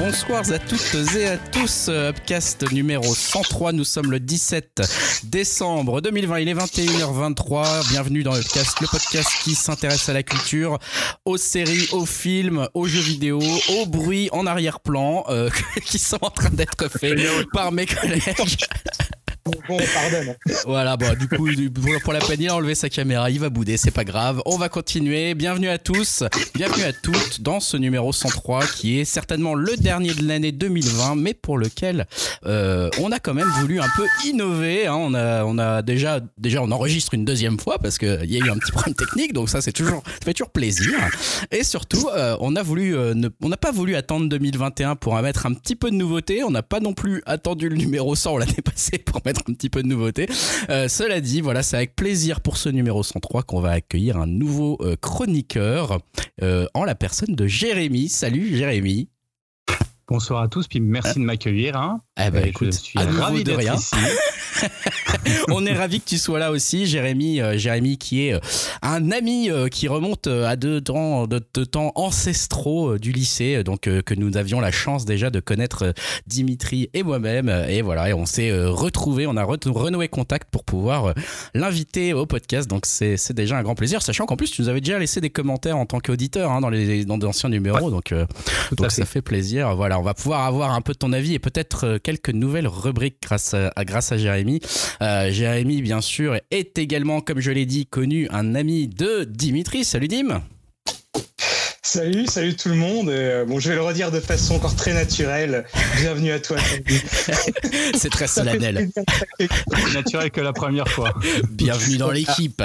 bonsoir à toutes et à tous. Upcast numéro 103, nous sommes le 17 décembre 2020, il est 21h23. Bienvenue dans Upcast, le podcast qui s'intéresse à la culture, aux séries, aux films, aux jeux vidéo, aux bruits en arrière-plan qui sont en train d'être faits par mes collègues. Bon, pardonne. Voilà, bon, du coup, pour la peine, il a enlevé sa caméra, il va bouder, c'est pas grave. On va continuer. Bienvenue à tous, bienvenue à toutes dans ce numéro 103 qui est certainement le dernier de l'année 2020, mais pour lequel on a quand même voulu un peu innover. Hein. On a déjà on enregistre une deuxième fois parce qu'il y a eu un petit problème technique, donc ça fait toujours plaisir. Et surtout, on n'a pas voulu attendre 2021 pour mettre un petit peu de nouveauté. On n'a pas non plus attendu le numéro 100, on l'a dépassé pour mettre un petit peu de nouveauté. Cela dit, voilà, c'est avec plaisir pour ce numéro 103 qu'on va accueillir un nouveau chroniqueur en la personne de Jérémy. Salut Jérémy. Bonsoir à tous, puis merci de m'accueillir. Hein. Écoute, je suis à nouveau ravi de rien. Ici. On est ravis que tu sois là aussi, Jérémy qui est un ami qui remonte à de temps ancestraux du lycée, donc que nous avions la chance déjà de connaître Dimitri et moi-même, et voilà, et on s'est retrouvés, on a renoué contact pour pouvoir l'inviter au podcast, donc c'est déjà un grand plaisir, sachant qu'en plus tu nous avais déjà laissé des commentaires en tant qu'auditeur hein, dans d'anciens numéros, ouais. donc ça fait plaisir. Voilà, on va pouvoir avoir un peu de ton avis et peut-être quelques nouvelles rubriques grâce à Jérémy. Jérémy, bien sûr, est également, comme je l'ai dit, connu, un ami de Dimitri. Salut Dim. Salut tout le monde. Je vais le redire de façon encore très naturelle. Bienvenue à toi. C'est très solennel. Plus naturel que la première fois. Bienvenue dans l'équipe.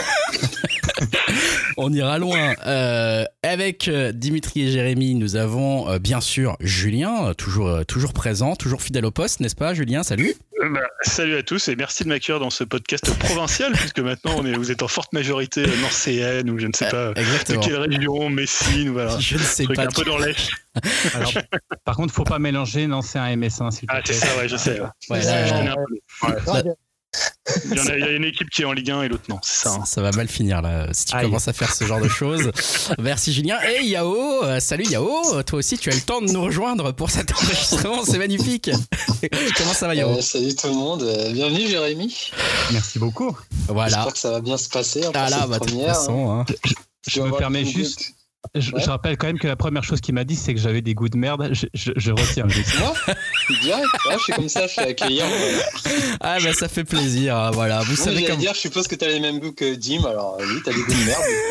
On ira loin. Avec Dimitri et Jérémy, nous avons bien sûr Julien, toujours présent, toujours fidèle au poste, n'est-ce pas Julien? Salut. Salut à tous et merci de m'accueillir dans ce podcast provincial puisque maintenant vous êtes en forte majorité nancéenne ou je ne sais pas exactement. De quelle région, Messine, voilà. Je ne sais pas. Un peu dans l'Est. Alors, par contre, faut pas mélanger Nancéen et Messin, s'il te plaît. Ah, c'est ça, ouais, je sais. Ouais, je connais un peu. Ouais. Ouais. Il y a une équipe qui est en Ligue 1 et l'autre non, c'est ça. Hein. Ça va mal finir là si tu commences à faire ce genre de choses. Merci Julien. Et Yao, salut Yao, toi aussi tu as le temps de nous rejoindre pour cet enregistrement, c'est magnifique. Comment ça va Yao? Salut tout le monde, bienvenue Jérémy. Merci beaucoup. Voilà. J'espère que ça va bien se passer. De toute façon, hein. Je me permets juste... Je rappelle quand même que la première chose qu'il m'a dit, c'est que j'avais des goûts de merde. Je retiens. Moi direct, je suis comme ça, je suis accueillant. Ah bah ça fait plaisir, hein, voilà. Vous savez comme... dire, je suppose que t'as les mêmes goûts que Dim, alors oui, t'as des goûts de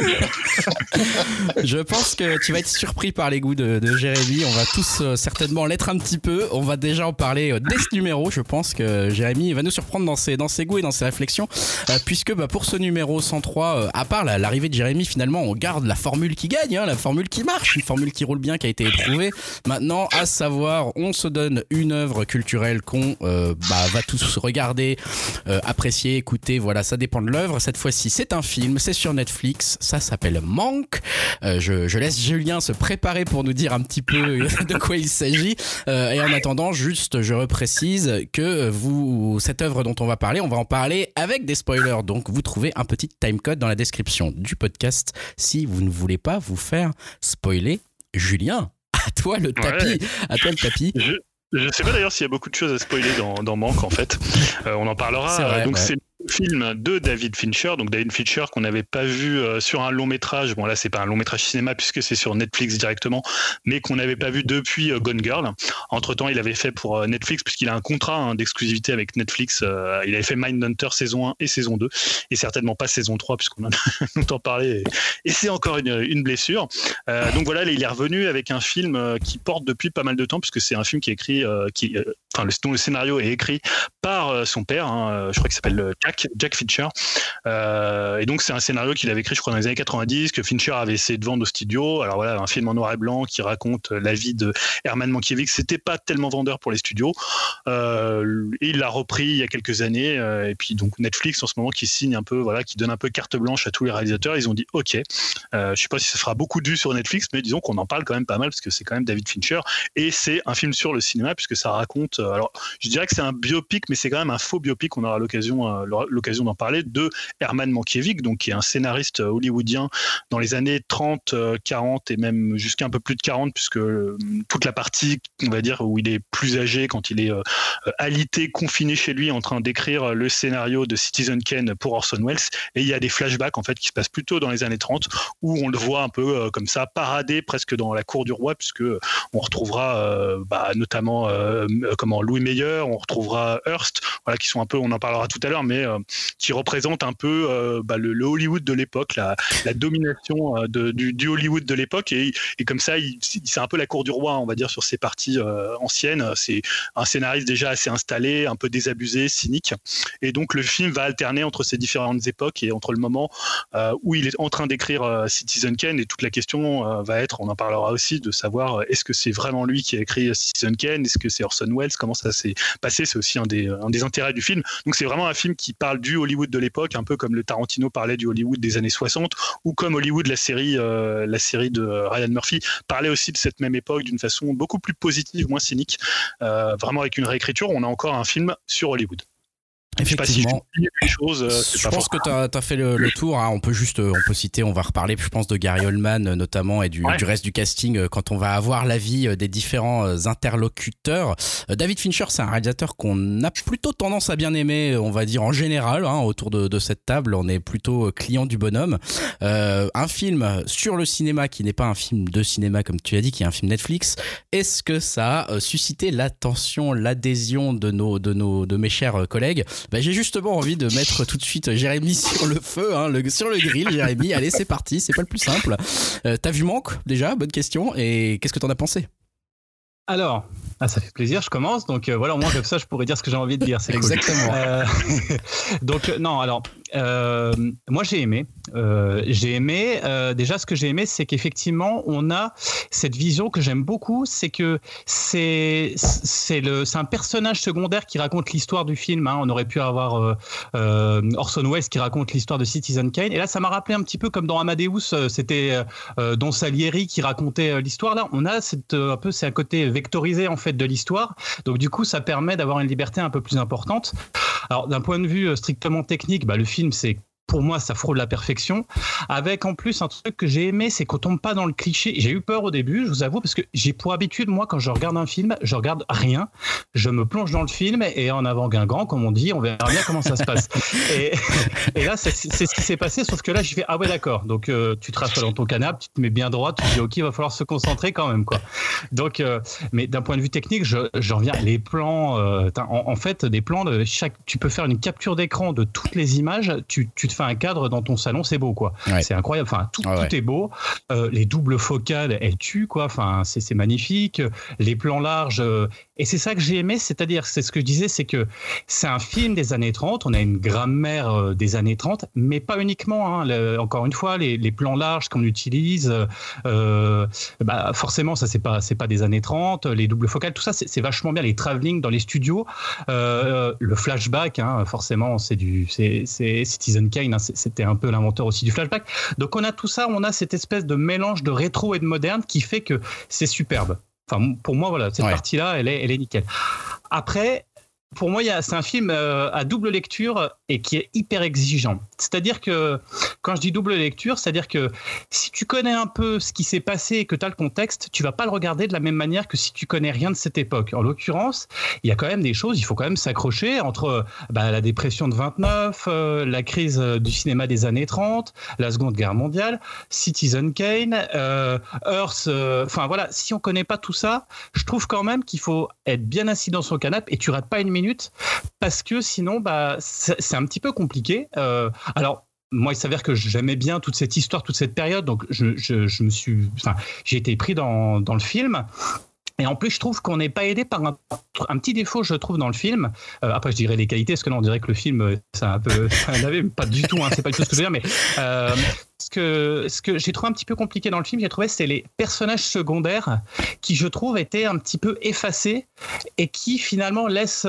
merde. Je pense que tu vas être surpris par les goûts de Jérémy. On va tous certainement l'être un petit peu. On va déjà en parler dès ce numéro. Je pense que Jérémy va nous surprendre dans ses goûts et dans ses réflexions, puisque pour ce numéro 103, à part l'arrivée de Jérémy, finalement, on garde la formule qui gagne. Hein, la formule qui marche, une formule qui roule bien, qui a été éprouvée. Maintenant, à savoir, on se donne une œuvre culturelle qu'on va tous regarder, apprécier, écouter. Voilà, ça dépend de l'œuvre. Cette fois-ci, c'est un film, c'est sur Netflix. Ça s'appelle Manque. Je laisse Julien se préparer pour nous dire un petit peu de quoi il s'agit. Et en attendant, juste, je reprécise que cette œuvre dont on va en parler avec des spoilers. Donc, vous trouvez un petit timecode dans la description du podcast si vous ne voulez pas vous faire spoiler. Julien, à toi le tapis. Ouais. À toi le tapis. Je ne sais pas d'ailleurs s'il y a beaucoup de choses à spoiler dans Manque en fait. On en parlera. C'est vrai, donc ouais. c'est le film de David Fincher. Donc David Fincher qu'on n'avait pas vu sur un long métrage. Bon là c'est pas un long métrage cinéma puisque c'est sur Netflix directement, mais qu'on n'avait pas vu depuis Gone Girl. Entre temps il avait fait pour Netflix puisqu'il a un contrat d'exclusivité avec Netflix. Il avait fait Mindhunter saison 1 et saison 2 et certainement pas saison 3 puisqu'on en a longtemps parlé et c'est encore une blessure. Donc voilà, il est revenu avec un film qui porte depuis pas mal de temps puisque c'est un film qui est écrit dont le scénario est écrit par son père, je crois qu'il s'appelle Jack Fincher. Et donc c'est un scénario qu'il avait écrit, je crois, dans les années 90, que Fincher avait essayé de vendre au studio. Alors voilà, un film en noir et blanc qui raconte la vie de Herman Mankiewicz. C'était pas tellement vendeur pour les studios. Et il l'a repris il y a quelques années. Et puis donc Netflix en ce moment qui signe un peu, voilà, qui donne un peu carte blanche à tous les réalisateurs. Ils ont dit OK. Je sais pas si ça fera beaucoup de vues sur Netflix, mais disons qu'on en parle quand même pas mal parce que c'est quand même David Fincher et c'est un film sur le cinéma puisque ça raconte. Alors je dirais que c'est un biopic, mais c'est quand même un faux biopic. On aura l'occasion l'occasion d'en parler, de Herman Mankiewicz, donc qui est un scénariste hollywoodien dans les années 30, 40 et même jusqu'à un peu plus de 40, puisque toute la partie, on va dire, où il est plus âgé, quand il est alité, confiné chez lui, en train d'écrire le scénario de Citizen Kane pour Orson Welles, et il y a des flashbacks en fait qui se passent plutôt dans les années 30, où on le voit un peu comme ça parader presque dans la cour du roi, puisque on retrouvera notamment Louis Meyer, on retrouvera Hearst, voilà, qui sont un peu, on en parlera tout à l'heure, mais qui représentent un peu le Hollywood de l'époque, la domination du Hollywood de l'époque, et comme ça, c'est un peu la cour du roi, on va dire, sur ces parties anciennes. C'est un scénariste déjà assez installé, un peu désabusé, cynique, et donc le film va alterner entre ces différentes époques et entre le moment où il est en train d'écrire Citizen Kane, et toute la question va être, on en parlera aussi, de savoir est-ce que c'est vraiment lui qui a écrit Citizen Kane, est-ce que c'est Orson Welles, comment ça s'est passé, c'est aussi un des intérêts du film. Donc c'est vraiment un film qui parle du Hollywood de l'époque, un peu comme le Tarantino parlait du Hollywood des années 60, ou comme Hollywood, la série de Ryan Murphy, parlait aussi de cette même époque d'une façon beaucoup plus positive, moins cynique, vraiment avec une réécriture. On a encore un film sur Hollywood. Effectivement. Je pense que tu as fait le tour. Hein. On peut citer, on va reparler, je pense, de Gary Oldman notamment et du reste du casting quand on va avoir l'avis des différents interlocuteurs. David Fincher, c'est un réalisateur qu'on a plutôt tendance à bien aimer, on va dire en général, hein, autour de cette table. On est plutôt client du bonhomme. Un film sur le cinéma qui n'est pas un film de cinéma, comme tu as dit, qui est un film Netflix. Est-ce que ça a suscité l'attention, l'adhésion de mes chers collègues? J'ai justement envie de mettre tout de suite Jérémy sur le feu, hein, sur le grill. Jérémy, allez, c'est parti, c'est pas le plus simple. T'as vu Manque déjà? Bonne question. Et qu'est-ce que t'en as pensé? Alors, ça fait plaisir, je commence. Donc voilà, au moins comme ça, je pourrais dire ce que j'ai envie de dire. C'est exactement. Cool. Donc non, alors moi j'ai aimé. Déjà, ce que j'ai aimé, c'est qu'effectivement, on a cette vision que j'aime beaucoup, c'est que c'est un personnage secondaire qui raconte l'histoire du film. Hein. On aurait pu avoir Orson Welles qui raconte l'histoire de Citizen Kane. Et là, ça m'a rappelé un petit peu comme dans Amadeus, c'était Don Salieri qui racontait l'histoire. Là, on a c'est un côté vectorisé en fait de l'histoire. Donc du coup, ça permet d'avoir une liberté un peu plus importante. Alors d'un point de vue strictement technique, le film c'est pour moi, ça frôle la perfection. Avec en plus un truc que j'ai aimé, c'est qu'on tombe pas dans le cliché. J'ai eu peur au début, je vous avoue, parce que j'ai pour habitude, moi, quand je regarde un film, je regarde rien. Je me plonge dans le film et en avant Guingamp, comme on dit, on verra bien comment ça se passe. Et là, c'est ce qui s'est passé, sauf que là, j'ai fait ah ouais, d'accord. Donc tu te rassois dans ton canapé, tu te mets bien droit, tu te dis ok, il va falloir se concentrer quand même, quoi. Donc, mais d'un point de vue technique, j'en viens. Les plans, en fait, des plans de tu peux faire une capture d'écran de toutes les images. Tu te fais un cadre dans ton salon, c'est beau, quoi. Ouais. C'est incroyable. Enfin, tout est beau. Les doubles focales, elles tuent, quoi. Enfin, c'est magnifique. Les plans larges. Et c'est ça que j'ai aimé, c'est-à-dire, c'est ce que je disais, c'est que c'est un film des années 30. On a une grammaire des années 30, mais pas uniquement. Hein. Encore une fois, les plans larges qu'on utilise, forcément, ça c'est pas des années 30. Les doubles focales, tout ça, c'est vachement bien. Les travelling dans les studios, le flashback, hein, forcément, c'est Citizen Kane. Hein, c'était un peu l'inventeur aussi du flashback. Donc on a tout ça, on a cette espèce de mélange de rétro et de moderne qui fait que c'est superbe. Enfin, pour moi, voilà, cette partie-là, elle est nickel. Après, pour moi, c'est un film à double lecture et qui est hyper exigeant. C'est-à-dire que, quand je dis double lecture, c'est-à-dire que si tu connais un peu ce qui s'est passé et que tu as le contexte, tu vas pas le regarder de la même manière que si tu connais rien de cette époque. En l'occurrence, il y a quand même des choses, il faut quand même s'accrocher entre la dépression de 29, la crise du cinéma des années 30, la Seconde Guerre mondiale, Citizen Kane, Hearst, enfin voilà, si on connaît pas tout ça, je trouve quand même qu'il faut être bien assis dans son canapé et tu rates pas une minute parce que sinon c'est un petit peu compliqué. Alors moi, il s'avère que j'aimais bien toute cette histoire, toute cette période, donc j'ai été pris dans le film. Et en plus, je trouve qu'on n'est pas aidé par un petit défaut, je trouve, dans le film. Après, je dirais les qualités, parce que là, on dirait que le film, ça n'avait pas du tout, hein, c'est pas du tout ce que je veux dire, mais ce que j'ai trouvé un petit peu compliqué dans le film, c'est les personnages secondaires qui, je trouve, étaient un petit peu effacés et qui finalement laissent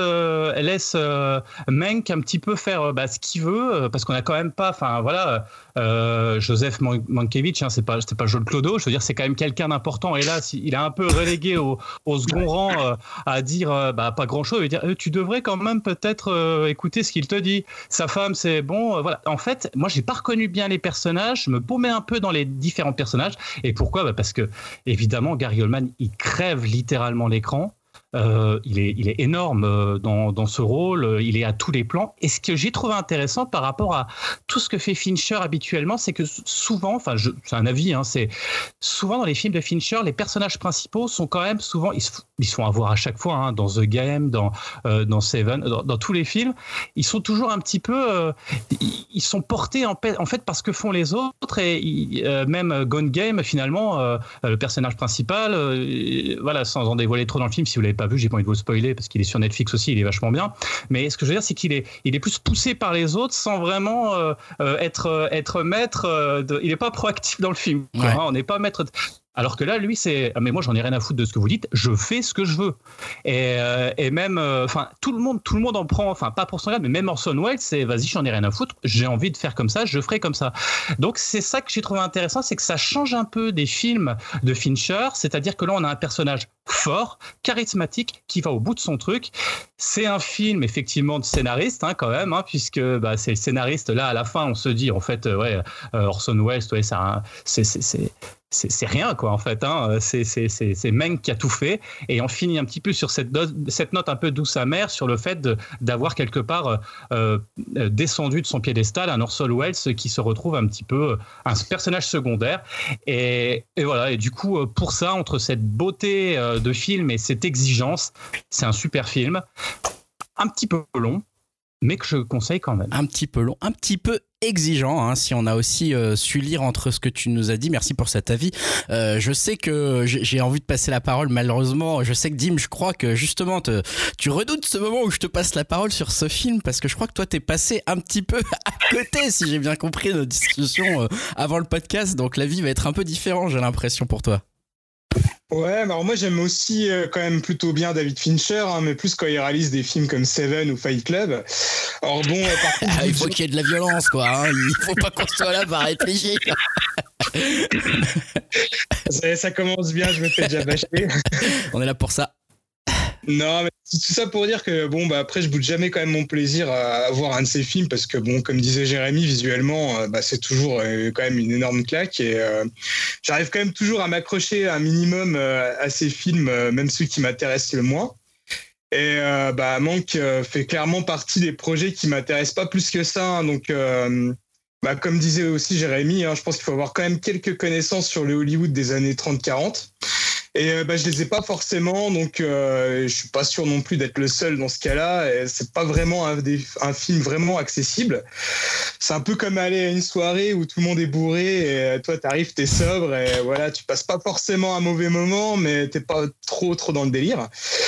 Mank un petit peu faire ce qu'il veut, parce qu'on a quand même pas, enfin voilà, Joseph Mankiewicz, c'est pas Joel Clodo, je veux dire, c'est quand même quelqu'un d'important, et là il est un peu relégué au second rang, à dire pas grand chose, et dire tu devrais quand même peut-être écouter ce qu'il te dit. Sa femme, c'est bon, voilà. En fait, moi j'ai pas reconnu bien les personnages, je me paumais un peu dans les différents personnages. Et pourquoi ? Parce que évidemment Gary Oldman, il crève littéralement l'écran. Il est énorme dans ce rôle, il est à tous les plans. Et ce que j'ai trouvé intéressant par rapport à tout ce que fait Fincher habituellement, c'est que souvent, c'est un avis, c'est souvent dans les films de Fincher, les personnages principaux sont quand même souvent, ils se font avoir à chaque fois, dans The Game, dans Seven, dans tous les films, ils sont toujours un petit peu, ils sont portés en fait par ce que font les autres, et même Gone Game, finalement, le personnage principal, voilà, sans en dévoiler trop dans le film, si vous l'avez pas vu, j'ai pas envie de vous le spoiler parce qu'il est sur Netflix aussi, il est vachement bien. Mais ce que je veux dire, c'est qu'il est plus poussé par les autres sans vraiment être maître. Il est pas proactif dans le film. Quoi, ouais. On n'est pas maître. Alors que là, lui, c'est mais moi, j'en ai rien à foutre de ce que vous dites. Je fais ce que je veux. Et même, tout le monde en prend. Enfin, pas pour son grade, mais même Orson Welles, c'est vas-y, j'en ai rien à foutre. J'ai envie de faire comme ça, je ferai comme ça. Donc, c'est ça que j'ai trouvé intéressant, c'est que ça change un peu des films de Fincher. C'est-à-dire que là, on a un personnage fort, charismatique, qui va au bout de son truc. C'est un film effectivement de scénariste, quand même, puisque c'est le scénariste. Là, à la fin, on se dit en fait, Orson Welles, c'est rien, quoi, en fait. C'est Mank qui a tout fait. Et on finit un petit peu sur cette note un peu douce amère sur le fait d'avoir quelque part descendu de son piédestal un Orson Welles qui se retrouve un petit peu un personnage secondaire. Et voilà. Et du coup, pour ça, entre cette beauté de film et cette exigence, c'est un super film. Un petit peu long, mais que je conseille quand même. Un petit peu long, un petit peu exigeant, si on a aussi su lire entre ce que tu nous as dit. Merci pour cet avis. Je sais que j'ai envie de passer la parole, malheureusement. Je sais que Dim, je crois que justement tu redoutes ce moment où je te passe la parole sur ce film, parce que je crois que toi t'es passé un petit peu à côté, si j'ai bien compris notre discussion avant le podcast, donc la vie va être un peu différente, j'ai l'impression, pour toi. Ouais, alors moi j'aime aussi quand même plutôt bien David Fincher, mais plus quand il réalise des films comme Seven ou Fight Club. Alors bon, par contre, il faut qu'il y ait de la violence, quoi. Il faut pas qu'on soit là par réfléchir. Ça commence bien, je me fais déjà bâcher. On est là pour ça. Non, mais tout ça pour dire que après je boude jamais quand même mon plaisir à voir un de ces films, parce que comme disait Jérémy, visuellement c'est toujours quand même une énorme claque, et j'arrive quand même toujours à m'accrocher un minimum à ces films, même ceux qui m'intéressent le moins. Et Mank fait clairement partie des projets qui m'intéressent pas plus que ça, donc comme disait aussi Jérémy, je pense qu'il faut avoir quand même quelques connaissances sur le Hollywood des années 30-40. Et je les ai pas forcément, donc je suis pas sûr non plus d'être le seul dans ce cas-là. Et c'est pas vraiment un film vraiment accessible. C'est un peu comme aller à une soirée où tout le monde est bourré et toi t'arrives, t'es sobre, et voilà, tu passes pas forcément un mauvais moment, mais t'es pas trop dans le délire.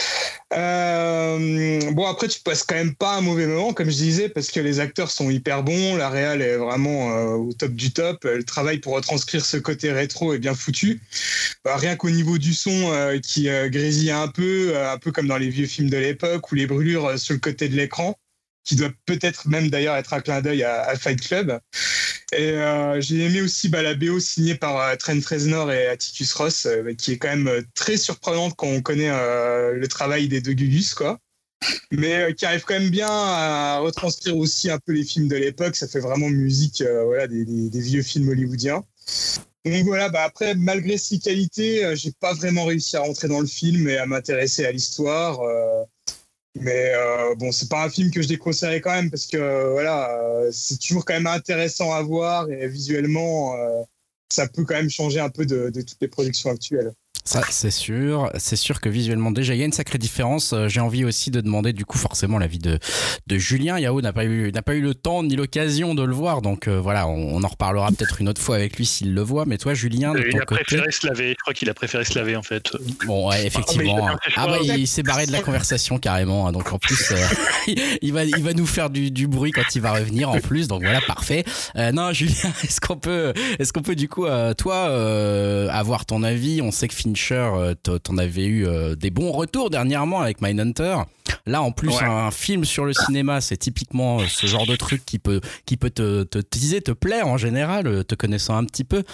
Après tu passes quand même pas un mauvais moment, comme je disais, parce que les acteurs sont hyper bons, la réal est vraiment au top du top, le travail pour retranscrire ce côté rétro est bien foutu, rien qu'au niveau du son qui grésille un peu comme dans les vieux films de l'époque, ou les brûlures sur le côté de l'écran, qui doit peut-être même d'ailleurs être un clin d'œil à Fight Club. Et j'ai aimé aussi la BO signée par Trent Reznor et Atticus Ross, qui est quand même très surprenante quand on connaît le travail des deux Gugus, quoi. Mais qui arrive quand même bien à retranscrire aussi un peu les films de l'époque. Ça fait vraiment musique des vieux films hollywoodiens. Donc voilà, après, malgré ces qualités, j'ai pas vraiment réussi à rentrer dans le film et à m'intéresser à l'histoire. Mais c'est pas un film que je déconseillerais quand même, parce que c'est toujours quand même intéressant à voir, et visuellement ça peut quand même changer un peu de toutes les productions actuelles. Ça, c'est sûr que visuellement déjà il y a une sacrée différence. J'ai envie aussi de demander du coup forcément l'avis de Julien. Yao n'a pas eu le temps ni l'occasion de le voir, donc voilà, on en reparlera peut-être une autre fois avec lui s'il le voit. Mais toi, Julien, de ton côté, préféré se laver. Je crois qu'il a préféré se laver en fait. Bon, ouais, effectivement. Il s'est barré de la conversation carrément, hein, donc en plus il va nous faire du bruit quand il va revenir en plus, donc voilà, parfait. Non, Julien, est-ce qu'on peut du coup toi avoir ton avis? On sait que Fincher, t'en avais eu des bons retours dernièrement avec Mindhunter. Là, en plus, un film sur le cinéma, c'est typiquement ce genre de truc qui peut te teaser, te plaire en général, te connaissant un petit peu.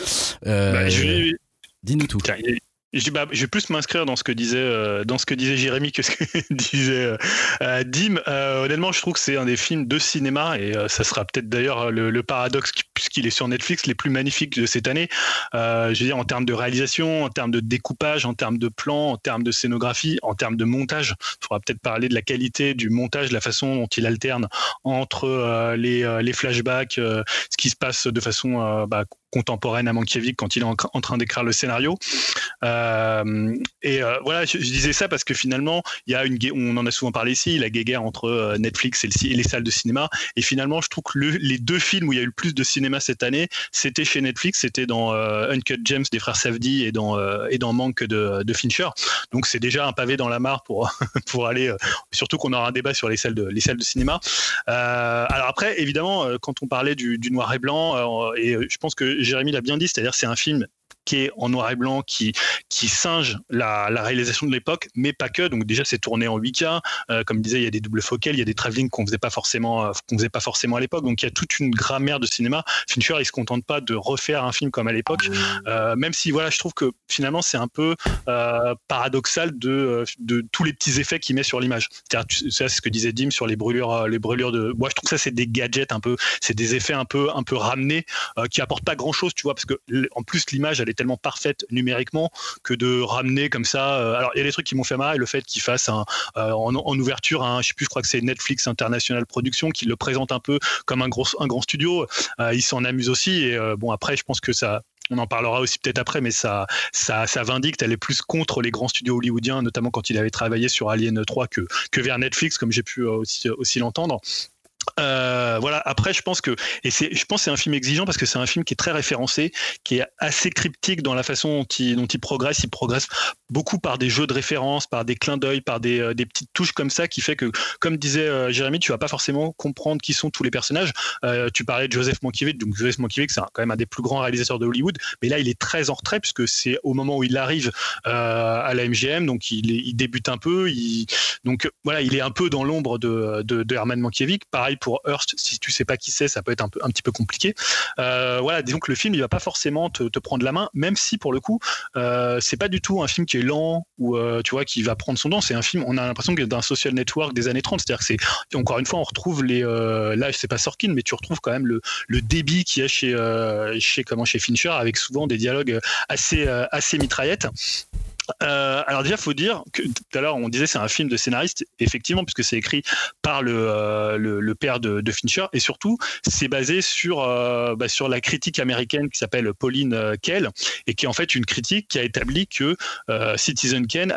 Dis-nous tout. Je vais plus m'inscrire dans ce que disait Jérémy que ce que disait Dim. Honnêtement, je trouve que c'est un des films de cinéma, et ça sera peut-être d'ailleurs le paradoxe, puisqu'il est sur Netflix, les plus magnifiques de cette année. Je veux dire, en termes de réalisation, en termes de découpage, en termes de plan, en termes de scénographie, en termes de montage. Il faudra peut-être parler de la qualité du montage, de la façon dont il alterne entre les flashbacks, ce qui se passe de façon contemporaine à Mankiewicz quand il est en train d'écrire le scénario. Voilà, je disais ça parce que finalement, il y a on en a souvent parlé ici, la guéguerre entre Netflix et les salles de cinéma. Et finalement, je trouve que les deux films où il y a eu le plus de cinéma cette année, c'était chez Netflix, c'était dans Uncut Gems des frères Safdie et dans Manque de Fincher. Donc c'est déjà un pavé dans la mare pour aller. Surtout qu'on aura un débat sur les salles de cinéma. Alors après, évidemment, quand on parlait du noir et blanc, et je pense que Jérémy l'a bien dit, c'est-à-dire c'est un film qui est en noir et blanc, qui singe la réalisation de l'époque, mais pas que. Donc déjà, c'est tourné en 8K. Comme je disais, il y a des doubles focales, il y a des travelling qu'on faisait pas forcément à l'époque. Donc il y a toute une grammaire de cinéma. Fincher, il se contente pas de refaire un film comme à l'époque, même si voilà, je trouve que finalement c'est un peu paradoxal de tous les petits effets qu'il met sur l'image. Ça, c'est ce que disait Dim sur les brûlures de. Moi, je trouve que ça c'est des gadgets un peu, c'est des effets un peu ramenés qui apportent pas grand chose, tu vois, parce que en plus l'image elle est tellement parfaite numériquement que de ramener comme ça. Alors il y a des trucs qui m'ont fait marrer, le fait qu'il fasse en ouverture je sais plus, je crois que c'est Netflix International Production qui le présente un peu comme un grand studio. Il s'en amuse aussi, et bon après je pense que ça. On en parlera aussi peut-être après, mais sa vindicte, elle est plus contre les grands studios hollywoodiens, notamment quand il avait travaillé sur Alien 3 que vers Netflix, comme j'ai pu aussi l'entendre. Voilà. Après, je pense que c'est un film exigeant parce que c'est un film qui est très référencé, qui est assez cryptique dans la façon dont il progresse. Il progresse beaucoup par des jeux de référence, par des clins d'œil, par des petites touches comme ça, qui fait que, comme disait Jérémy, tu vas pas forcément comprendre qui sont tous les personnages. Tu parlais de Joseph Mankiewicz, donc Joseph Mankiewicz, c'est quand même un des plus grands réalisateurs de Hollywood, mais là il est très en retrait puisque c'est au moment où il arrive à la MGM, donc il débute un peu, donc voilà, il est un peu dans l'ombre de Herman Mankiewicz. Pareil pour Hearst, si tu sais pas qui c'est, ça peut être un petit peu compliqué. Voilà, disons que le film il va pas forcément te prendre la main, même si pour le coup c'est pas du tout un film qui est lent ou tu vois, qui va prendre son temps. C'est un film, on a l'impression que d'un social network des années 30, c'est-à-dire que c'est, encore une fois, on retrouve là c'est pas Sorkin, mais tu retrouves quand même le débit qu'il y a chez Fincher, avec souvent des dialogues assez mitraillettes. Alors déjà, faut dire que tout à l'heure on disait c'est un film de scénariste, effectivement, puisque c'est écrit par le père de Fincher, et surtout c'est basé sur la critique américaine qui s'appelle Pauline Kael, et qui est en fait une critique qui a établi que Citizen Kane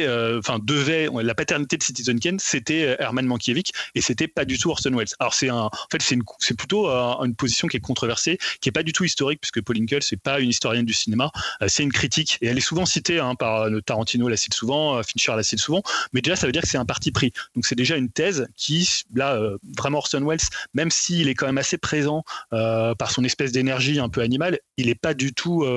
la paternité de Citizen Kane, c'était Herman Mankiewicz, et c'était pas du tout Orson Welles. Alors c'est plutôt une position qui est controversée, qui est pas du tout historique, puisque Pauline Kael c'est pas une historienne du cinéma, c'est une critique, et elle est souvent citée par Tarantino la cite souvent, Fincher la cite souvent, mais déjà ça veut dire que c'est un parti pris. Donc c'est déjà une thèse qui, là, vraiment Orson Welles, même s'il est quand même assez présent par son espèce d'énergie un peu animale, il est pas du tout,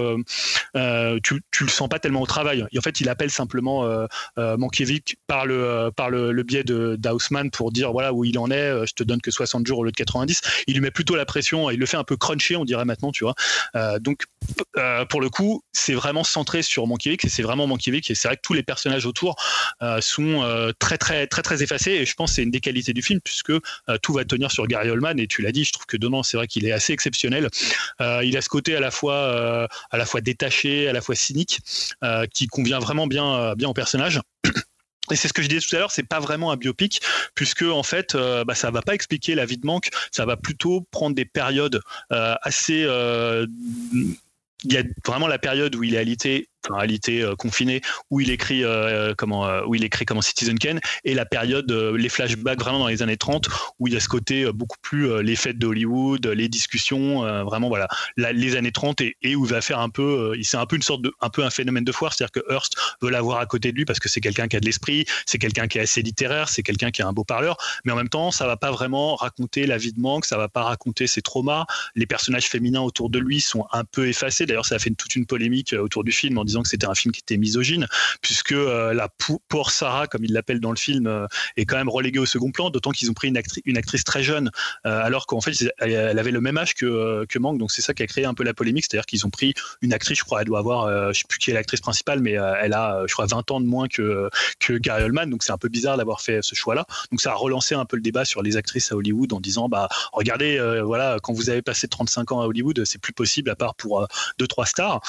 tu le sens pas tellement au travail. Et en fait, il appelle simplement Mankiewicz par le biais d'Haussmann pour dire voilà où il en est, je te donne que 60 jours au lieu de 90. Il lui met plutôt la pression, il le fait un peu cruncher, on dirait maintenant, tu vois. Donc pour le coup, c'est vraiment centré sur Mankiewicz, et c'est vraiment Mankiewicz, et c'est vrai que tous les personnages autour sont très très très très effacés, et je pense que c'est une des qualités du film, puisque tout va tenir sur Gary Oldman, et tu l'as dit, je trouve que dedans c'est vrai qu'il est assez exceptionnel. Il a ce côté à la fois détaché, à la fois cynique, qui convient vraiment bien au personnage. Et c'est ce que je disais tout à l'heure, c'est pas vraiment un biopic, puisque en fait, ça va pas expliquer la vie de Mank, ça va plutôt prendre des périodes assez. Il y a vraiment la période où il est alité réalité confinée où il écrit comment Citizen Kane, et la période les flashbacks vraiment dans les années 30 où il y a ce côté beaucoup plus les fêtes de Hollywood, les discussions, vraiment voilà les années 30 et où il va faire un peu c'est un peu une sorte de un peu un phénomène de foire, c'est-à-dire que Hearst veut l'avoir à côté de lui parce que c'est quelqu'un qui a de l'esprit, c'est quelqu'un qui est assez littéraire, c'est quelqu'un qui est un beau parleur, mais en même temps ça va pas vraiment raconter la vie de Mank, ça va pas raconter ses traumas, les personnages féminins autour de lui sont un peu effacés, d'ailleurs ça a fait toute une polémique autour du film en disant que c'était un film qui était misogyne, puisque la pauvre Sarah, comme il l'appelle dans le film, est quand même reléguée au second plan, d'autant qu'ils ont pris une actrice très jeune, alors qu'en fait elle avait le même âge que Mank, donc c'est ça qui a créé un peu la polémique, c'est-à-dire qu'ils ont pris une actrice, je crois elle doit avoir, je sais plus qui est l'actrice principale, mais elle a je crois 20 ans de moins que Gary Oldman, donc c'est un peu bizarre d'avoir fait ce choix-là, donc ça a relancé un peu le débat sur les actrices à Hollywood en disant bah regardez voilà, quand vous avez passé 35 ans à Hollywood, c'est plus possible à part pour 2-3 stars,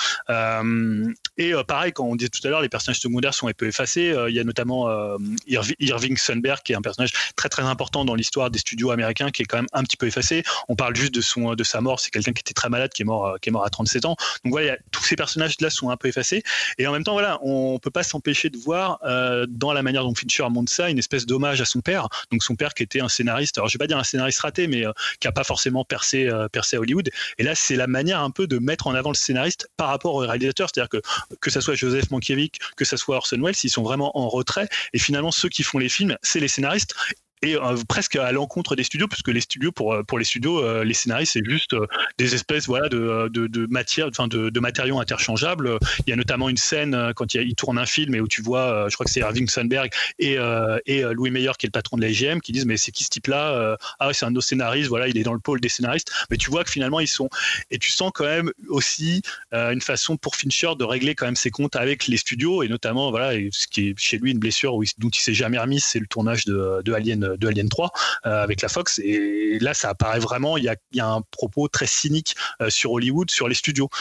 et pareil, quand on disait tout à l'heure les personnages secondaires sont un peu effacés, il y a notamment Irving Sunberg qui est un personnage très très important dans l'histoire des studios américains qui est quand même un petit peu effacé, on parle juste de sa mort, c'est quelqu'un qui était très malade qui est mort à 37 ans, donc voilà, tous ces personnages là sont un peu effacés, et en même temps voilà, on peut pas s'empêcher de voir dans la manière dont Fincher monte ça une espèce d'hommage à son père, donc son père qui était un scénariste, alors je vais pas dire un scénariste raté, mais qui a pas forcément percé à Hollywood, et là c'est la manière un peu de mettre en avant le scénariste par rapport au réalisateur, c'est-à-dire que ça soit Joseph Mankiewicz, que ça soit Orson Welles, ils sont vraiment en retrait, et finalement ceux qui font les films c'est les scénaristes, et presque à l'encontre des studios, parce que les studios pour les studios les scénaristes c'est juste des espèces voilà de matière, enfin de matériaux interchangeables. Il y a notamment une scène quand il tourne un film et où tu vois je crois que c'est Irving Sunberg et Louis Mayer qui est le patron de la IGM qui disent mais c'est qui ce type là, ah ouais, c'est un de nos scénaristes, voilà, il est dans le pôle des scénaristes, mais tu vois que finalement ils sont, et tu sens quand même aussi une façon pour Fincher de régler quand même ses comptes avec les studios, et notamment voilà, et ce qui est chez lui une blessure dont il s'est jamais remis, c'est le tournage de Alien 3 avec la Fox, et là ça apparaît vraiment, il y a un propos très cynique sur Hollywood, sur les studios.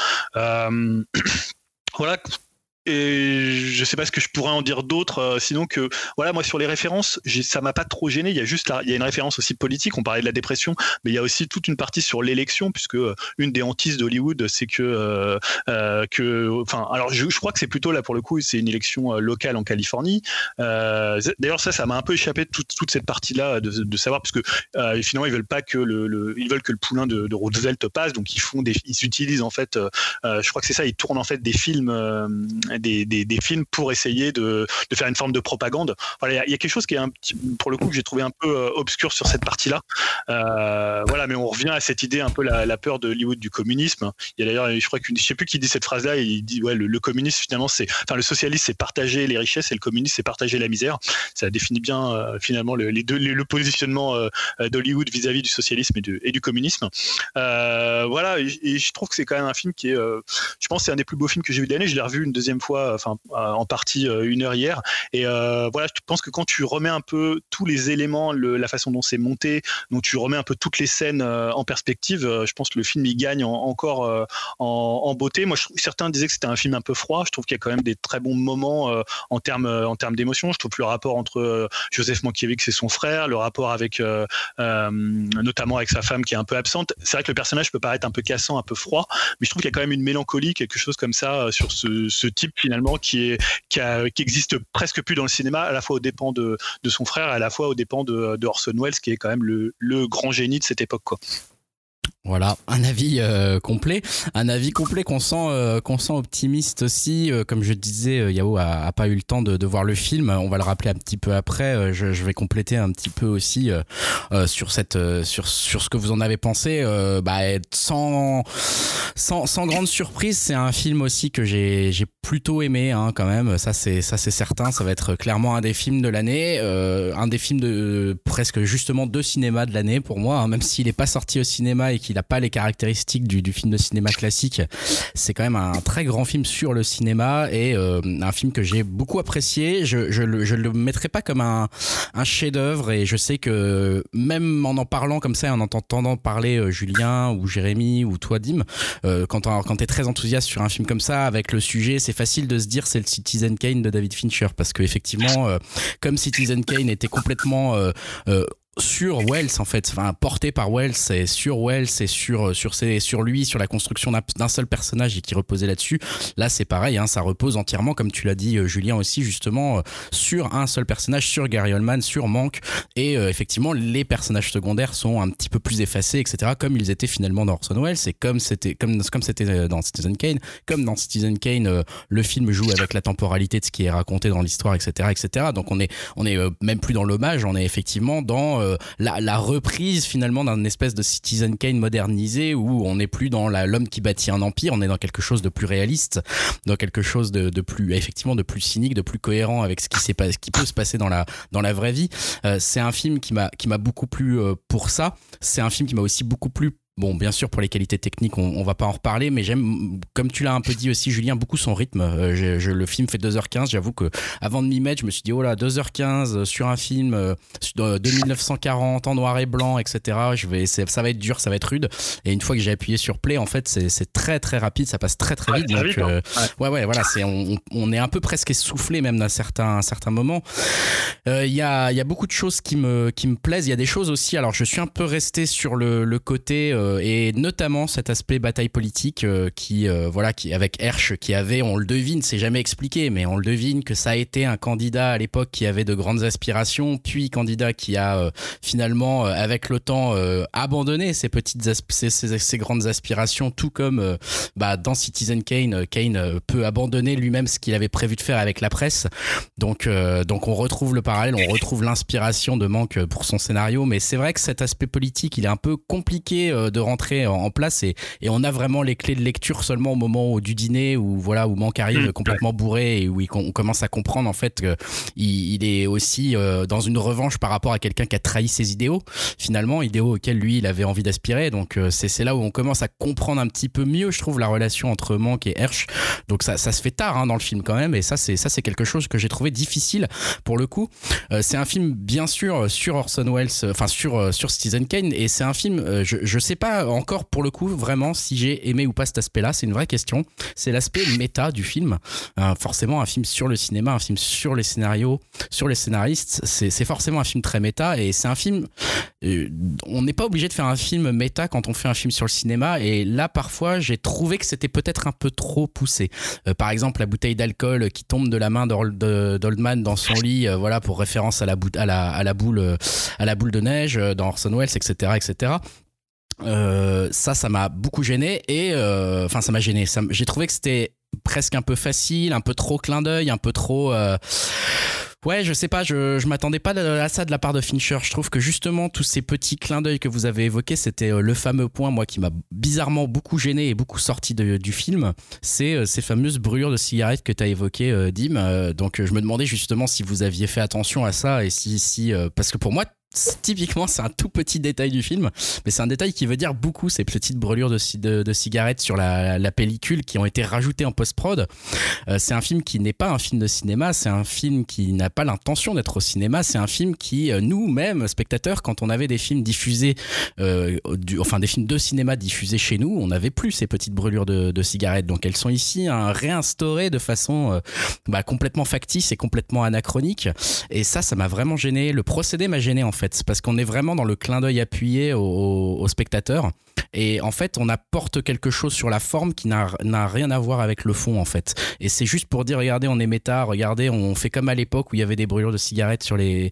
Voilà. Et je sais pas ce que je pourrais en dire d'autre, sinon que voilà, moi sur les références, ça m'a pas trop gêné. Il y a une référence aussi politique. On parlait de la dépression, mais il y a aussi toute une partie sur l'élection, puisque une des hantises d'Hollywood, c'est que alors je crois que c'est plutôt là pour le coup, c'est une élection locale en Californie. D'ailleurs ça m'a un peu échappé toute cette partie-là de savoir, parce que finalement ils veulent pas que ils veulent que le poulain de Roosevelt passe, donc ils utilisent en fait, je crois que c'est ça, ils tournent en fait des films. Des films pour essayer de faire une forme de propagande. Voilà, il y a quelque chose qui est pour le coup que j'ai trouvé un peu obscur sur cette partie-là. Voilà, mais on revient à cette idée un peu la peur de Hollywood du communisme. Il y a d'ailleurs, je sais plus qui dit cette phrase-là. Il dit ouais, le communisme finalement le socialisme c'est partager les richesses et le communisme c'est partager la misère. Ça définit bien finalement le positionnement d'Hollywood vis-à-vis du socialisme et du communisme. Voilà, et je trouve que c'est quand même un film qui est, je pense, c'est un des plus beaux films que j'ai vu de l'année. Je l'ai revu une deuxième fois, en partie 1 heure hier, et voilà, je pense que quand tu remets un peu tous les éléments, la façon dont c'est monté, dont tu remets un peu toutes les scènes en perspective, je pense que le film il gagne encore en beauté. Moi certains disaient que c'était un film un peu froid, je trouve qu'il y a quand même des très bons moments en termes d'émotion. Je trouve que le rapport entre Joseph Mankiewicz et son frère, le rapport avec notamment avec sa femme qui est un peu absente, c'est vrai que le personnage peut paraître un peu cassant, un peu froid, mais je trouve qu'il y a quand même une mélancolie, quelque chose comme ça sur ce type finalement qui existe presque plus dans le cinéma, à la fois aux dépens de son frère et à la fois aux dépens de Orson Welles qui est quand même le grand génie de cette époque, quoi. Voilà, un avis complet qu'on sent optimiste aussi. Comme je disais, Yao a pas eu le temps de voir le film. On va le rappeler un petit peu après. Je vais compléter un petit peu aussi sur ce que vous en avez pensé. Sans grande surprise, c'est un film aussi que j'ai plutôt aimé, hein, quand même. Ça c'est certain. Ça va être clairement un des films de l'année, un des films de presque justement de cinéma de l'année pour moi, hein, même s'il est pas sorti au cinéma et qu'il n'a pas les caractéristiques du film de cinéma classique. C'est quand même un très grand film sur le cinéma et un film que j'ai beaucoup apprécié. Je le mettrai pas comme un chef-d'œuvre, et je sais que même en parlant comme ça, en entendant parler Julien ou Jérémy ou toi Dim, quand t'es très enthousiaste sur un film comme ça avec le sujet, c'est facile de se dire c'est le Citizen Kane de David Fincher, parce que effectivement comme Citizen Kane était complètement sur Wells en fait, enfin porté par Wells et sur Wells et sur lui, sur la construction d'un seul personnage et qui reposait là-dessus. Là c'est pareil, hein, ça repose entièrement, comme tu l'as dit Julien aussi justement, sur un seul personnage, sur Gary Oldman, sur Mank, et effectivement les personnages secondaires sont un petit peu plus effacés, etc. Comme ils étaient finalement dans Orson Welles, et comme c'était dans Citizen Kane. Comme dans Citizen Kane, le film joue avec la temporalité de ce qui est raconté dans l'histoire, etc., etc. Donc on est même plus dans l'hommage, on est effectivement dans la reprise finalement d'un espèce de Citizen Kane modernisé, où on n'est plus dans l'homme qui bâtit un empire, on est dans quelque chose de plus réaliste, dans quelque chose de plus, effectivement, de plus cynique, de plus cohérent avec ce qui peut se passer dans la vraie vie. C'est un film qui m'a beaucoup plu pour ça. C'est un film qui m'a aussi beaucoup plu. Bon, bien sûr, pour les qualités techniques, on va pas en reparler, mais j'aime, comme tu l'as un peu dit aussi, Julien, beaucoup son rythme. Le film fait 2h15. J'avoue que avant de m'y mettre, je me suis dit, oh là, 2h15 sur un film de 1940 en noir et blanc, etc. Ça va être dur, ça va être rude. Et une fois que j'ai appuyé sur play, en fait, c'est très très rapide, ça passe très très vite. Donc, ouais, voilà, on est un peu presque essoufflé même d'un certain moment. Il y a beaucoup de choses qui me plaisent. Il y a des choses aussi. Alors, je suis un peu resté sur le côté et notamment cet aspect bataille politique qui avec Hersch, qui avait, on le devine, c'est jamais expliqué, mais on le devine que ça a été un candidat à l'époque qui avait de grandes aspirations, puis candidat qui a finalement avec le temps abandonné ces grandes aspirations, tout comme dans Citizen Kane, Kane peut abandonner lui-même ce qu'il avait prévu de faire avec la presse. Donc on retrouve le parallèle, on retrouve l'inspiration de Mank pour son scénario, mais c'est vrai que cet aspect politique, il est un peu compliqué de rentrer en place, et on a vraiment les clés de lecture seulement au moment du dîner où Mank arrive complètement bourré, et où on commence à comprendre en fait qu'il est aussi dans une revanche par rapport à quelqu'un qui a trahi ses idéaux, finalement, idéaux auxquels lui il avait envie d'aspirer. Donc c'est là où on commence à comprendre un petit peu mieux, je trouve, la relation entre Mank et Hersch. Donc ça se fait tard dans le film quand même, et ça c'est quelque chose que j'ai trouvé difficile pour le coup. C'est un film bien sûr sur Orson Welles, enfin sur Citizen Kane, et c'est un film, je sais pas encore pour le coup vraiment si j'ai aimé ou pas cet aspect-là, c'est une vraie question. C'est l'aspect méta du film. Forcément, un film sur le cinéma, un film sur les scénarios, sur les scénaristes, c'est forcément un film très méta, et c'est un film, on n'est pas obligé de faire un film méta quand on fait un film sur le cinéma, et là parfois j'ai trouvé que c'était peut-être un peu trop poussé. Par exemple, la bouteille d'alcool qui tombe de la main d'Oldman dans son lit, voilà, pour référence à la boule de neige dans Orson Welles, etc., etc. Ça m'a beaucoup gêné, et ça m'a gêné. J'ai trouvé que c'était presque un peu facile, un peu trop clin d'œil, un peu trop. Ouais, je sais pas, je m'attendais pas à ça de la part de Fincher. Je trouve que justement tous ces petits clins d'œil que vous avez évoqués, c'était le fameux point, moi, qui m'a bizarrement beaucoup gêné et beaucoup sorti du film. C'est ces fameuses brûlures de cigarettes que tu as évoquées, Dim. Donc je me demandais justement si vous aviez fait attention à ça, et si parce que pour moi, typiquement, c'est un tout petit détail du film, mais c'est un détail qui veut dire beaucoup, ces petites brûlures de cigarettes sur la pellicule qui ont été rajoutées en post-prod. C'est un film qui n'est pas un film de cinéma, c'est un film qui n'a pas l'intention d'être au cinéma, c'est un film qui, nous-mêmes, spectateurs, quand on avait des films diffusés, des films de cinéma diffusés chez nous, on n'avait plus ces petites brûlures de cigarettes. Donc elles sont ici réinstaurées de façon complètement factice et complètement anachronique. Et ça m'a vraiment gêné. Le procédé m'a gêné en fait, parce qu'on est vraiment dans le clin d'œil appuyé au spectateur, et en fait on apporte quelque chose sur la forme qui n'a rien à voir avec le fond en fait, et c'est juste pour dire regardez, on est méta, regardez, on fait comme à l'époque où il y avait des brûlures de cigarettes sur les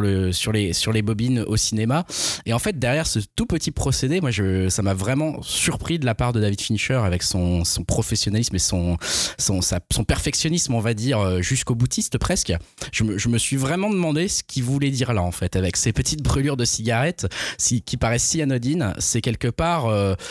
bobines au cinéma. Et en fait derrière ce tout petit procédé, moi ça m'a vraiment surpris de la part de David Fincher, avec son professionnalisme et son perfectionnisme, on va dire, jusqu'au boutiste presque. Je me suis vraiment demandé ce qu'il voulait dire là en fait avec ces petites brûlures de cigarettes qui paraissent si anodines. C'est quelque part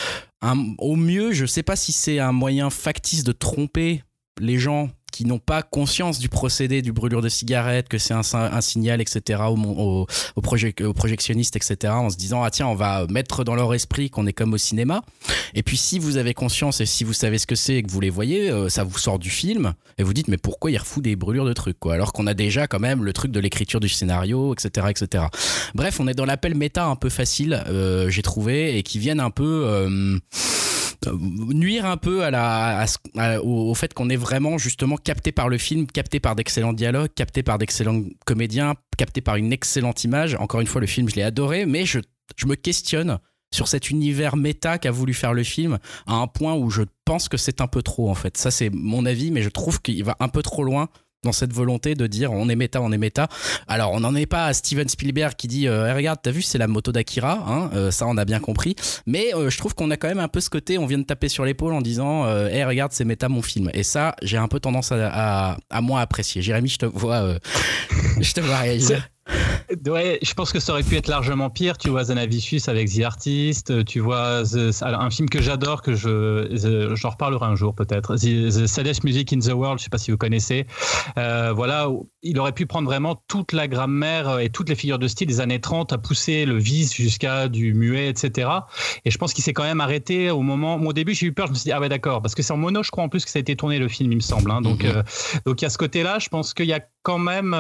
au mieux, je sais pas si c'est un moyen factice de tromper les gens qui n'ont pas conscience du procédé du brûlure de cigarettes, que c'est un signal, etc., aux projectionnistes, etc., en se disant, ah tiens, on va mettre dans leur esprit qu'on est comme au cinéma. Et puis si vous avez conscience et si vous savez ce que c'est et que vous les voyez, ça vous sort du film, et vous dites, mais pourquoi il refout des brûlures de trucs, quoi, alors qu'on a déjà quand même le truc de l'écriture du scénario, etc., etc. Bref, on est dans l'appel méta un peu facile, j'ai trouvé, et qui viennent un peu... nuire un peu au fait qu'on est vraiment justement capté par le film, capté par d'excellents dialogues, capté par d'excellents comédiens, capté par une excellente image. Encore une fois, le film, je l'ai adoré, mais je me questionne sur cet univers méta qu'a voulu faire le film à un point où je pense que c'est un peu trop, en fait. Ça, c'est mon avis, mais je trouve qu'il va un peu trop loin dans cette volonté de dire on est méta. Alors on n'en est pas à Steven Spielberg qui dit hey, regarde, t'as vu, c'est la moto d'Akira, hein, ça on a bien compris, mais je trouve qu'on a quand même un peu ce côté, on vient de taper sur l'épaule en disant hey, regarde, c'est méta mon film, et ça j'ai un peu tendance à moins apprécier. Jérémy, je te vois réagir. Ouais, je pense que ça aurait pu être largement pire. Tu vois Zanavicius avec The Artist, tu vois un film que j'adore, que j'en reparlerai un jour peut-être, The Saddest Music in the World, je sais pas si vous connaissez. Voilà, il aurait pu prendre vraiment toute la grammaire et toutes les figures de style des années 30 à pousser le vice jusqu'à du muet, etc. Et je pense qu'il s'est quand même arrêté au moment. Au début, j'ai eu peur, je me suis dit ah ouais d'accord, parce que c'est en mono, je crois en plus que ça a été tourné le film, il me semble. Hein. Donc il y a ce côté-là, je pense qu'il y a quand même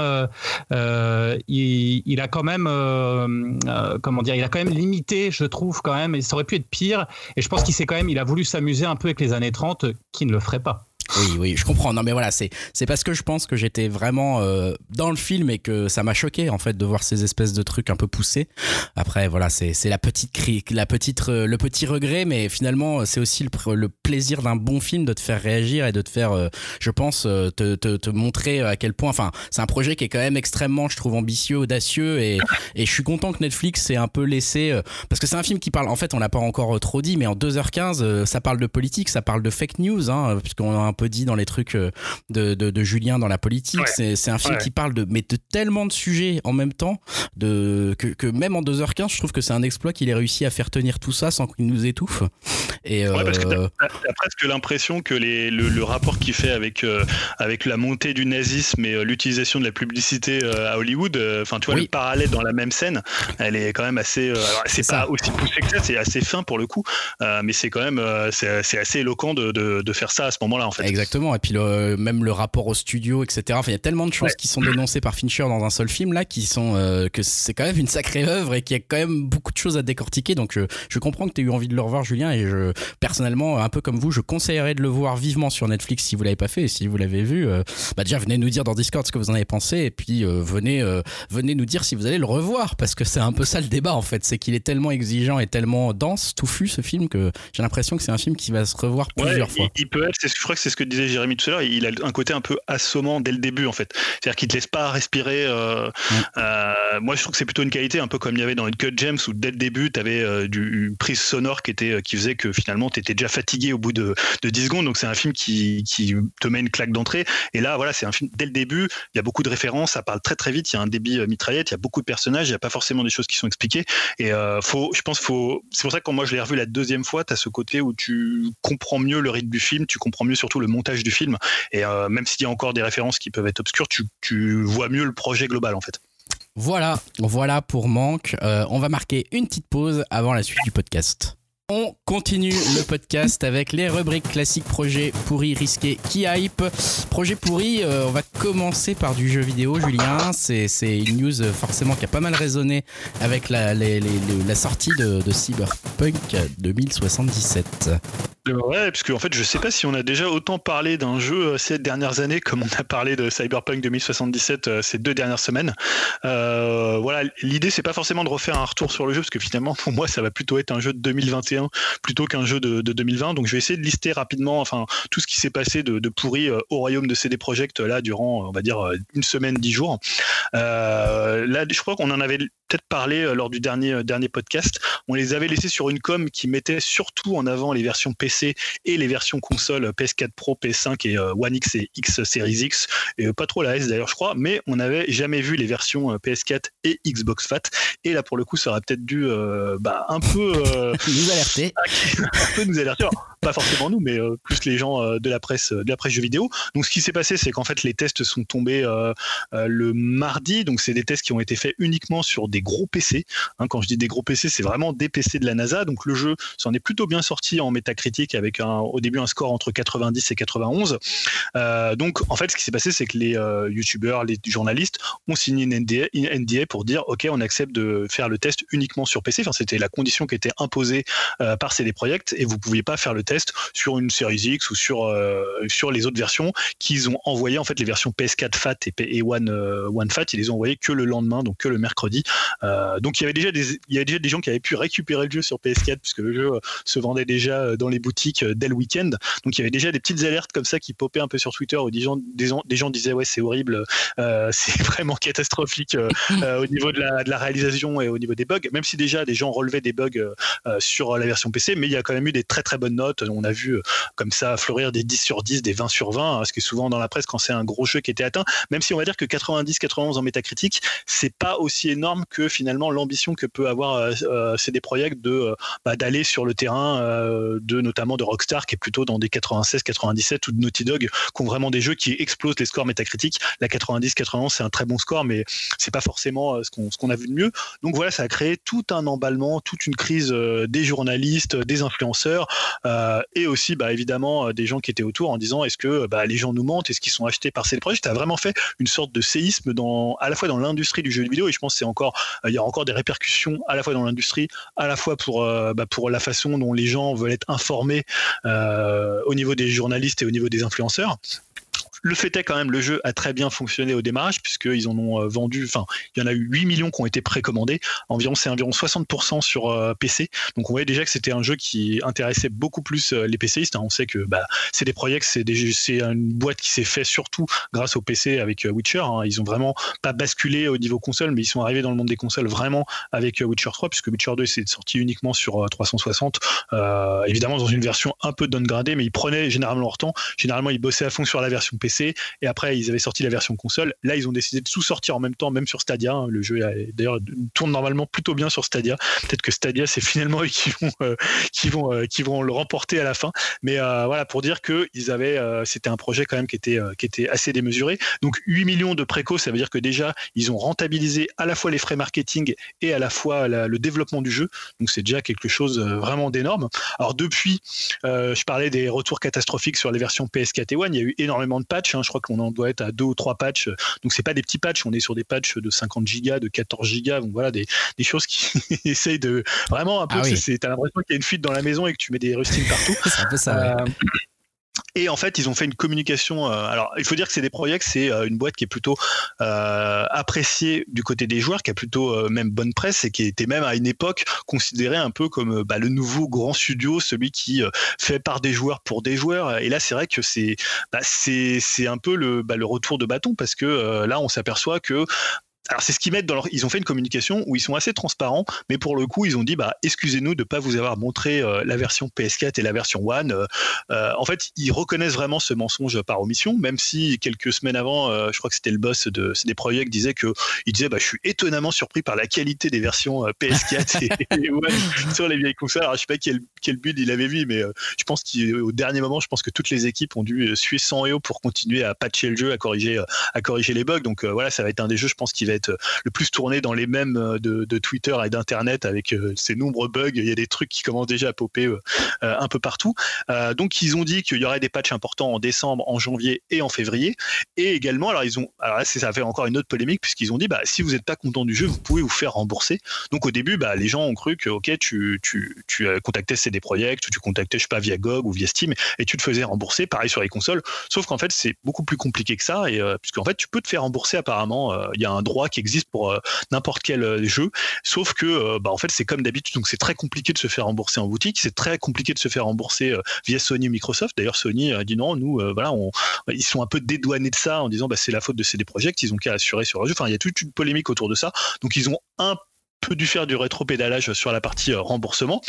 il a quand même comment dire, il a quand même limité, je trouve quand même, et ça aurait pu être pire, et je pense il a voulu s'amuser un peu avec les années 30 qui ne le ferait pas. Oui, je comprends. Non, mais voilà, c'est parce que je pense que j'étais vraiment dans le film et que ça m'a choqué en fait de voir ces espèces de trucs un peu poussés. Après, voilà, c'est le petit regret, mais finalement, c'est aussi le plaisir d'un bon film de te faire réagir et de te faire, je pense, te montrer à quel point. Enfin, c'est un projet qui est quand même extrêmement, je trouve, ambitieux, audacieux, et je suis content que Netflix ait un peu laissé, parce que c'est un film qui parle. En fait, on l'a pas encore trop dit, mais en 2h15, ça parle de politique, ça parle de fake news, hein, puisqu'on a un peu dit dans les trucs de Julien dans la politique. Ouais. C'est un film qui parle de tellement de sujets en même temps que même en 2h15, je trouve que c'est un exploit qu'il ait réussi à faire tenir tout ça sans qu'il nous étouffe. Et parce que t'as presque l'impression que le rapport qu'il fait avec la montée du nazisme et l'utilisation de la publicité à Hollywood, enfin tu vois, le parallèle dans la même scène, elle est quand même assez alors c'est pas aussi poussé que ça, c'est assez fin pour le coup, mais c'est quand même c'est assez éloquent de faire ça à ce moment-là en fait. Exactement, et puis même le rapport au studio, etc. Enfin, il y a tellement de choses qui sont dénoncées par Fincher dans un seul film là, qui sont que c'est quand même une sacrée œuvre et qu'il y a quand même beaucoup de choses à décortiquer. Donc je comprends que tu aies eu envie de le revoir, Julien, et personnellement, un peu comme vous, je conseillerais de le voir vivement sur Netflix si vous l'avez pas fait, et si vous l'avez vu, déjà venez nous dire dans Discord ce que vous en avez pensé, et puis venez nous dire si vous allez le revoir, parce que c'est un peu ça le débat en fait, c'est qu'il est tellement exigeant et tellement dense, touffu ce film, que j'ai l'impression que c'est un film qui va se revoir plusieurs fois. Il peut être, je crois que c'est ce que disait Jérémy tout à l'heure, il a un côté un peu assommant dès le début en fait, c'est-à-dire qu'il te laisse pas respirer. Moi je trouve que c'est plutôt une qualité, un peu comme il y avait dans Uncut Gems, où dès le début t'avais une prise sonore qui faisait que finalement t'étais déjà fatigué au bout de 10 secondes, donc c'est un film qui te met une claque d'entrée, et là voilà, c'est un film dès le début, il y a beaucoup de références, ça parle très très vite, il y a un débit mitraillette, il y a beaucoup de personnages, il n'y a pas forcément des choses qui sont expliquées, et c'est pour ça que quand moi je l'ai revu la deuxième fois, t'as ce côté où tu comprends mieux le rythme du film, tu comprends mieux surtout le montage du film, et même s'il y a encore des références qui peuvent être obscures, tu vois mieux le projet global en fait. Voilà pour Manque. On va marquer une petite pause avant la suite du podcast. On continue le podcast avec les rubriques classiques projet pourri, risqué, qui hype. Projet pourri, on va commencer par du jeu vidéo, Julien. C'est une news forcément qui a pas mal résonné avec la sortie de Cyberpunk 2077. Ouais, parce qu'en fait, je sais pas si on a déjà autant parlé d'un jeu ces dernières années comme on a parlé de Cyberpunk 2077 ces 2 dernières semaines. Voilà, l'idée c'est pas forcément de refaire un retour sur le jeu, parce que finalement pour moi ça va plutôt être un jeu de 2021 plutôt qu'un jeu de 2020. Donc je vais essayer de lister rapidement, tout ce qui s'est passé de pourri au royaume de CD Projekt là durant, on va dire, une semaine, 10 jours. Là, je crois qu'on en avait peut-être parlé lors du dernier podcast. On les avait laissés sur une com qui mettait surtout en avant les versions PC et les versions console PS4 Pro, PS5 et One X et X Series X, et pas trop la S d'ailleurs je crois, mais on n'avait jamais vu les versions PS4 et Xbox Fat, et là pour le coup ça aurait peut-être dû un peu nous alerter. Un peu nous alerter. Alors, pas forcément nous, mais plus les gens de la presse jeux vidéo. Donc ce qui s'est passé, c'est qu'en fait les tests sont tombés le mardi, donc c'est des tests qui ont été faits uniquement sur des gros PC. Quand je dis des gros PC, c'est vraiment des PC de la NASA. Donc le jeu s'en est plutôt bien sorti en Metacritic, avec au début un score entre 90 et 91. Donc en fait ce qui s'est passé, c'est que les youtubeurs, les journalistes ont signé une NDA pour dire ok, on accepte de faire le test uniquement sur PC. Enfin, c'était la condition qui était imposée par CD Projekt, et vous pouviez pas faire le test test sur une Series X ou sur les autres versions qu'ils ont envoyé. En fait, les versions PS4 FAT et One FAT, ils les ont envoyées que le lendemain, donc que le mercredi. Donc il y avait déjà des gens qui avaient pu récupérer le jeu sur PS4 puisque le jeu se vendait déjà dans les boutiques dès le week-end. Donc il y avait déjà des petites alertes comme ça qui popaient un peu sur Twitter où des gens disaient ouais, c'est horrible, c'est vraiment catastrophique au niveau de la réalisation et au niveau des bugs, même si déjà des gens relevaient des bugs sur la version PC, mais il y a quand même eu des très très bonnes notes. On a vu comme ça fleurir des 10 sur 10, des 20 sur 20, ce qui est souvent dans la presse quand c'est un gros jeu qui était atteint, même si on va dire que 90-91 en métacritique, c'est pas aussi énorme que finalement l'ambition que peut avoir CD Projekt d'aller sur le terrain notamment de Rockstar qui est plutôt dans des 96-97 ou de Naughty Dog qui ont vraiment des jeux qui explosent les scores métacritiques. La 90-91 c'est un très bon score, mais c'est pas forcément ce qu'on a vu de mieux. Donc voilà, ça a créé tout un emballement, toute une crise des journalistes, des influenceurs et aussi évidemment des gens qui étaient autour en disant est-ce que les gens nous mentent, est-ce qu'ils sont achetés par CD Projekt. Ça a vraiment fait une sorte de séisme à la fois dans l'industrie du jeu vidéo, et je pense que il y a encore des répercussions à la fois dans l'industrie, à la fois pour la façon dont les gens veulent être informés au niveau des journalistes et au niveau des influenceurs. Le fait est quand même, le jeu a très bien fonctionné au démarrage puisqu'ils en ont vendu, il y en a eu 8 millions qui ont été précommandés, c'est environ 60% sur PC. Donc on voyait déjà que c'était un jeu qui intéressait beaucoup plus les PCistes. On sait que CD Projekt, c'est une boîte qui s'est fait surtout grâce au PC avec Witcher. Ils ont vraiment pas basculé au niveau console, mais ils sont arrivés dans le monde des consoles vraiment avec Witcher 3, puisque Witcher 2 c'est sorti uniquement sur 360, évidemment dans une version un peu downgradée, mais ils prenaient généralement leur temps. Généralement ils bossaient à fond sur la version PC, et après ils avaient sorti la version console. Là ils ont décidé de tout sortir en même temps, même sur Stadia. Le jeu d'ailleurs tourne normalement plutôt bien sur Stadia. Peut-être que Stadia c'est finalement eux qui vont le remporter à la fin. Mais voilà, pour dire que c'était un projet quand même qui était assez démesuré. Donc 8 millions de préco, ça veut dire que déjà ils ont rentabilisé à la fois les frais marketing et à la fois le développement du jeu. Donc c'est déjà quelque chose vraiment d'énorme. Alors depuis, je parlais des retours catastrophiques sur les versions PS4 et One. Il y a eu énormément de patchs. Je crois qu'on en doit être à 2 ou 3 patchs. Donc c'est pas des petits patchs, on est sur des patchs de 50 gigas, de 14 gigas. Donc voilà, des choses qui essayent de vraiment un peu. T'as l'impression qu'il y a une fuite dans la maison et que tu mets des rustings partout. C'est un peu ça. Et en fait, ils ont fait une communication. Alors, il faut dire que CD Projekt, c'est une boîte qui est plutôt appréciée du côté des joueurs, qui a plutôt même bonne presse et qui était même à une époque considérée un peu comme le nouveau grand studio, celui qui fait par des joueurs pour des joueurs. Et là, c'est vrai que c'est un peu le retour de bâton parce que là, on s'aperçoit que. Alors c'est ce qu'ils mettent ils ont fait une communication où ils sont assez transparents, mais pour le coup ils ont dit excusez-nous de ne pas vous avoir montré la version PS4 et la version One. En fait ils reconnaissent vraiment ce mensonge par omission, même si quelques semaines avant, je crois que c'était le boss de CD Projekt disait je suis étonnamment surpris par la qualité des versions PS4 et One sur les vieilles consoles. Alors je sais pas quel build il avait vu, mais je pense qu'au dernier moment, je pense que toutes les équipes ont dû suer sang et eau pour continuer à patcher le jeu, à corriger les bugs. Donc voilà, ça va être un des jeux, je pense, qui va être le plus tourné dans les mèmes de Twitter et d'internet avec ces nombreux bugs. Il y a des trucs qui commencent déjà à popper un peu partout. Donc ils ont dit qu'il y aurait des patchs importants en décembre, en janvier et en février. Et également, alors là ça fait encore une autre polémique puisqu'ils ont dit si vous n'êtes pas content du jeu, vous pouvez vous faire rembourser. Donc au début, les gens ont cru que ok, tu contactais CD Projekt, ou tu contactais je sais pas via GOG ou via Steam et tu te faisais rembourser. Pareil sur les consoles. Sauf qu'en fait c'est beaucoup plus compliqué que ça, et puisqu'en fait tu peux te faire rembourser apparemment. Il y a un droit qui existe pour n'importe quel jeu, sauf que en fait c'est comme d'habitude, donc c'est très compliqué de se faire rembourser en boutique, c'est très compliqué de se faire rembourser via Sony ou Microsoft. D'ailleurs Sony a dit non, nous ils sont un peu dédouanés de ça en disant c'est la faute de CD Projekt, ils ont qu'à assurer sur le jeu. Enfin il y a toute une polémique autour de ça, donc ils ont un peu dû faire du rétro-pédalage sur la partie remboursement.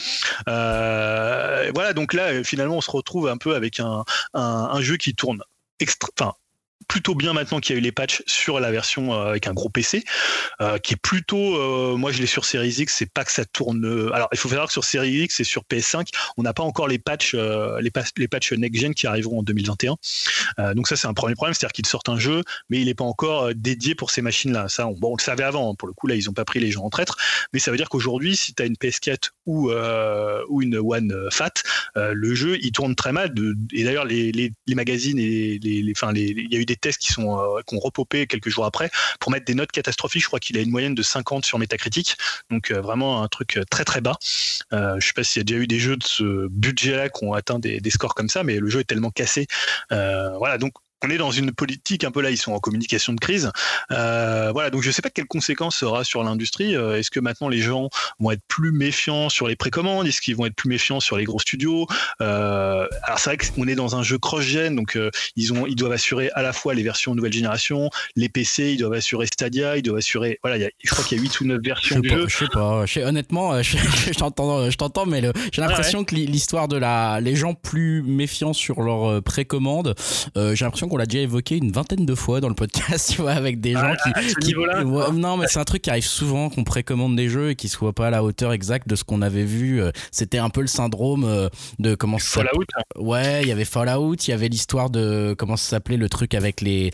Voilà, donc là finalement on se retrouve un peu avec un jeu qui tourne plutôt bien maintenant qu'il y a eu les patchs sur la version avec un gros PC, qui est plutôt, moi je l'ai sur Series X, c'est pas que ça tourne. Alors il faut savoir que sur Series X et sur PS5, on n'a pas encore les patchs next-gen qui arriveront en 2021. Donc ça c'est un premier problème, c'est-à-dire qu'ils sortent un jeu, mais il n'est pas encore dédié pour ces machines-là. Ça, on le savait avant, pour le coup là ils n'ont pas pris les gens en traître, mais ça veut dire qu'aujourd'hui, si tu as une PS4 ou une One Fat, le jeu il tourne très mal. Et d'ailleurs les magazines et il y a eu des tests qui ont repopé quelques jours après pour mettre des notes catastrophiques. Je crois qu'il a une moyenne de 50 sur Metacritic, donc vraiment un truc très très bas. Je sais pas s'il y a déjà eu des jeux de ce budget-là qui ont atteint des scores comme ça, mais le jeu est tellement cassé. Voilà, donc on est dans une politique un peu là, ils sont en communication de crise. Voilà, donc je sais pas quelles conséquences ça aura sur l'industrie. Est-ce que maintenant les gens vont être plus méfiants sur les précommandes? Est-ce qu'ils vont être plus méfiants sur les gros studios? Alors c'est vrai qu'on est dans un jeu cross-gen, donc ils doivent assurer à la fois les versions nouvelle génération, les PC, ils doivent assurer Stadia, ils doivent assurer. Voilà, je crois qu'il y a 8 ou 9 versions du jeu. Je sais pas. Honnêtement, je t'entends, mais j'ai l'impression que l'histoire de les gens plus méfiants sur leur précommande, j'ai l'impression qu'on l'a déjà évoqué une vingtaine de fois dans le podcast, tu vois, avec des gens qui non, mais c'est un truc qui arrive souvent, qu'on précommande des jeux et qui soient pas à la hauteur exacte de ce qu'on avait vu. C'était un peu le syndrome de comment ça Fallout. Ouais, il y avait Fallout, il y avait l'histoire de comment ça s'appelait le truc avec le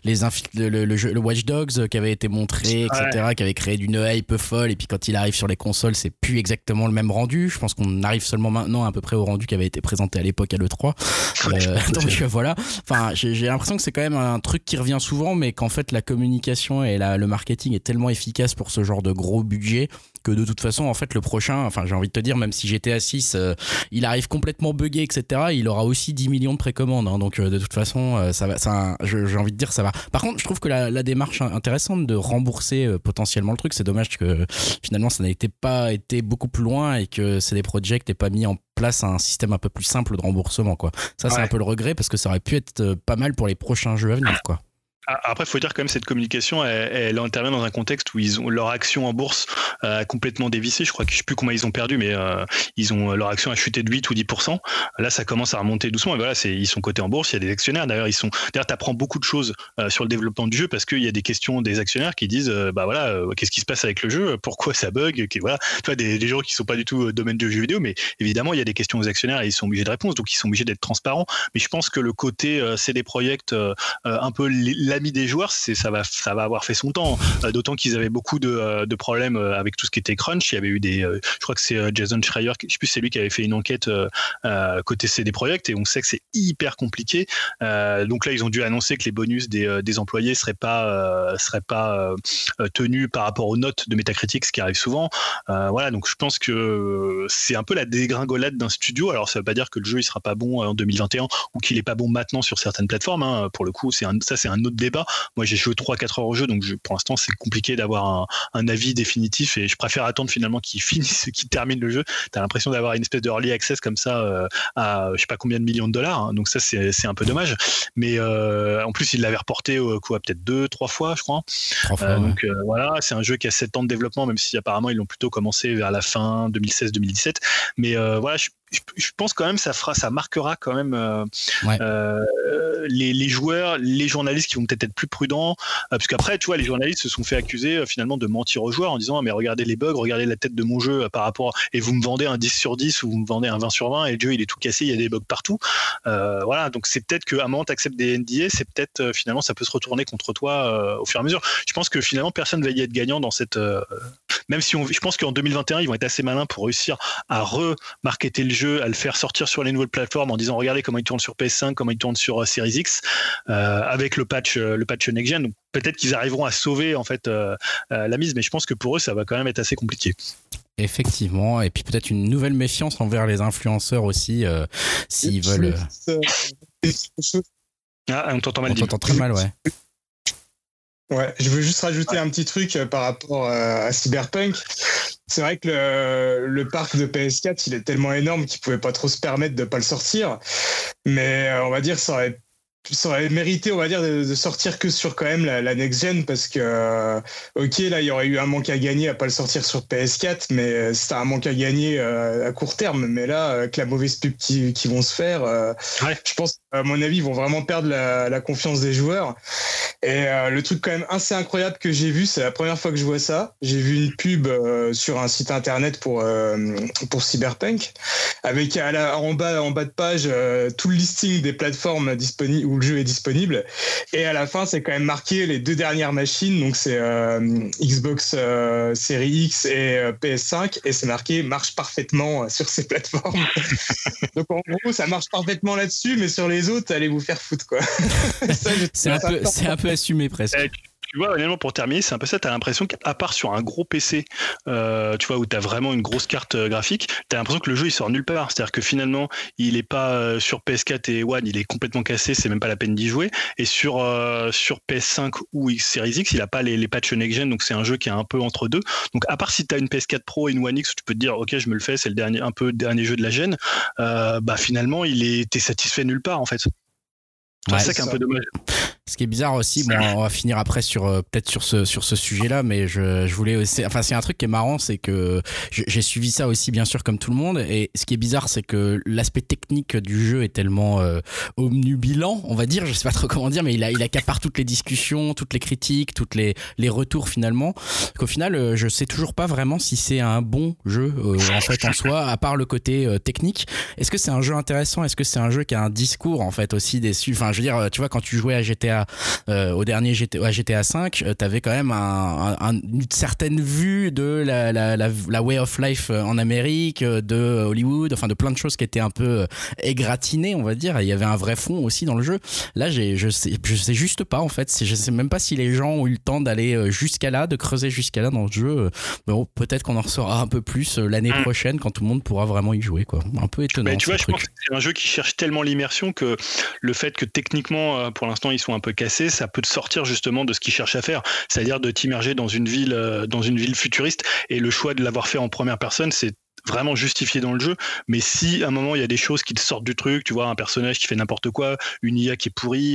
Watch Dogs qui avait été montré, etc., qui avait créé d'une hype folle, et puis quand il arrive sur les consoles, c'est plus exactement le même rendu. Je pense qu'on arrive seulement maintenant à peu près au rendu qui avait été présenté à l'époque à l'E3. Donc voilà. Enfin, j'ai l'impression que c'est quand même un truc qui revient souvent, mais qu'en fait la communication et le marketing est tellement efficace pour ce genre de gros budget que de toute façon en fait le prochain, enfin j'ai envie de te dire, même si GTA 6 il arrive complètement buggé, etc., il aura aussi 10 millions de précommandes, hein, donc de toute façon j'ai envie de dire ça va. Par contre je trouve que la démarche intéressante de rembourser potentiellement le truc, c'est dommage que finalement ça n'a pas été beaucoup plus loin et que CD Projekt n'ait pas mis en place un système un peu plus simple de remboursement, quoi. Ça c'est un peu le regret, parce que ça aurait pu être pas mal pour les prochains jeux à venir, quoi. Après, il faut dire quand même cette communication, elle intervient dans un contexte où leur action en bourse a complètement dévissé. Je crois que je sais plus comment ils ont perdu, mais leur action a chuté de 8 ou 10%. Là, ça commence à remonter doucement. Et voilà, ils sont cotés en bourse. Il y a des actionnaires. D'ailleurs, t'apprends beaucoup de choses sur le développement du jeu, parce qu'il y a des questions des actionnaires qui disent, qu'est-ce qui se passe avec le jeu? Pourquoi ça bug? Voilà, tu vois, des gens qui sont pas du tout au domaine du jeu vidéo, mais évidemment, il y a des questions aux actionnaires et ils sont obligés de répondre. Donc, ils sont obligés d'être transparents. Mais je pense que le côté CD Projekt, un peu l'ami des joueurs, ça va avoir fait son temps, d'autant qu'ils avaient beaucoup de problèmes avec tout ce qui était crunch. Il y avait eu je crois que c'est Jason Schreier, je sais plus, c'est lui qui avait fait une enquête côté CD Projekt, et on sait que c'est hyper compliqué. Donc là ils ont dû annoncer que les bonus des employés seraient pas tenus par rapport aux notes de Metacritic, ce qui arrive souvent. Voilà, donc je pense que c'est un peu la dégringolade d'un studio. Alors ça veut pas dire que le jeu il sera pas bon en 2021 ou qu'il est pas bon maintenant sur certaines plateformes, hein. Pour le coup c'est un autre débat. Moi j'ai joué 3-4 heures au jeu, donc pour l'instant c'est compliqué d'avoir un avis définitif, et je préfère attendre finalement qu'ils terminent le jeu. T'as l'impression d'avoir une espèce de early access comme ça à je sais pas combien de millions de dollars, hein. Donc ça c'est un peu dommage, mais en plus ils l'avaient reporté peut-être 2-3 fois je crois. 3 fois, donc voilà, c'est un jeu qui a 7 ans de développement, même si apparemment ils l'ont plutôt commencé vers la fin 2016-2017, mais voilà, je pense quand même ça marquera quand même les joueurs, les journalistes qui vont peut-être être plus prudents, parce qu'après tu vois les journalistes se sont fait accuser finalement de mentir aux joueurs en disant mais regardez les bugs, regardez la tête de mon jeu par rapport, et vous me vendez un 10 sur 10 ou vous me vendez un 20 sur 20 et le jeu il est tout cassé, il y a des bugs partout. Voilà, donc c'est peut-être qu'à un moment t'acceptes des NDA, c'est peut-être finalement ça peut se retourner contre toi au fur et à mesure. Je pense que finalement personne va y être gagnant dans cette même si je pense qu'en 2021 ils vont être assez malins pour réussir à remarketer le jeu, à le faire sortir sur les nouvelles plateformes en disant regardez comment il tourne sur PS5, comment il tourne sur Series X, avec le patch next gen. Donc peut-être qu'ils arriveront à sauver en fait la mise, mais je pense que pour eux ça va quand même être assez compliqué. Effectivement, et puis peut-être une nouvelle méfiance envers les influenceurs aussi, s'ils veulent. On t'entend mal. On t'entend très mal, ouais. Ouais, je veux juste rajouter un petit truc par rapport à Cyberpunk. C'est vrai que le parc de PS4, il est tellement énorme qu'ils pouvaient pas trop se permettre de pas le sortir. Mais on va dire ça aurait mérité, on va dire, de sortir que sur quand même la next-gen, parce que ok, là il y aurait eu un manque à gagner à pas le sortir sur PS4, mais c'était un manque à gagner à court terme. Mais là, avec la mauvaise pub qui vont se faire, je pense à mon avis ils vont vraiment perdre la confiance des joueurs. Et le truc quand même assez incroyable que j'ai vu, c'est la première fois que je vois ça, j'ai vu une pub sur un site internet pour Cyberpunk, avec en bas de page tout le listing des plateformes disponibles où le jeu est disponible. Et à la fin, c'est quand même marqué les 2 dernières machines, donc c'est Xbox Series X et PS5, et c'est marqué marche parfaitement sur ces plateformes. Donc en gros, ça marche parfaitement là-dessus, mais sur les autres, allez vous faire foutre, quoi. Ça, c'est un peu assumé presque. Tu vois, honnêtement, pour terminer, c'est un peu ça. T'as l'impression qu'à part sur un gros PC, tu vois, où t'as vraiment une grosse carte graphique, t'as l'impression que le jeu il sort nulle part. C'est-à-dire que finalement, il est pas sur PS4 et One, il est complètement cassé, c'est même pas la peine d'y jouer. Et sur PS5 ou Series X, il a pas les patchs next-gen, donc c'est un jeu qui est un peu entre deux. Donc à part si t'as une PS4 Pro et une One X, où tu peux te dire, ok, je me le fais, c'est un peu le dernier jeu de la gêne. Finalement, t'es satisfait nulle part en fait. C'est ça qui est un peu dommage. Ce qui est bizarre aussi, bon, on va finir après peut-être sur ce sujet-là, mais je voulais aussi, enfin, c'est un truc qui est marrant, c'est que j'ai suivi ça aussi, bien sûr, comme tout le monde, et ce qui est bizarre, c'est que l'aspect technique du jeu est tellement omnubilant, on va dire, je sais pas trop comment dire, mais il accapare toutes les discussions, toutes les critiques, toutes les retours finalement, qu'au final, je sais toujours pas vraiment si c'est un bon jeu, en fait, en soi, à part le côté technique. Est-ce que c'est un jeu intéressant? Est-ce que c'est un jeu qui a un discours, en fait, aussi déçu? Enfin, je veux dire, tu vois, quand tu jouais à GTA, au dernier GTA 5, t'avais quand même une certaine vue de la way of life en Amérique, de Hollywood, enfin de plein de choses qui étaient un peu égratignées, on va dire, et il y avait un vrai fond aussi dans le jeu. Là, je sais juste pas, en fait, je sais même pas si les gens ont eu le temps d'aller jusqu'à là, de creuser jusqu'à là dans le jeu. Bon, peut-être qu'on en saura un peu plus l'année prochaine quand tout le monde pourra vraiment y jouer, quoi. Un peu étonnant. Mais tu vois, je pense que c'est un jeu qui cherche tellement l'immersion que le fait que techniquement, pour l'instant, ils sont un peu cassés, ça peut te sortir justement de ce qu'ils cherchent à faire, c'est-à-dire de t'immerger dans une ville futuriste, et le choix de l'avoir fait en première personne, c'est vraiment justifié dans le jeu. Mais si à un moment il y a des choses qui te sortent du truc, tu vois, un personnage qui fait n'importe quoi, une IA qui est pourrie,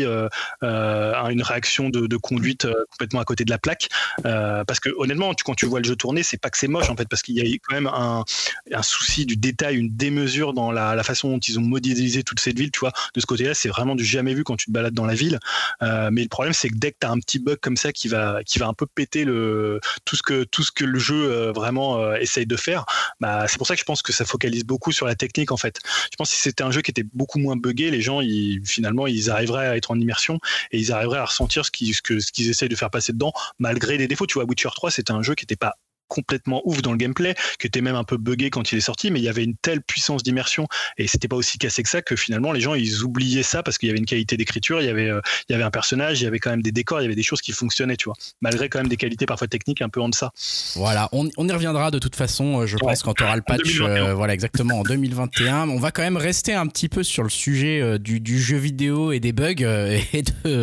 une réaction de conduite complètement à côté de la plaque, parce que honnêtement, quand tu vois le jeu tourner, c'est pas que c'est moche en fait, parce qu'il y a quand même un souci du détail, une démesure dans la façon dont ils ont modélisé toute cette ville, tu vois. De ce côté-là, c'est vraiment du jamais vu quand tu te balades dans la ville. Mais le problème, c'est que dès que tu as un petit bug comme ça qui va un peu péter tout ce que le jeu vraiment essaye de faire, c'est pour ça que je pense que ça focalise beaucoup sur la technique en fait. Je pense que si c'était un jeu qui était beaucoup moins buggé, les gens finalement ils arriveraient à être en immersion et ils arriveraient à ressentir ce qu'ils essayent de faire passer dedans, malgré les défauts. Tu vois, Witcher 3, c'était un jeu qui n'était pas complètement ouf dans le gameplay, qui était même un peu buggé quand il est sorti, mais il y avait une telle puissance d'immersion et c'était pas aussi cassé que ça, que finalement les gens ils oubliaient ça parce qu'il y avait une qualité d'écriture, il y avait un personnage, il y avait quand même des décors, il y avait des choses qui fonctionnaient, tu vois, malgré quand même des qualités parfois techniques un peu en deçà. Voilà, on y reviendra de toute façon, je pense, quand tu auras le patch, voilà, exactement, en 2021. On va quand même rester un petit peu sur le sujet du jeu vidéo et des bugs et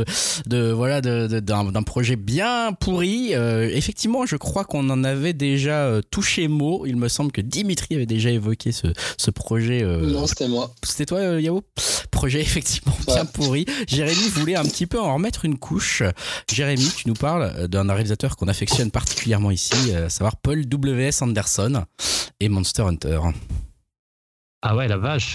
d'un projet bien pourri. Effectivement, je crois qu'on en avait déjà touché mot. Il me semble que Dimitri avait déjà évoqué ce projet. Non, c'était moi. C'était toi, Yao? Projet effectivement bien pourri. Jérémy voulait un petit peu en remettre une couche. Jérémy, tu nous parles d'un réalisateur qu'on affectionne particulièrement ici, à savoir Paul W.S. Anderson et Monster Hunter. Ah ouais, la vache.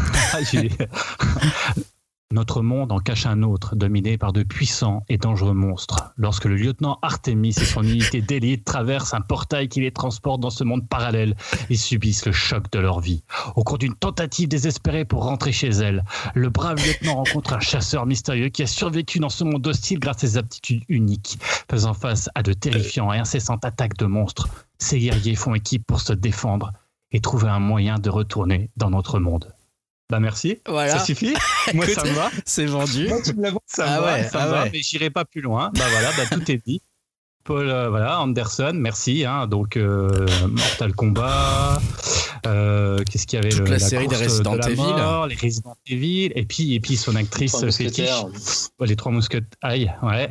Notre monde en cache un autre, dominé par de puissants et dangereux monstres. Lorsque le lieutenant Artemis et son unité d'élite traversent un portail qui les transporte dans ce monde parallèle, ils subissent le choc de leur vie. Au cours d'une tentative désespérée pour rentrer chez elle, le brave lieutenant rencontre un chasseur mystérieux qui a survécu dans ce monde hostile grâce à ses aptitudes uniques. Faisant face à de terrifiants et incessantes attaques de monstres, ces guerriers font équipe pour se défendre et trouver un moyen de retourner dans notre monde. Bah merci, voilà. Ça suffit. Moi ça me va. C'est vendu. Ça me va, mais j'irai pas plus loin. Bah voilà, tout est dit. Paul Anderson, merci. Donc Mortal Kombat. Qu'est-ce qu'il y avait? Toute la série des Resident Evil. Les Resident Evil. Et puis son actrice fétiche. Les Trois Mousquetaires. Aïe, ouais.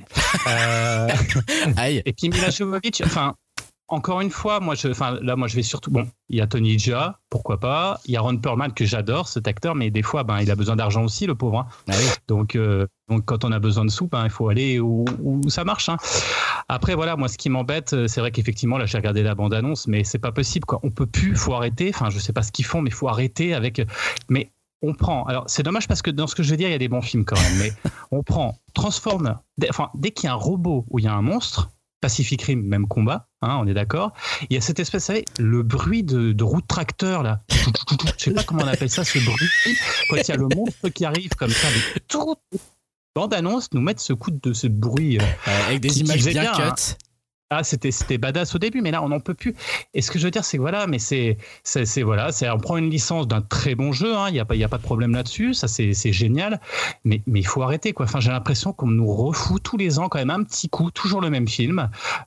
Aïe. Et puis Mila Jovovich. Enfin. Encore une fois, moi je vais surtout. Bon, il y a Tony Jaa, pourquoi pas. Il y a Ron Perlman que j'adore, cet acteur, mais des fois, il a besoin d'argent aussi, le pauvre. Hein. Ah oui. Donc, quand on a besoin de sous, il faut aller où ça marche. Hein. Après, voilà, moi, ce qui m'embête, c'est vrai qu'effectivement, là, j'ai regardé la bande-annonce, mais c'est pas possible, quoi. On peut plus, faut arrêter. Enfin, je sais pas ce qu'ils font, mais faut arrêter avec. Mais on prend. Alors, c'est dommage parce que dans ce que je veux dire, il y a des bons films quand même. Mais on prend Transformers. Dès qu'il y a un robot ou il y a un monstre. Pacific Rim, même combat, on est d'accord. Il y a cette espèce, vous savez, le bruit de roue de tracteur, là. Je sais pas comment on appelle ça, ce bruit. Quand il y a le monstre qui arrive comme ça, bande-annonce nous mettent ce coup de ce bruit avec des qui images faisait bien bien, cut. hein. Ah, c'était badass au début, mais là on n'en peut plus. Et ce que je veux dire, c'est que voilà, mais c'est voilà, on prend une licence d'un très bon jeu, hein, il y a pas de problème là-dessus, ça c'est génial, mais il faut arrêter quoi. Enfin, j'ai l'impression qu'on nous refout tous les ans quand même un petit coup, toujours le même film,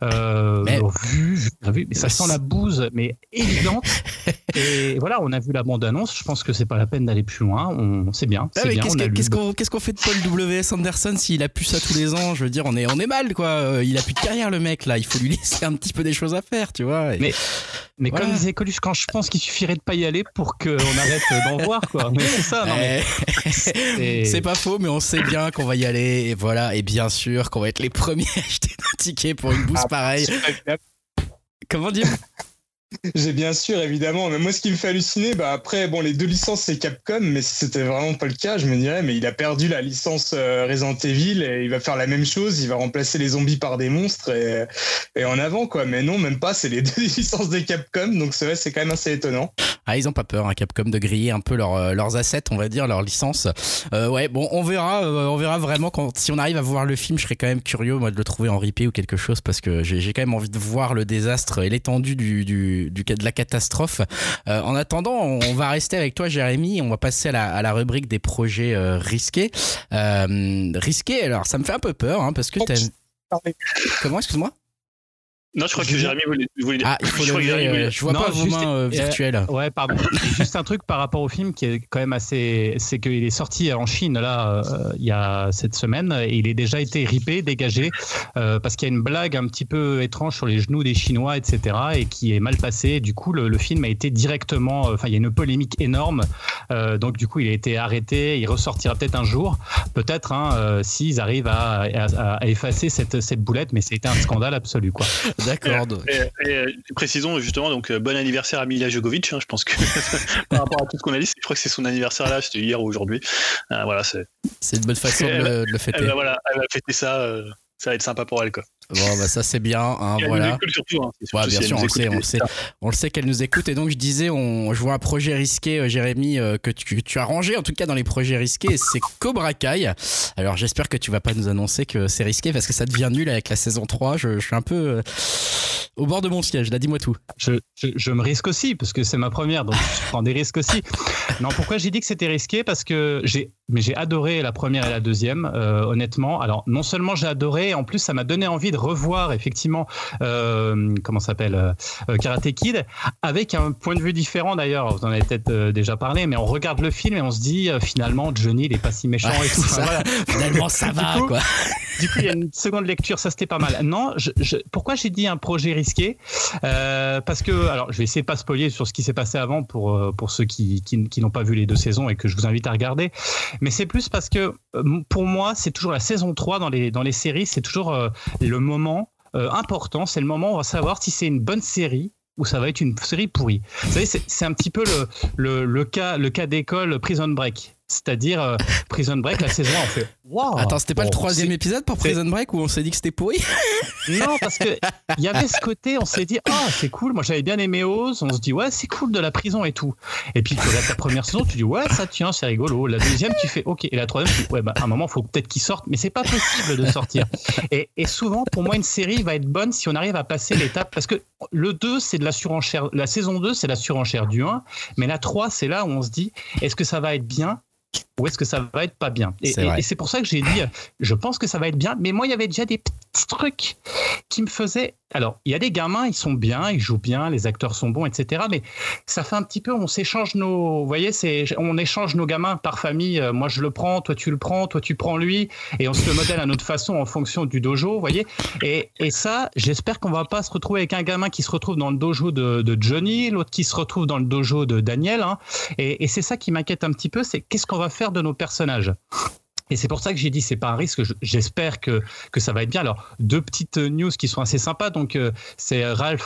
vu, mais ça sent la bouse, mais évidente. Et voilà, on a vu la bande-annonce. Je pense que c'est pas la peine d'aller plus loin. C'est bien, c'est bien. Qu'est-ce qu'on fait de Paul W.S. Anderson s'il a plus ça tous les ans? Je veux dire, on est mal quoi. Il a plus de carrière le mec là. Il faut lui laisser un petit peu des choses à faire, tu vois. Mais voilà. Comme disait Coluche, quand je pense qu'il suffirait de pas y aller pour qu'on arrête d'en voir, quoi. Mais c'est ça, non mais... C'est pas faux, mais on sait bien qu'on va y aller, et voilà. Et bien sûr qu'on va être les premiers à acheter un ticket pour une bouse pareille. Comment dire? J'ai bien sûr, évidemment. Mais moi, ce qui me fait halluciner, après, les 2 licences, c'est Capcom, mais si c'était vraiment pas le cas, je me dirais, mais il a perdu la licence Resident Evil et il va faire la même chose, il va remplacer les zombies par des monstres et en avant, quoi. Mais non, même pas, c'est les 2 licences de Capcom, donc c'est vrai, c'est quand même assez étonnant. Ah, ils ont pas peur, hein, Capcom, de griller un peu leurs assets, on va dire, leurs licences. Ouais, bon, on verra vraiment si on arrive à voir le film. Je serais quand même curieux, moi, de le trouver en replay ou quelque chose, parce que j'ai quand même envie de voir le désastre et l'étendue de la catastrophe. En attendant, on va rester avec toi, Jérémy. On va passer à la rubrique des projets risqués. Risqués, alors ça me fait un peu peur, hein, parce que Comment, excuse-moi? Non, je crois que Jérémy voulait dire. Ah, il faut lever. Je vois pas vos mains virtuelles. Ouais, pardon. Juste un truc par rapport au film qui est quand même assez. C'est qu'il est sorti en Chine là il y a cette semaine et il est déjà été ripé, dégagé parce qu'il y a une blague un petit peu étrange sur les genoux des Chinois, etc. et qui est mal passée. Du coup, le film a été directement. Enfin, il y a une polémique énorme. Donc du coup, il a été arrêté. Il ressortira peut-être un jour, peut-être s'ils arrivent à effacer cette boulette. Mais c'était un scandale absolu, quoi. D'accord. Et précisons justement, donc bon anniversaire à Mila Jovovich, hein, je pense que par rapport à tout ce qu'on a dit, je crois que c'est son anniversaire là, c'était hier ou aujourd'hui. Voilà, c'est une bonne façon de le fêter. Voilà, elle va fêter ça, ça va être sympa pour elle, quoi. Bon, ça c'est bien, hein, voilà. Elle nous écoute surtout, hein, ouais, bien sûr, on le sait qu'elle nous écoute. Et donc je disais, je vois un projet risqué, Jérémy, que tu as rangé en tout cas dans les projets risqués, c'est Cobra Kai. Alors j'espère que tu vas pas nous annoncer que c'est risqué parce que ça devient nul avec la saison 3. Je suis un peu au bord de mon siège, là, dis-moi tout. Je me risque aussi parce que c'est ma première, donc je prends des risques aussi. Non, pourquoi j'ai dit que c'était risqué? Parce que j'ai adoré la première et la deuxième, honnêtement. Alors non seulement j'ai adoré, en plus ça m'a donné envie de revoir effectivement comment ça s'appelle Karate Kid avec un point de vue différent d'ailleurs. Vous en avez peut-être déjà parlé, mais on regarde le film et on se dit finalement Johnny il est pas si méchant et tout. Ça, voilà. Finalement ça va quoi. Du coup il y a une seconde lecture, ça c'était pas mal. Non, pourquoi j'ai dit un projet risqué parce que alors je vais essayer de pas spoiler sur ce qui s'est passé avant pour ceux qui n'ont pas vu les 2 saisons et que je vous invite à regarder. Mais c'est plus parce que pour moi c'est toujours la saison 3 dans les séries, c'est toujours le moment important, c'est le moment où on va savoir si c'est une bonne série ou ça va être une série pourrie. Vous savez, c'est un petit peu le cas d'école Prison Break. C'est-à-dire Prison Break, la saison on fait waouh. Attends, c'était pas le 3e épisode pour Prison Break où on s'est dit que c'était pourri? Non, parce que il y avait ce côté, on s'est dit c'est cool. Moi j'avais bien aimé Oz, on se dit ouais c'est cool de la prison et tout. Et puis tu regardes la première saison, tu dis ouais ça tient, c'est rigolo. La deuxième tu fais ok, et la troisième tu dis ouais à un moment faut peut-être qu'il sorte, mais c'est pas possible de sortir. Et souvent pour moi une série va être bonne si on arrive à passer l'étape, parce que le 2 c'est de la surenchère, la saison 2 c'est la surenchère du 1, mais la 3 c'est là où on se dit est-ce que ça va être bien ou est-ce que ça va être pas bien? Et c'est pour ça que j'ai dit, je pense que ça va être bien. Mais moi, il y avait déjà des petits trucs qui me faisaient... Alors, il y a des gamins, ils sont bien, ils jouent bien, les acteurs sont bons, etc. Mais ça fait un petit peu, on s'échange nos... Vous voyez, on échange nos gamins par famille. Moi, je le prends, toi, tu le prends, toi, tu prends lui. Et on se le modèle à notre façon en fonction du dojo, vous voyez. Et ça, j'espère qu'on va pas se retrouver avec un gamin qui se retrouve dans le dojo de Johnny, l'autre qui se retrouve dans le dojo de Daniel. Hein. Et c'est ça qui m'inquiète un petit peu, c'est qu'est-ce qu'on va faire de nos personnages. Et c'est pour ça que j'ai dit c'est pas un risque. J'espère que ça va être bien. Alors 2 petites news qui sont assez sympas. Donc c'est Ralph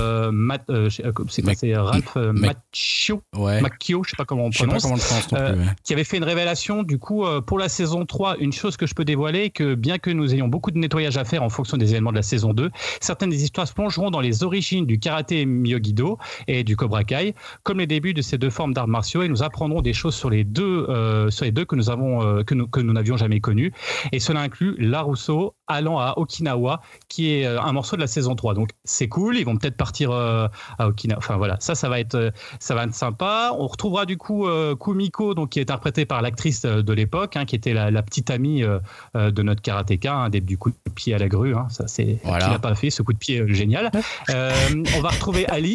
Macchio, Macchio, je sais pas comment on prononce, qui avait fait une révélation. Du coup pour la saison 3, une chose que je peux dévoiler, que bien que nous ayons beaucoup de nettoyage à faire en fonction des événements de la saison 2, certaines des histoires se plongeront dans les origines du karaté Miyagi-Do et du Cobra Kai, comme les débuts de ces 2 formes d'arts martiaux, et nous apprendrons des choses sur les deux que nous avons que nous nous n'avions jamais connu. Et cela inclut LaRusso allant à Okinawa, qui est un morceau de la saison 3. Donc c'est cool, ils vont peut-être partir à Okinawa. Enfin voilà, ça va être sympa. On retrouvera du coup Kumiko, donc, qui est interprétée par l'actrice de l'époque, qui était la petite amie de notre karatéka, du coup de pied à la grue. Ça, c'est qui l'a pas fait, ce coup de pied génial. On va retrouver Ali,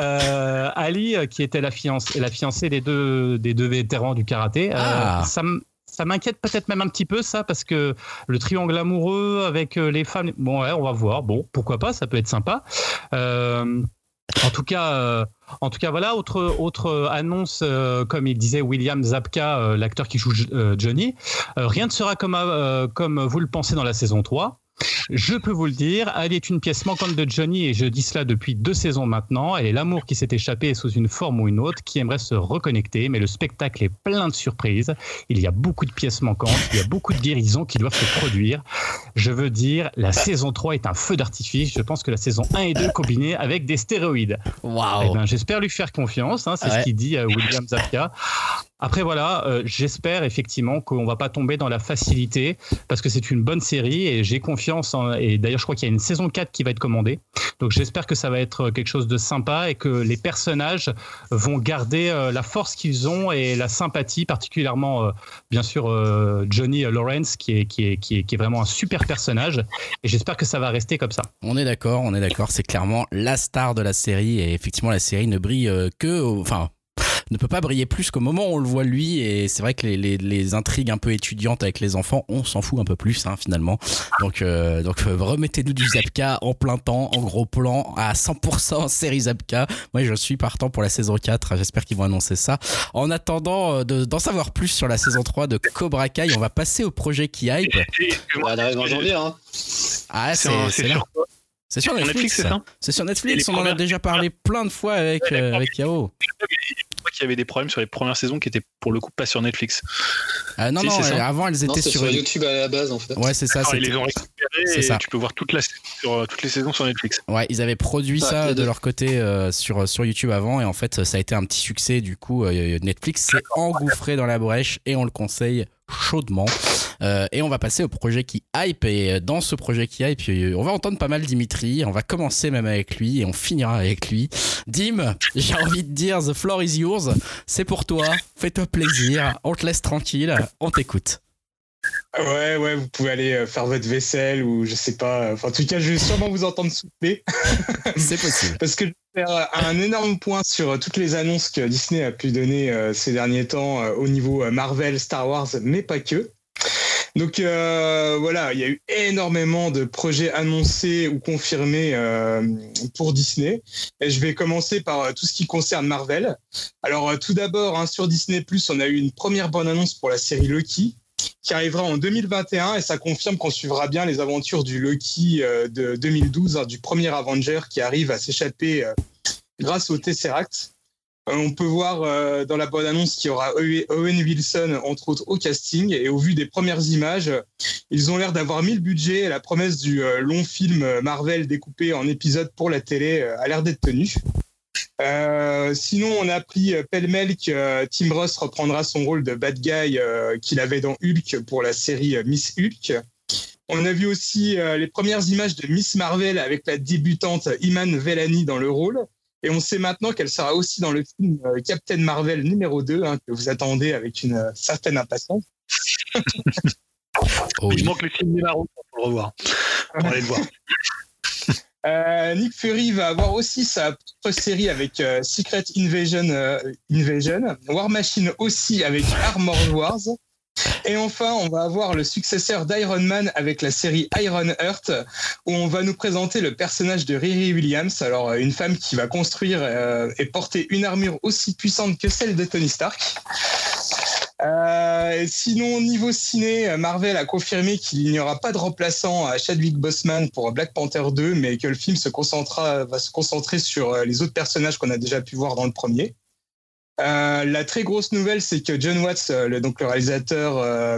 qui était la fiancée des deux vétérans du karaté. Ça m'inquiète peut-être même un petit peu, ça, parce que le triangle amoureux avec les femmes, bon, ouais, on va voir. Bon, pourquoi pas, ça peut être sympa. En tout cas, voilà, autre annonce, comme il disait William Zabka, l'acteur qui joue Johnny. Rien ne sera comme vous le pensez dans la saison 3. Je peux vous le dire, Ali est une pièce manquante de Johnny, et je dis cela depuis 2 saisons maintenant. Elle est l'amour qui s'est échappé sous une forme ou une autre, qui aimerait se reconnecter, mais le spectacle est plein de surprises. Il y a beaucoup de pièces manquantes, il y a beaucoup de guérisons qui doivent se produire. Je veux dire, la saison 3 est un feu d'artifice. Je pense que la saison 1 et 2 combinées avec des stéroïdes. Waouh. J'espère lui faire confiance, c'est ce qu'il dit William Zabka. Après voilà, j'espère effectivement qu'on va pas tomber dans la facilité, parce que c'est une bonne série et j'ai confiance et d'ailleurs je crois qu'il y a une saison 4 qui va être commandée. Donc j'espère que ça va être quelque chose de sympa et que les personnages vont garder la force qu'ils ont et la sympathie, particulièrement bien sûr Johnny Lawrence qui est vraiment un super personnage, et j'espère que ça va rester comme ça. On est d'accord, c'est clairement la star de la série, et effectivement la série ne brille ne peut pas briller plus qu'au moment où on le voit lui, et c'est vrai que les intrigues un peu étudiantes avec les enfants, on s'en fout un peu plus finalement. Donc remettez-nous du Zabka en plein temps, en gros plan, à 100% série Zabka. Moi je suis partant pour la saison 4, j'espère qu'ils vont annoncer ça. En attendant d'en savoir plus sur la saison 3 de Cobra Kai, on va passer au projet qui hype. Elle arrive en janvier. Ah, c'est là. C'est sur Netflix, c'est ça. C'est sur Netflix, on en a déjà parlé plein de fois avec Yao. Je crois qu'il y avait des problèmes sur les premières saisons qui étaient pour le coup pas sur Netflix. Non, avant elles étaient sur YouTube à la base en fait. Ouais, c'est ça. Ils les ont récupérés et tu peux voir toutes les saisons sur Netflix. Ouais, ils avaient produit ça de leur côté sur YouTube avant, et en fait ça a été un petit succès. Du coup, Netflix s'est engouffré dans la brèche et on le conseille chaudement. Et on va passer au projet qui hype, et dans ce projet qui hype, on va entendre pas mal Dimitri, on va commencer même avec lui et on finira avec lui. Dim, j'ai envie de dire the floor is yours, c'est pour toi, fais-toi plaisir, on te laisse tranquille, on t'écoute. Ouais, vous pouvez aller faire votre vaisselle ou je sais pas. Enfin, en tout cas, je vais sûrement vous entendre souffler. C'est possible. Parce que je vais faire un énorme point sur toutes les annonces que Disney a pu donner ces derniers temps au niveau Marvel, Star Wars, mais pas que. Donc voilà, il y a eu énormément de projets annoncés ou confirmés pour Disney. Et je vais commencer par tout ce qui concerne Marvel. Alors tout d'abord, sur Disney+, on a eu une première bonne annonce pour la série Loki, qui arrivera en 2021, et ça confirme qu'on suivra bien les aventures du Loki de 2012, du premier Avenger qui arrive à s'échapper grâce au Tesseract. On peut voir dans la bande-annonce qu'il y aura Owen Wilson, entre autres, au casting. Et au vu des premières images, ils ont l'air d'avoir mis le budget, et la promesse du long film Marvel découpé en épisodes pour la télé a l'air d'être tenue. Sinon, on a appris pêle-mêle que Tim Ross reprendra son rôle de bad guy qu'il avait dans Hulk pour la série Miss Hulk. On a vu aussi les premières images de Miss Marvel avec la débutante Iman Vellani dans le rôle. Et on sait maintenant qu'elle sera aussi dans le film Captain Marvel numéro 2, que vous attendez avec une certaine impatience. Il manque le film numéro pour le revoir. On va aller le voir. Nick Fury va avoir aussi sa propre série avec Secret Invasion. War Machine aussi avec Armored Wars. Et enfin, on va avoir le successeur d'Iron Man avec la série Iron Heart, où on va nous présenter le personnage de Riri Williams, alors une femme qui va construire et porter une armure aussi puissante que celle de Tony Stark. Sinon, niveau ciné, Marvel a confirmé qu'il n'y aura pas de remplaçant à Chadwick Boseman pour Black Panther 2, mais que le film va se concentrer sur les autres personnages qu'on a déjà pu voir dans le premier. La très grosse nouvelle, c'est que John Watts, donc le réalisateur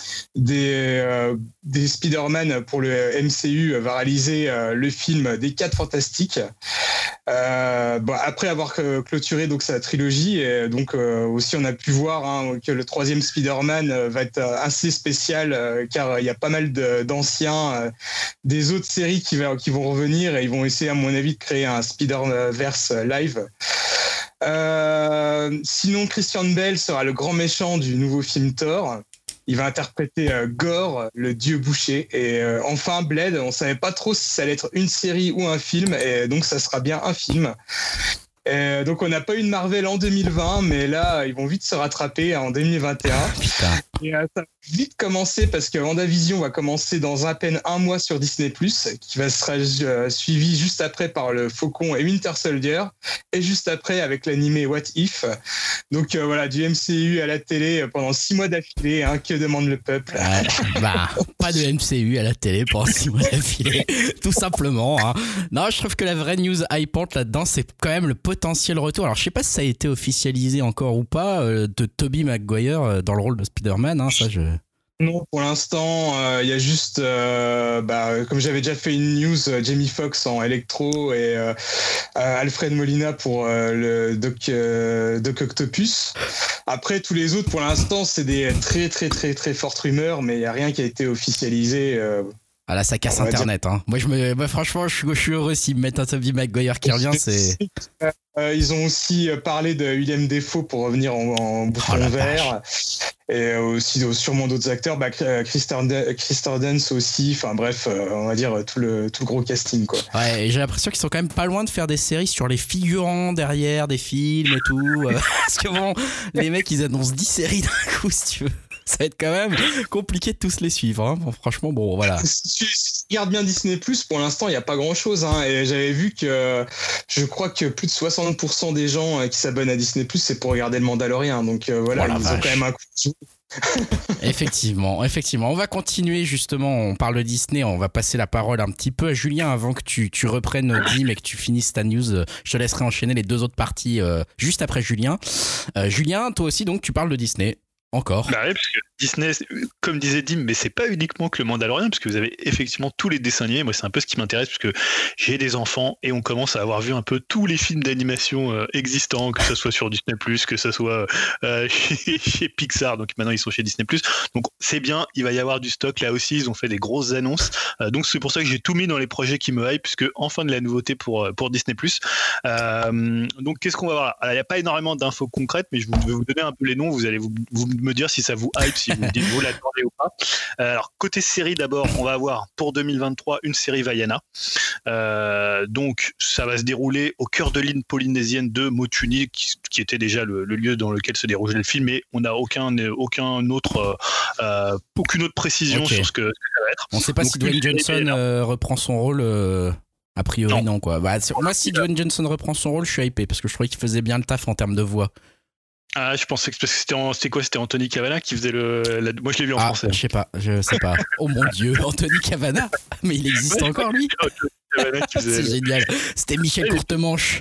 des Spider-Man pour le MCU, va réaliser le film des 4 Fantastiques. Après avoir clôturé donc sa trilogie, et donc aussi on a pu voir que le 3e Spider-Man va être assez spécial, car il y a pas mal d'anciens des autres séries qui vont revenir, et ils vont essayer à mon avis de créer un Spider-Verse live. Sinon, Christian Bale sera le grand méchant du nouveau film Thor. Il va interpréter Gore, le dieu boucher. Et enfin, Blade, on savait pas trop si ça allait être une série ou un film, et donc ça sera bien un film. Donc on n'a pas eu de Marvel en 2020, mais là ils vont vite se rattraper en 2021. Putain. Et ça va vite commencer parce que WandaVision va commencer dans à peine un mois sur Disney+, qui va se suivi juste après par le Faucon et Winter Soldier, et juste après avec l'animé What If. Donc voilà, du MCU à la télé pendant 6 mois d'affilée, que demande le peuple? Pas de MCU à la télé pendant 6 mois d'affilée, tout simplement. Non, je trouve que la vraie news hypante là-dedans, c'est quand même le potentiel retour. Alors je sais pas si ça a été officialisé encore ou pas, de Tobey Maguire dans le rôle de Spider-Man. Non, pour l'instant, il y a juste, comme j'avais déjà fait une news, Jamie Foxx en Electro et Alfred Molina pour le Doc Octopus. Après, tous les autres, pour l'instant, c'est des très très très très fortes rumeurs, mais il n'y a rien qui a été officialisé. Ah là, ça casse Internet. Moi, franchement, je suis heureux s'ils mettent un Tobey Maguire qui revient. C'est... Ils ont aussi parlé de Willem Dafoe pour revenir en bouffon vert. Et aussi sûrement d'autres acteurs. Kristen Dunst aussi. Enfin bref, on va dire tout le gros casting, quoi. Ouais, et j'ai l'impression qu'ils sont quand même pas loin de faire des séries sur les figurants derrière des films et tout. Parce que bon, les mecs, ils annoncent 10 séries d'un coup, si tu veux. Ça va être quand même compliqué de tous les suivre. Bon, franchement, bon, voilà. Si tu regardes bien Disney+, pour l'instant, il n'y a pas grand-chose. Et j'avais vu que je crois que plus de 60% des gens qui s'abonnent à Disney+, c'est pour regarder le Mandalorian. Donc voilà, ils ont quand même un coup de jeu. Effectivement. On va continuer justement. On parle de Disney. On va passer la parole un petit peu à Julien avant que tu reprennes Dim et que tu finisses ta news. Je te laisserai enchaîner les 2 autres parties juste après Julien. Julien, toi aussi, donc, tu parles de Disney. Encore. Bah oui, parce que Disney, comme disait Dim, mais c'est pas uniquement que le Mandalorian, parce que vous avez effectivement tous les dessins animés. Moi, c'est un peu ce qui m'intéresse, parce que j'ai des enfants et on commence à avoir vu un peu tous les films d'animation existants, que ce soit sur Disney+, que ce soit chez Pixar, donc maintenant ils sont chez Disney+. Donc c'est bien, il va y avoir du stock. Là aussi, ils ont fait des grosses annonces. Donc c'est pour ça que j'ai tout mis dans les projets qui me hype, puisque enfin de la nouveauté pour Disney+. Donc qu'est-ce qu'on va voir? Alors, il n'y a pas énormément d'infos concrètes, mais je vais vous donner un peu les noms. Vous allez vous me dire si ça vous hype, si vous dites vous l'attendez ou pas. Alors côté série d'abord, on va avoir pour 2023 une série Vaiana. Donc ça va se dérouler au cœur de l'île polynésienne de Motuni, qui était déjà le lieu dans lequel se déroulait le film, mais on n'a aucune autre précision sur ce que ça va être. On ne sait pas si Dwayne Johnson reprend son rôle. A priori non quoi. Moi si Dwayne Johnson reprend son rôle, je suis hypé parce que je trouvais qu'il faisait bien le taf en termes de voix. Ah, je pensais que c'était Anthony Cavana qui faisait moi je l'ai vu en français. Je sais pas. Oh mon dieu, Anthony Cavana. Mais il existe encore lui. C'est génial. C'était Michel Courtemanche.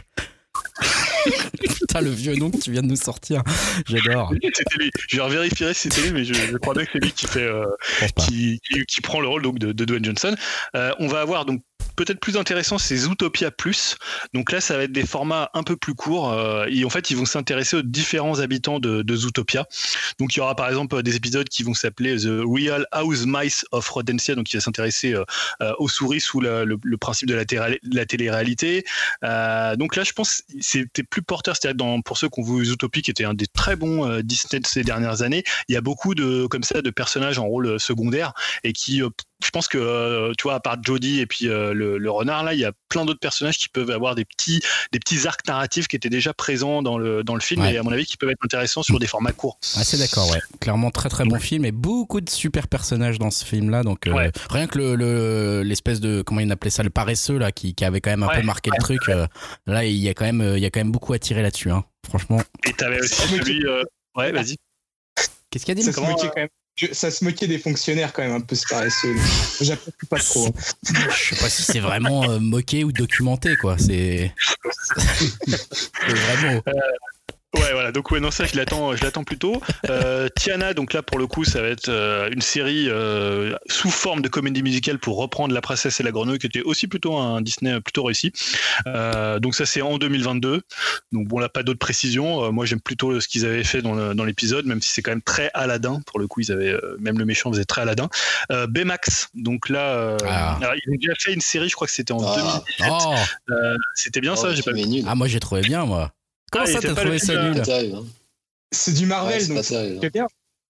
Putain, le vieux nom que tu viens de nous sortir. J'adore. C'était lui. Je vérifierai si c'était lui, mais je crois bien que c'est lui qui fait qui prend le rôle donc de Dwayne Johnson. On va avoir donc peut-être plus intéressant, c'est Zootopia Plus. Donc là, ça va être des formats un peu plus courts. Et en fait, ils vont s'intéresser aux différents habitants de Zootopia. Donc il y aura par exemple des épisodes qui vont s'appeler The Real House Mice of Rodentia, donc qui va s'intéresser aux souris sous le principe de la télé-réalité. Donc là, je pense que c'était plus porteur, c'est-à-dire pour ceux qui ont vu Zootopia, qui était un des très bons Disney de ces dernières années, il y a beaucoup de personnages en rôle secondaire et qui je pense que tu vois, à part Jodie et puis le renard là, il y a plein d'autres personnages qui peuvent avoir des petits arcs narratifs qui étaient déjà présents dans le film, et à mon avis qui peuvent être intéressants sur des formats courts. C'est d'accord, ouais. Clairement très très bon film et beaucoup de super personnages dans ce film là, donc rien que l'espèce de, comment il appelait ça, le paresseux là qui avait quand même un peu marqué le truc, là il y a quand même beaucoup à tirer là-dessus, franchement. Et t'avais aussi celui vas-y. Qu'est-ce qu'il y a dit? Ça se moquait des fonctionnaires quand même un peu, ce paresseux. J'apprécie pas trop. Je sais pas si c'est vraiment moqué ou documenté quoi. C'est vraiment. Ouais, voilà. Donc ouais, non, ça je l'attends plutôt. Tiana, donc là pour le coup, ça va être une série sous forme de comédie musicale pour reprendre La Princesse et la Grenouille, qui était aussi plutôt un Disney plutôt réussi. Donc ça c'est en 2022. Donc bon, là pas d'autres précisions. Moi j'aime plutôt ce qu'ils avaient fait dans l'épisode, même si c'est quand même très Aladdin. Pour le coup, ils avaient même le méchant faisait très Aladdin. Baymax. Donc là, alors, ils ont déjà fait une série, je crois que c'était en 2017. C'était bien ça. J'ai pas nul. Ah moi j'ai trouvé bien moi. Comment ça t'as trouvé ça nul? C'est du Marvel, Ouais, donc c'est bien.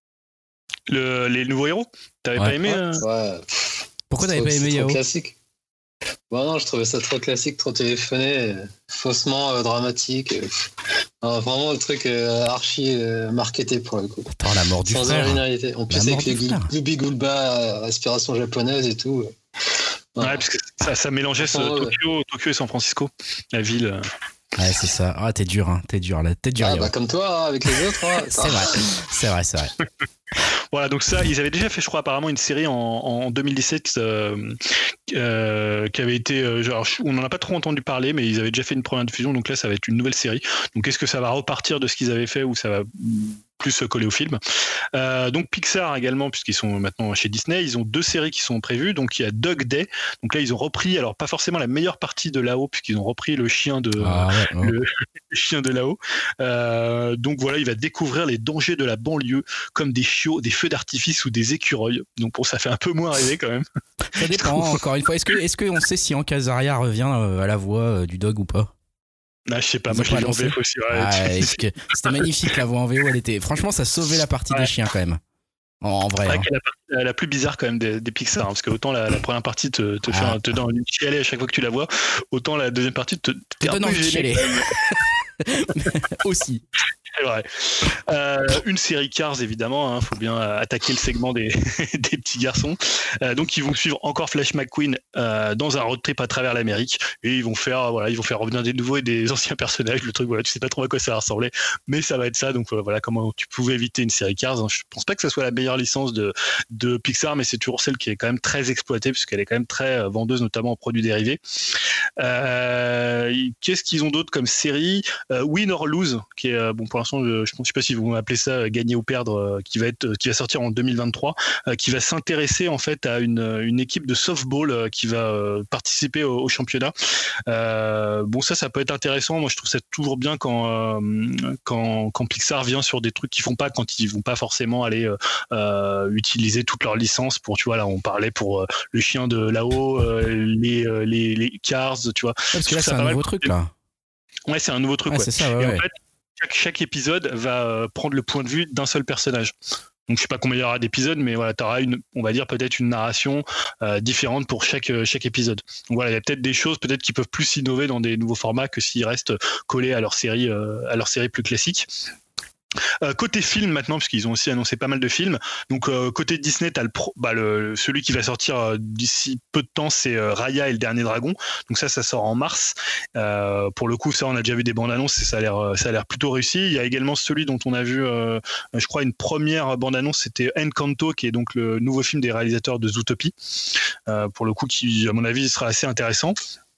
Les nouveaux héros, t'avais pas aimé Ouais. Pourquoi t'avais pas aimé Yao? Trop classique. Bon, non, je trouvais ça trop classique, trop téléphoné, faussement dramatique. Vraiment le truc archi marketé pour le coup. Attends, la mort du Sans frère. originalité. En plus, avec les Gloubi-Goulba, respiration japonaise et tout. Ouais, parce que ça mélangeait Tokyo et San Francisco, la ville. Ouais, c'est ça. Ah, t'es dur, hein. T'es dur, bah, comme toi, hein, avec les autres. Hein. C'est vrai. Voilà, donc ça, ils avaient déjà fait, je crois, apparemment une série en 2017 qui avait été. Genre, on n'en a pas trop entendu parler, mais ils avaient déjà fait une première diffusion, donc là, ça va être une nouvelle série. Donc, est-ce que ça va repartir de ce qu'ils avaient fait ou ça va plus coller au film? Donc Pixar également, puisqu'ils sont maintenant chez Disney, ils ont 2 séries qui sont prévues. Donc il y a Dog Day. Donc là ils ont repris, alors pas forcément la meilleure partie de Lao, puisqu'ils ont repris le chien de le chien de Lao. Donc voilà, il va découvrir les dangers de la banlieue, comme des chiots, des feux d'artifice ou des écureuils. Donc bon, ça fait un peu moins rêver quand même. Ça dépend. Encore une fois, est-ce qu'on sait si Hank Azaria revient à la voix du dog ou pas? Ah, je sais pas, moi je l'ai vu en VF aussi. C'était magnifique la voix en VO, elle était. Franchement, ça sauvait la partie des chiens quand même. En vrai. C'est vrai qu'elle la plus bizarre quand même des Pixar, hein, parce que autant la première partie te donne envie de chialer à chaque fois que tu la vois, autant la deuxième partie te donne envie de chialer. Aussi. C'est vrai. Une série Cars, évidemment, faut bien attaquer le segment des petits garçons. Donc, ils vont suivre encore Flash McQueen dans un road trip à travers l'Amérique, et ils vont faire revenir des nouveaux et des anciens personnages. Le truc, voilà, tu sais pas trop à quoi ça va ressembler, mais ça va être ça. Donc, voilà comment tu pouvais éviter une série Cars. Hein. Je pense pas que ça soit la meilleure licence de Pixar, mais c'est toujours celle qui est quand même très exploitée, puisqu'elle est quand même très vendeuse, notamment en produits dérivés. Qu'est-ce qu'ils ont d'autre comme série? Win or Lose, qui est bon pour l'instant, je ne sais pas si vous m'appelez ça gagner ou perdre, qui va sortir en 2023, qui va s'intéresser en fait à une équipe de softball qui va participer au championnat. Bon, ça peut être intéressant. Moi, je trouve ça toujours bien quand Pixar vient sur des trucs qu'ils font pas, quand ils vont pas forcément aller utiliser toute leur licence pour, tu vois, là on parlait pour le chien de là-haut, les Cars, tu vois. Parce que là c'est un nouveau truc là. Ouais, c'est un nouveau truc. C'est ça, et en fait, chaque épisode va prendre le point de vue d'un seul personnage. Donc je sais pas combien il y aura d'épisodes, mais voilà, tu auras on va dire peut-être une narration différente pour chaque épisode. Donc voilà, il y a peut-être des choses peut-être qui peuvent plus innover dans des nouveaux formats que s'ils restent collés à leur série plus classique. Côté film maintenant, parce qu'ils ont aussi annoncé pas mal de films. Donc côté Disney, t'as celui qui va sortir d'ici peu de temps, c'est Raya et le Dernier Dragon. Donc ça sort en mars. Pour le coup, ça on a déjà vu des bandes annonces et ça a l'air plutôt réussi. Il y a également celui dont on a vu, je crois, une première bande annonce, c'était Encanto, qui est donc le nouveau film des réalisateurs de Zootopie. Pour le coup, qui à mon avis sera assez intéressant.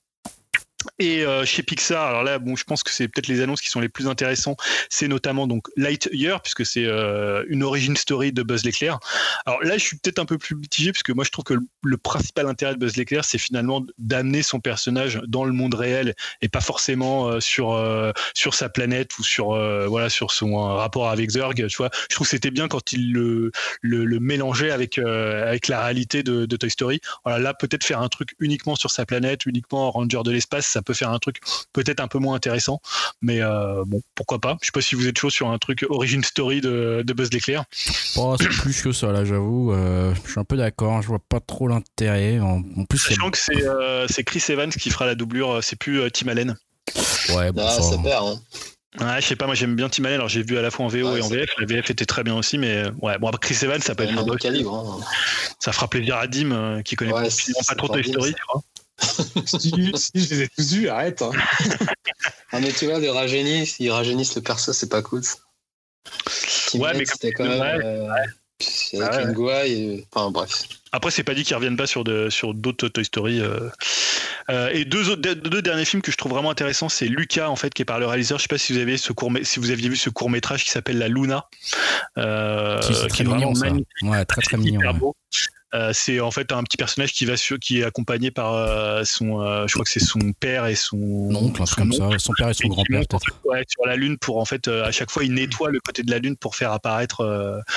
Et chez Pixar, alors là, bon, je pense que c'est peut-être les annonces qui sont les plus intéressantes. C'est notamment donc Lightyear, puisque c'est une origin story de Buzz l'éclair. Alors là, je suis peut-être un peu plus mitigé, puisque moi, je trouve que le principal intérêt de Buzz l'éclair, c'est finalement d'amener son personnage dans le monde réel et pas forcément sur sa planète ou sur son rapport avec Zurg. Tu vois, je trouve que c'était bien quand il le mélangeait avec la réalité de Toy Story. Voilà, là, peut-être faire un truc uniquement sur sa planète, uniquement Ranger de l'espace, ça peut faire un truc peut-être un peu moins intéressant, mais bon, pourquoi pas. Je sais pas si vous êtes chaud sur un truc origin story de Buzz l'éclair. Oh, c'est plus que ça là, j'avoue. Je suis un peu d'accord, je vois pas trop l'intérêt. En plus, sachant que c'est Chris Evans qui fera la doublure, c'est plus Tim Allen. Ouais, bon, ça perd. Hein. Ouais, je sais pas, moi j'aime bien Tim Allen, alors j'ai vu à la fois en VO et en VF. La VF était très bien aussi, mais ouais, bon, Chris Evans, ça peut être un bon calibre. Hein. Ça fera plaisir à Dim qui connaît pas trop Toy Story, tu vois. Si, je les ai tous vus, arrête. Hein. Ah, mais tu vois, ils rajeunissent le perso, c'est pas cool. Ouais, mais c'était quand même. Avec une gouaille. Enfin, bref. Après, c'est pas dit qu'ils reviennent pas sur d'autres Toy Story. Et deux derniers films que je trouve vraiment intéressants, c'est Luca en fait, qui est par le réalisateur. Je sais pas si vous aviez vu ce court métrage qui s'appelle La Luna, c'est très qui est mignon, vraiment ça. magnifique. Ouais, très très mignon. Hyper Ouais. beau. C'est en fait un petit personnage qui est accompagné par je crois que c'est son père et son Oncle, un truc comme ça. Son père et son grand-père, peut-être. sur la Lune pour en fait à chaque fois il nettoie le côté de la Lune pour faire apparaître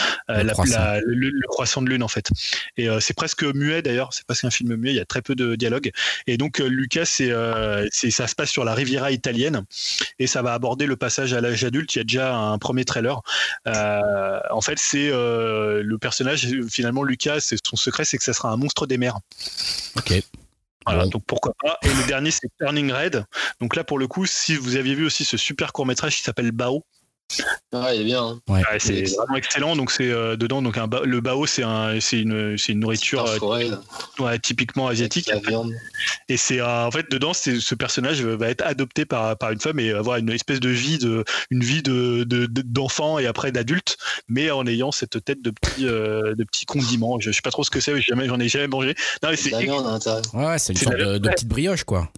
le croissant de Lune en fait. Et c'est presque muet d'ailleurs, c'est presque un film muet, il y a très peu de dialogue. Et donc Lucas, ça se passe sur la Riviera italienne et ça va aborder le passage à l'âge adulte. Il y a déjà un premier trailer. En fait, c'est le personnage finalement Lucas, son secret, c'est que ça sera un monstre des mers. Ok. Voilà, Bon. donc pourquoi pas. Et le dernier, c'est Turning Red. Donc là, pour le coup, si vous aviez vu aussi ce super court-métrage qui s'appelle Bao. Ouais, il est bien. Hein. Ouais. Ouais, c'est vraiment excellent. Donc c'est dedans, donc le bao, c'est une nourriture typiquement asiatique. La viande. Et c'est en fait dedans, ce personnage va être adopté par une femme et avoir une espèce de vie d'enfant et après d'adulte, mais en ayant cette tête de petit condiment. Je sais pas trop ce que c'est. J'en ai jamais mangé. Non, mais c'est La viande à l'intérieur. Ouais, c'est une sorte de petite brioche, quoi.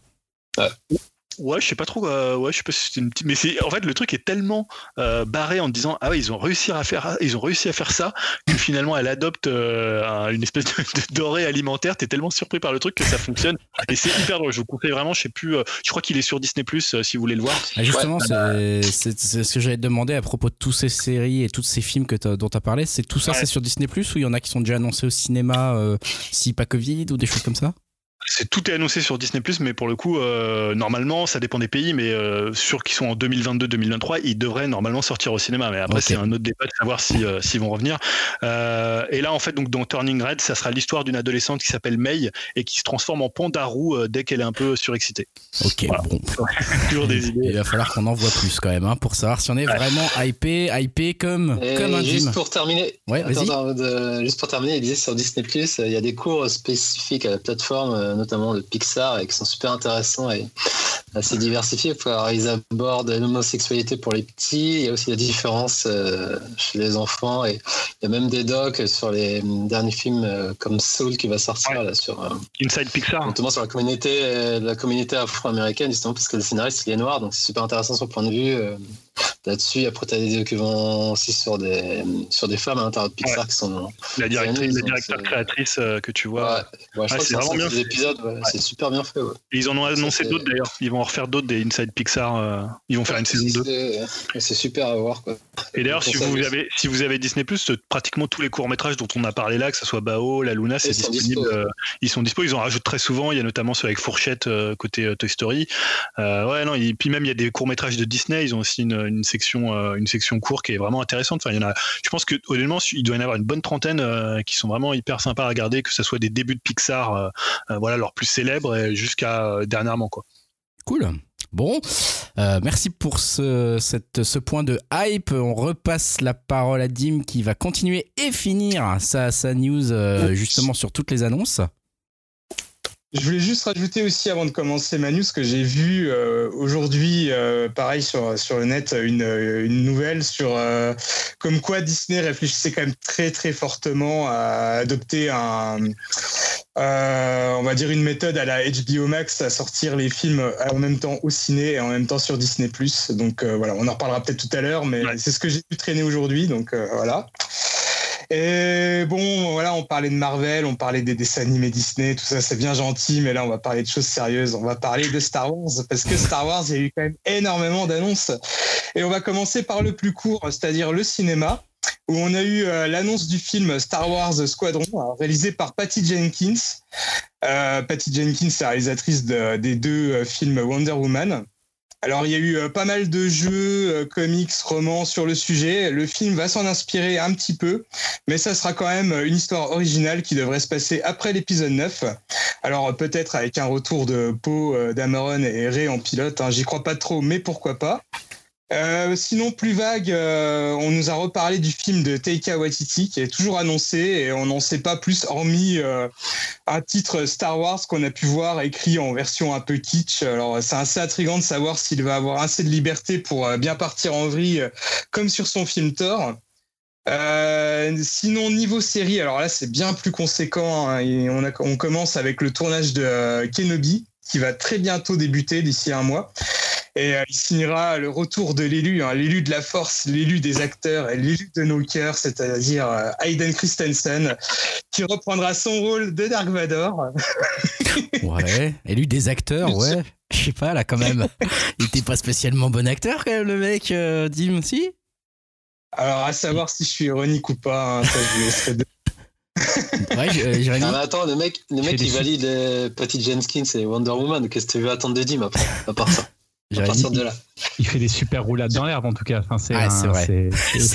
Ouais, je sais pas trop. Je sais pas si c'est une petite. Mais en fait le truc est tellement barré en disant ah ouais ils ont réussi à faire ça que finalement elle adopte une espèce de doré alimentaire. T'es tellement surpris par le truc que ça fonctionne et c'est hyper drôle. Je vous conseille vraiment. Je sais plus. Je crois qu'il est sur Disney+ si vous voulez le voir. Ah, justement, c'est ce que j'allais te demander à propos de toutes ces séries et tous ces films dont tu as parlé. C'est tout ça, c'est sur Disney+ ou il y en a qui sont déjà annoncés au cinéma si pas Covid ou des choses comme ça? Tout est annoncé sur Disney+, mais pour le coup, normalement, ça dépend des pays, mais ceux qui sont en 2022-2023, ils devraient normalement sortir au cinéma. Mais après, c'est un autre débat de savoir s'ils vont revenir. Et là, en fait, donc dans Turning Red, ça sera l'histoire d'une adolescente qui s'appelle Mei et qui se transforme en panda roux dès qu'elle est un peu surexcitée. Ok, voilà. bon. Toujours des idées. Il va falloir qu'on en voit plus quand même, hein, pour savoir si on est vraiment hypé comme un juste gym. pour terminer, juste pour terminer, il disait sur Disney+, il y a des cours spécifiques à la plateforme, notamment de Pixar, et qui sont super intéressants et assez diversifiés. Alors, ils abordent l'homosexualité pour les petits, il y a aussi la différence chez les enfants, et il y a même des docs sur les derniers films comme Soul qui va sortir là, sur Inside Pixar, notamment sur la communauté afro-américaine, justement parce que le scénariste il est noir, donc c'est super intéressant son point de vue là-dessus. Après t'as des documents aussi sur des femmes à l'intérieur de Pixar qui sont la directrice créatrice que tu vois. Je crois que c'est vraiment bien fait. Épisodes, c'est super bien fait. Et ils en ont annoncé d'autres d'ailleurs. Ils vont en refaire d'autres des Inside Pixar. Ils vont faire une saison 2. C'est super à voir, quoi. Et d'ailleurs, si vous avez Disney+, pratiquement tous les courts-métrages dont on a parlé là, que ce soit Bao, La Luna, c'est disponible. Ils sont dispo. Ils en rajoutent très souvent. Il y a notamment ceux avec Fourchette côté Toy Story. Puis même il y a des courts-métrages de Disney. Ils ont aussi une section court qui est vraiment intéressante. Enfin, il y en a. Je pense que honnêtement, il doit y en avoir une bonne trentaine qui sont vraiment hyper sympas à regarder, que ce soit des débuts de Pixar, leurs plus célèbres, jusqu'à dernièrement, quoi. Cool. Bon, merci pour ce point de hype. On repasse la parole à Dim qui va continuer et finir sa news justement sur toutes les annonces. Je voulais juste rajouter aussi avant de commencer ma news que j'ai vu aujourd'hui, pareil sur le net, une nouvelle sur comme quoi Disney réfléchissait quand même très très fortement à adopter on va dire une méthode à la HBO Max, à sortir les films en même temps au ciné et en même temps sur Disney+. Donc voilà, on en reparlera peut-être tout à l'heure, mais c'est ce que j'ai pu traîner aujourd'hui, donc voilà. Et bon, voilà, on parlait de Marvel, on parlait des dessins animés Disney, tout ça, c'est bien gentil, mais là, on va parler de choses sérieuses. On va parler de Star Wars, parce que Star Wars, il y a eu quand même énormément d'annonces. Et on va commencer par le plus court, c'est-à-dire le cinéma, où on a eu l'annonce du film Star Wars Squadron, réalisé par Patty Jenkins. Patty Jenkins, c'est la réalisatrice des deux films Wonder Woman. Alors, il y a eu pas mal de jeux, comics, romans sur le sujet. Le film va s'en inspirer un petit peu, mais ça sera quand même une histoire originale qui devrait se passer après l'épisode 9. Alors, peut-être avec un retour de Poe, Dameron et Rey en pilote. J'y crois pas trop, mais pourquoi pas. Sinon, plus vague, on nous a reparlé du film de Taika Waititi qui est toujours annoncé et on n'en sait pas plus hormis un titre Star Wars qu'on a pu voir écrit en version un peu kitsch. Alors c'est assez intriguant de savoir s'il va avoir assez de liberté pour bien partir en vrille comme sur son film Thor. Sinon, niveau série, alors là c'est bien plus conséquent, et on commence avec le tournage de Kenobi. qui va très bientôt débuter d'ici un mois. Et il signera le retour de l'élu, l'élu de la force, l'élu des acteurs et l'élu de nos cœurs, c'est-à-dire Hayden Christensen, qui reprendra son rôle de Dark Vador. Ouais, élu des acteurs, ouais. Je sais pas, là, quand même. Il était pas spécialement bon acteur, quand même, le mec, Dim, aussi. Alors, à savoir si je suis ironique ou pas, ça, je vous laisserai de... Ouais, Jérémy. Ah, mais attends, le mec il valide Patty Jenkins et Wonder Woman. Qu'est-ce que tu veux attendre de Dim après, à part ça? À partir de là. Il fait des super roulades dans l'herbe en tout cas. Enfin, c'est vrai.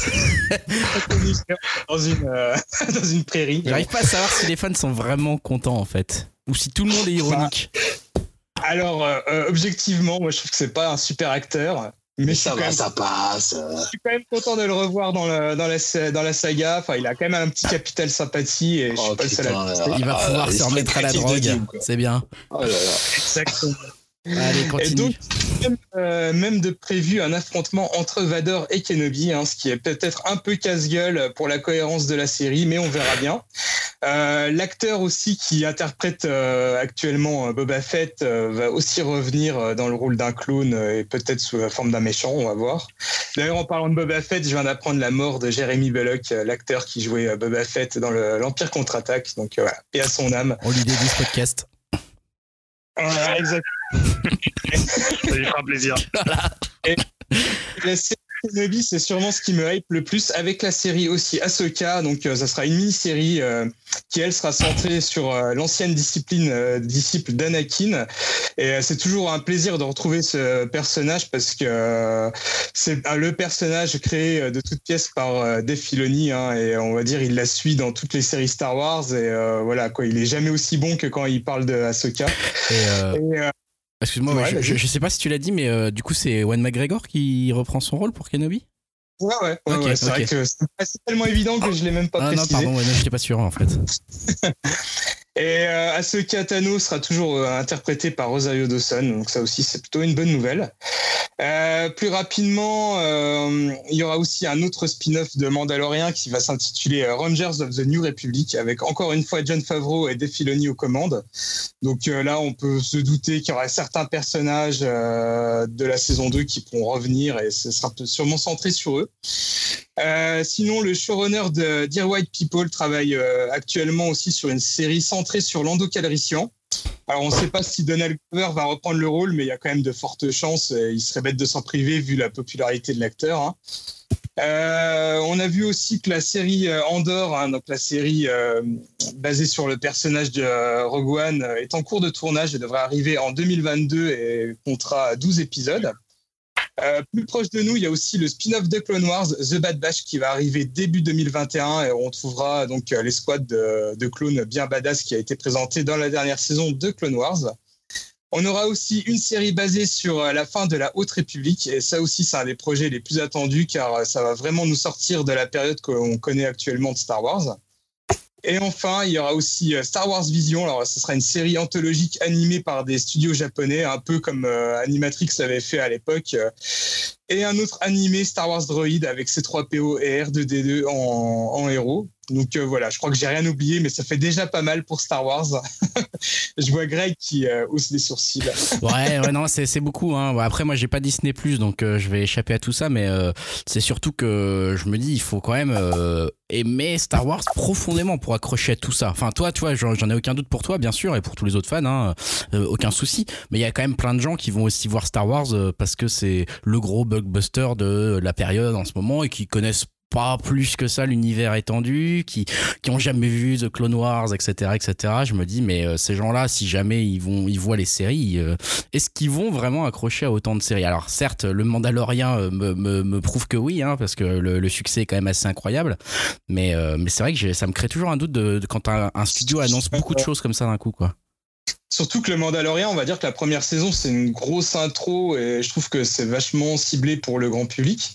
dans une prairie. J'arrive pas à savoir si les fans sont vraiment contents en fait, ou si tout le monde est ironique. Alors, objectivement, moi je trouve que c'est pas un super acteur. Mais ça passe. Je suis quand même content de le revoir dans la saga. Enfin, il a quand même un petit capital sympathie et je suis pas le seul à... Il va pouvoir se remettre à la drogue. C'est bien. Oh là là. Exactement. Allez, continue. Et donc, même de prévu un affrontement entre Vador et Kenobi, ce qui est peut-être un peu casse-gueule pour la cohérence de la série, mais on verra bien. L'acteur aussi qui interprète actuellement Boba Fett va aussi revenir dans le rôle d'un clone et peut-être sous la forme d'un méchant, on va voir. D'ailleurs, en parlant de Boba Fett, je viens d'apprendre la mort de Jeremy Bulloch, l'acteur qui jouait Boba Fett dans l'Empire contre-attaque. Donc voilà, et à son âme. On lui dédie ce podcast. Voilà, exactement. Ça lui fera plaisir. Voilà. Et la série Kenobi, c'est sûrement ce qui me hype le plus, avec la série aussi Ahsoka. Donc ça sera une mini-série qui elle sera centrée sur l'ancienne disciple d'Anakin. Et c'est toujours un plaisir de retrouver ce personnage parce que c'est le personnage créé de toutes pièces par Dave Filoni, et on va dire il la suit dans toutes les séries Star Wars et voilà quoi, il est jamais aussi bon que quand il parle de Ahsoka. Excuse-moi, ouais, je sais pas si tu l'as dit, mais du coup, c'est Ewan McGregor qui reprend son rôle pour Kenobi ? Ouais. Okay, c'est vrai que c'est tellement évident que je l'ai même pas précisé. Non, pardon, j'étais pas sûr en fait. Et Ahsoka Tano sera toujours interprétée par Rosario Dawson, donc ça aussi c'est plutôt une bonne nouvelle. Plus rapidement, il y aura aussi un autre spin-off de Mandalorian qui va s'intituler Rangers of the New Republic, avec encore une fois Jon Favreau et Dave Filoni aux commandes. Donc là, on peut se douter qu'il y aura certains personnages de la saison 2 qui pourront revenir et ce sera sûrement centré sur eux. Sinon, le showrunner de Dear White People travaille actuellement aussi sur une série centrée sur Lando Calrissian. Alors, on ne sait pas si Donald Glover va reprendre le rôle, mais il y a quand même de fortes chances. Il serait bête de s'en priver vu la popularité de l'acteur. On a vu aussi que la série Andor, donc la série basée sur le personnage de Rogue One, est en cours de tournage et devrait arriver en 2022 et comptera 12 épisodes. Plus proche de nous, il y a aussi le spin-off de Clone Wars, The Bad Batch, qui va arriver début 2021 et on trouvera donc l'escouade de clones bien badass qui a été présentée dans la dernière saison de Clone Wars. On aura aussi une série basée sur la fin de la Haute République et ça aussi c'est un des projets les plus attendus car ça va vraiment nous sortir de la période qu'on connaît actuellement de Star Wars. Et enfin, il y aura aussi Star Wars Vision. Alors, ce sera une série anthologique animée par des studios japonais, un peu comme Animatrix l'avait fait à l'époque. Et un autre animé, Star Wars Droid, avec C3PO et R2D2 en héros. Donc voilà, je crois que j'ai rien oublié, mais ça fait déjà pas mal pour Star Wars. Je vois Greg qui hausse les sourcils. Ouais, non, c'est beaucoup. Après, moi, j'ai pas Disney+, donc je vais échapper à tout ça, mais c'est surtout que je me dis, il faut quand même aimer Star Wars profondément pour accrocher à tout ça. Enfin, toi, tu vois, j'en ai aucun doute pour toi, bien sûr, et pour tous les autres fans, aucun souci. Mais il y a quand même plein de gens qui vont aussi voir Star Wars parce que c'est le gros blockbuster de la période en ce moment et qui connaissent pas plus que ça l'univers étendu, qui ont jamais vu The Clone Wars, etc. Je me dis, mais ces gens-là, si jamais ils voient les séries, est-ce qu'ils vont vraiment accrocher à autant de séries ? Alors certes, le Mandalorian me prouve que oui, parce que le succès est quand même assez incroyable, mais c'est vrai que ça me crée toujours un doute de quand un studio annonce beaucoup de choses comme ça d'un coup, quoi. Surtout que le Mandalorian, on va dire que la première saison, c'est une grosse intro et je trouve que c'est vachement ciblé pour le grand public.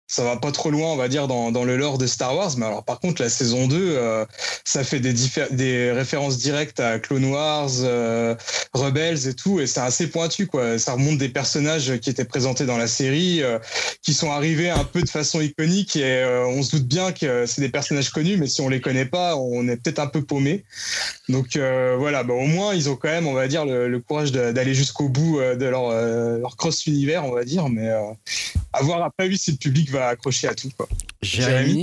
ça va pas trop loin, on va dire, dans le lore de Star Wars. Mais alors, par contre, la saison 2, ça fait des références directes à Clone Wars, Rebels et tout, et c'est assez pointu, quoi. Ça remonte des personnages qui étaient présentés dans la série, qui sont arrivés un peu de façon iconique, et on se doute bien que c'est des personnages connus, mais si on les connaît pas, on est peut-être un peu paumé. Donc voilà, au moins ils ont quand même, on va dire, le courage d'aller jusqu'au bout de leur cross-univers, on va dire, mais à voir après, oui, si le public va accrocher à tout, quoi. Jérémy ?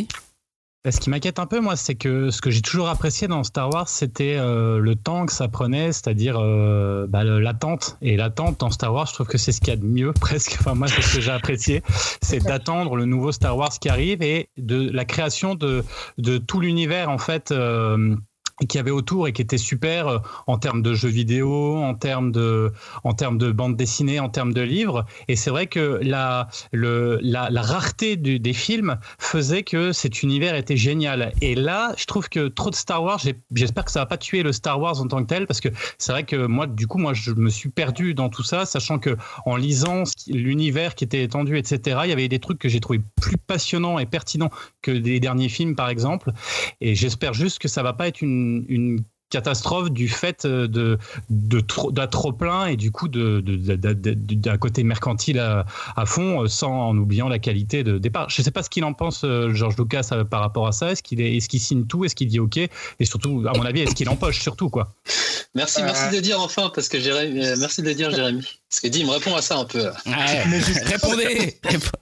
Ce qui m'inquiète un peu, moi, c'est que ce que j'ai toujours apprécié dans Star Wars, c'était le temps que ça prenait, c'est-à-dire l'attente. Et l'attente dans Star Wars, je trouve que c'est ce qu'il y a de mieux, presque. Enfin, moi, c'est ce que j'ai apprécié, c'est d'attendre le nouveau Star Wars qui arrive et de la création de tout l'univers, en fait, qu'il y avait autour et qui était super en termes de jeux vidéo, en termes de bande dessinée, en termes de livres. Et c'est vrai que la rareté des films faisait que cet univers était génial. Et là, je trouve que trop de Star Wars, j'espère que ça va pas tuer le Star Wars en tant que tel, parce que c'est vrai que moi, je me suis perdu dans tout ça, sachant que en lisant l'univers qui était étendu, etc., il y avait des trucs que j'ai trouvé plus passionnants et pertinents que les derniers films, par exemple. Et j'espère juste que ça va pas être une catastrophe du fait d'un trop plein et du coup d'un côté mercantile à fond, en oubliant la qualité de départ. Je ne sais pas ce qu'il en pense, George Lucas, par rapport à ça. Est-ce qu'il signe tout? Est-ce qu'il dit OK? Et surtout, à mon avis, est-ce qu'il empoche surtout, quoi? Merci de le dire enfin, parce que merci de le dire, Jérémy. Parce que Dim, réponds à ça un peu. Ouais, répondez.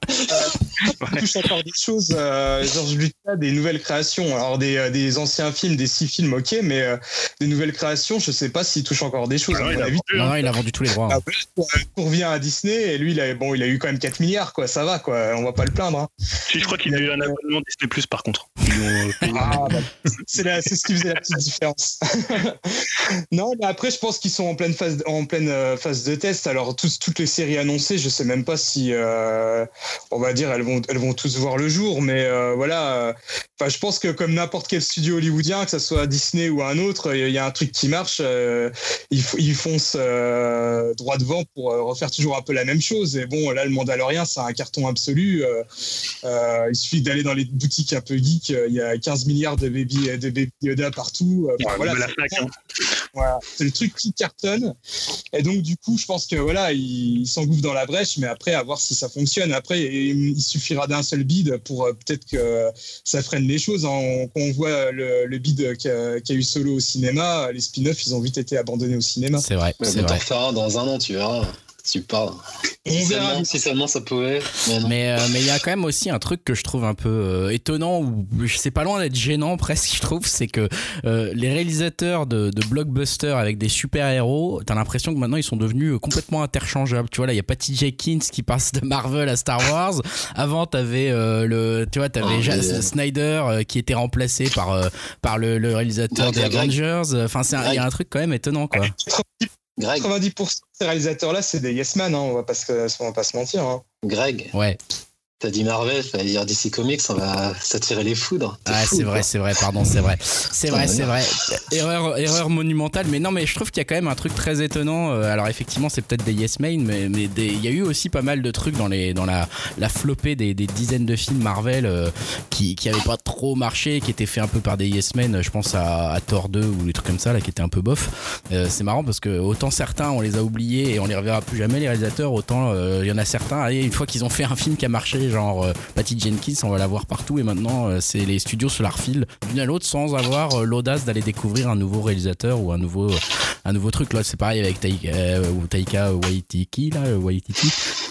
Il touche encore des choses, George Lucas, des nouvelles créations. Alors des anciens films, des 6 films, ok, mais des nouvelles créations, je sais pas s'il touche encore des choses. Non, il a vendu tous les droits. On revient à Disney et lui, il a eu quand même 4 milliards, quoi. Ça va, quoi. On va pas le plaindre. Hein. Je crois qu'il a eu un abonnement Disney Plus, par contre. C'est ce qui faisait la petite différence. Non, mais après, je pense qu'ils sont en pleine phase de test. Alors, toutes les séries annoncées, je sais même pas si, on va dire, elles vont tous voir le jour. Mais voilà. Je pense que comme n'importe quel studio hollywoodien, que ça soit Disney ou un autre, il y a un truc qui marche. Ils foncent droit devant pour refaire toujours un peu la même chose. Et bon, là, le Mandalorian, c'est un carton absolu. Il suffit d'aller dans les boutiques un peu geek. Il y a 15 milliards de baby Yoda partout. Voilà, c'est le truc qui cartonne. Et donc, du coup, je pense que voilà, il s'engouffre dans la brèche, mais après, à voir si ça fonctionne. Après, il suffira d'un seul bid pour peut-être que ça freine les choses. Quand on voit le bid qu'a eu Solo au cinéma, les spin-offs, ils ont vite été abandonnés au cinéma. C'est vrai. On t'en refera dans un an, tu verras. Tu parles. Si seulement ça pouvait. Mais il y a quand même aussi un truc que je trouve un peu étonnant, ou c'est pas loin d'être gênant presque, je trouve, c'est que les réalisateurs de blockbusters avec des super-héros, t'as l'impression que maintenant ils sont devenus complètement interchangeables. Tu vois, là, il y a Patty Jenkins qui passe de Marvel à Star Wars. Avant, t'avais Snyder qui était remplacé par le réalisateur des Avengers. Enfin, il y a un truc quand même étonnant, quoi. Greg. 90% de ces réalisateurs-là, c'est des yes man, hein, on va pas se mentir. Hein. Greg. Ouais. T'as dit Marvel, fallait dire DC Comics, on va s'attirer les foudres. C'est vrai, pardon, c'est vrai. Erreur monumentale, mais non, mais je trouve qu'il y a quand même un truc très étonnant. Alors effectivement, c'est peut-être des yes men, mais il y a eu aussi pas mal de trucs dans la flopée des dizaines de films Marvel qui avaient pas trop marché, qui étaient faits un peu par des yes men. Je pense à Thor 2 ou des trucs comme ça, là, qui étaient un peu bof. C'est marrant parce que autant certains on les a oubliés et on les reverra plus jamais, les réalisateurs, autant il y en a certains, une fois qu'ils ont fait un film qui a marché, genre Patty Jenkins, on va la voir partout, et maintenant c'est les studios se la refilent d'une à l'autre sans avoir l'audace d'aller découvrir un nouveau réalisateur ou un nouveau truc. Là, c'est pareil avec Taika Waititi, là, Waititi.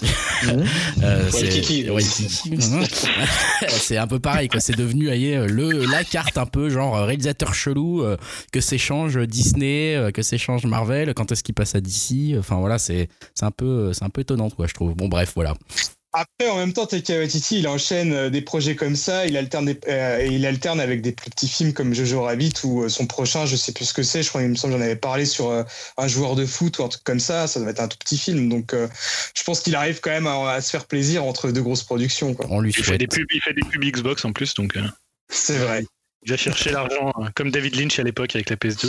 C'est un peu pareil, quoi. C'est devenu la carte un peu genre réalisateur chelou que s'échange Disney, que s'échange Marvel. Quand est-ce qu'il passe à DC? Enfin voilà, c'est un peu étonnant, quoi, je trouve. Bon, bref, voilà. Après, en même temps, Taika Waititi, il enchaîne des projets comme ça, il alterne avec des plus petits films comme Jojo Rabbit ou son prochain, je sais plus ce que c'est, je crois, il me semble, j'en avais parlé sur un joueur de foot ou un truc comme ça doit être un tout petit film, donc je pense qu'il arrive quand même à se faire plaisir entre deux grosses productions, quoi. On lui souhaite. Il fait des pubs Xbox en plus, donc... C'est vrai. Il va chercher l'argent, comme David Lynch à l'époque avec la PS2.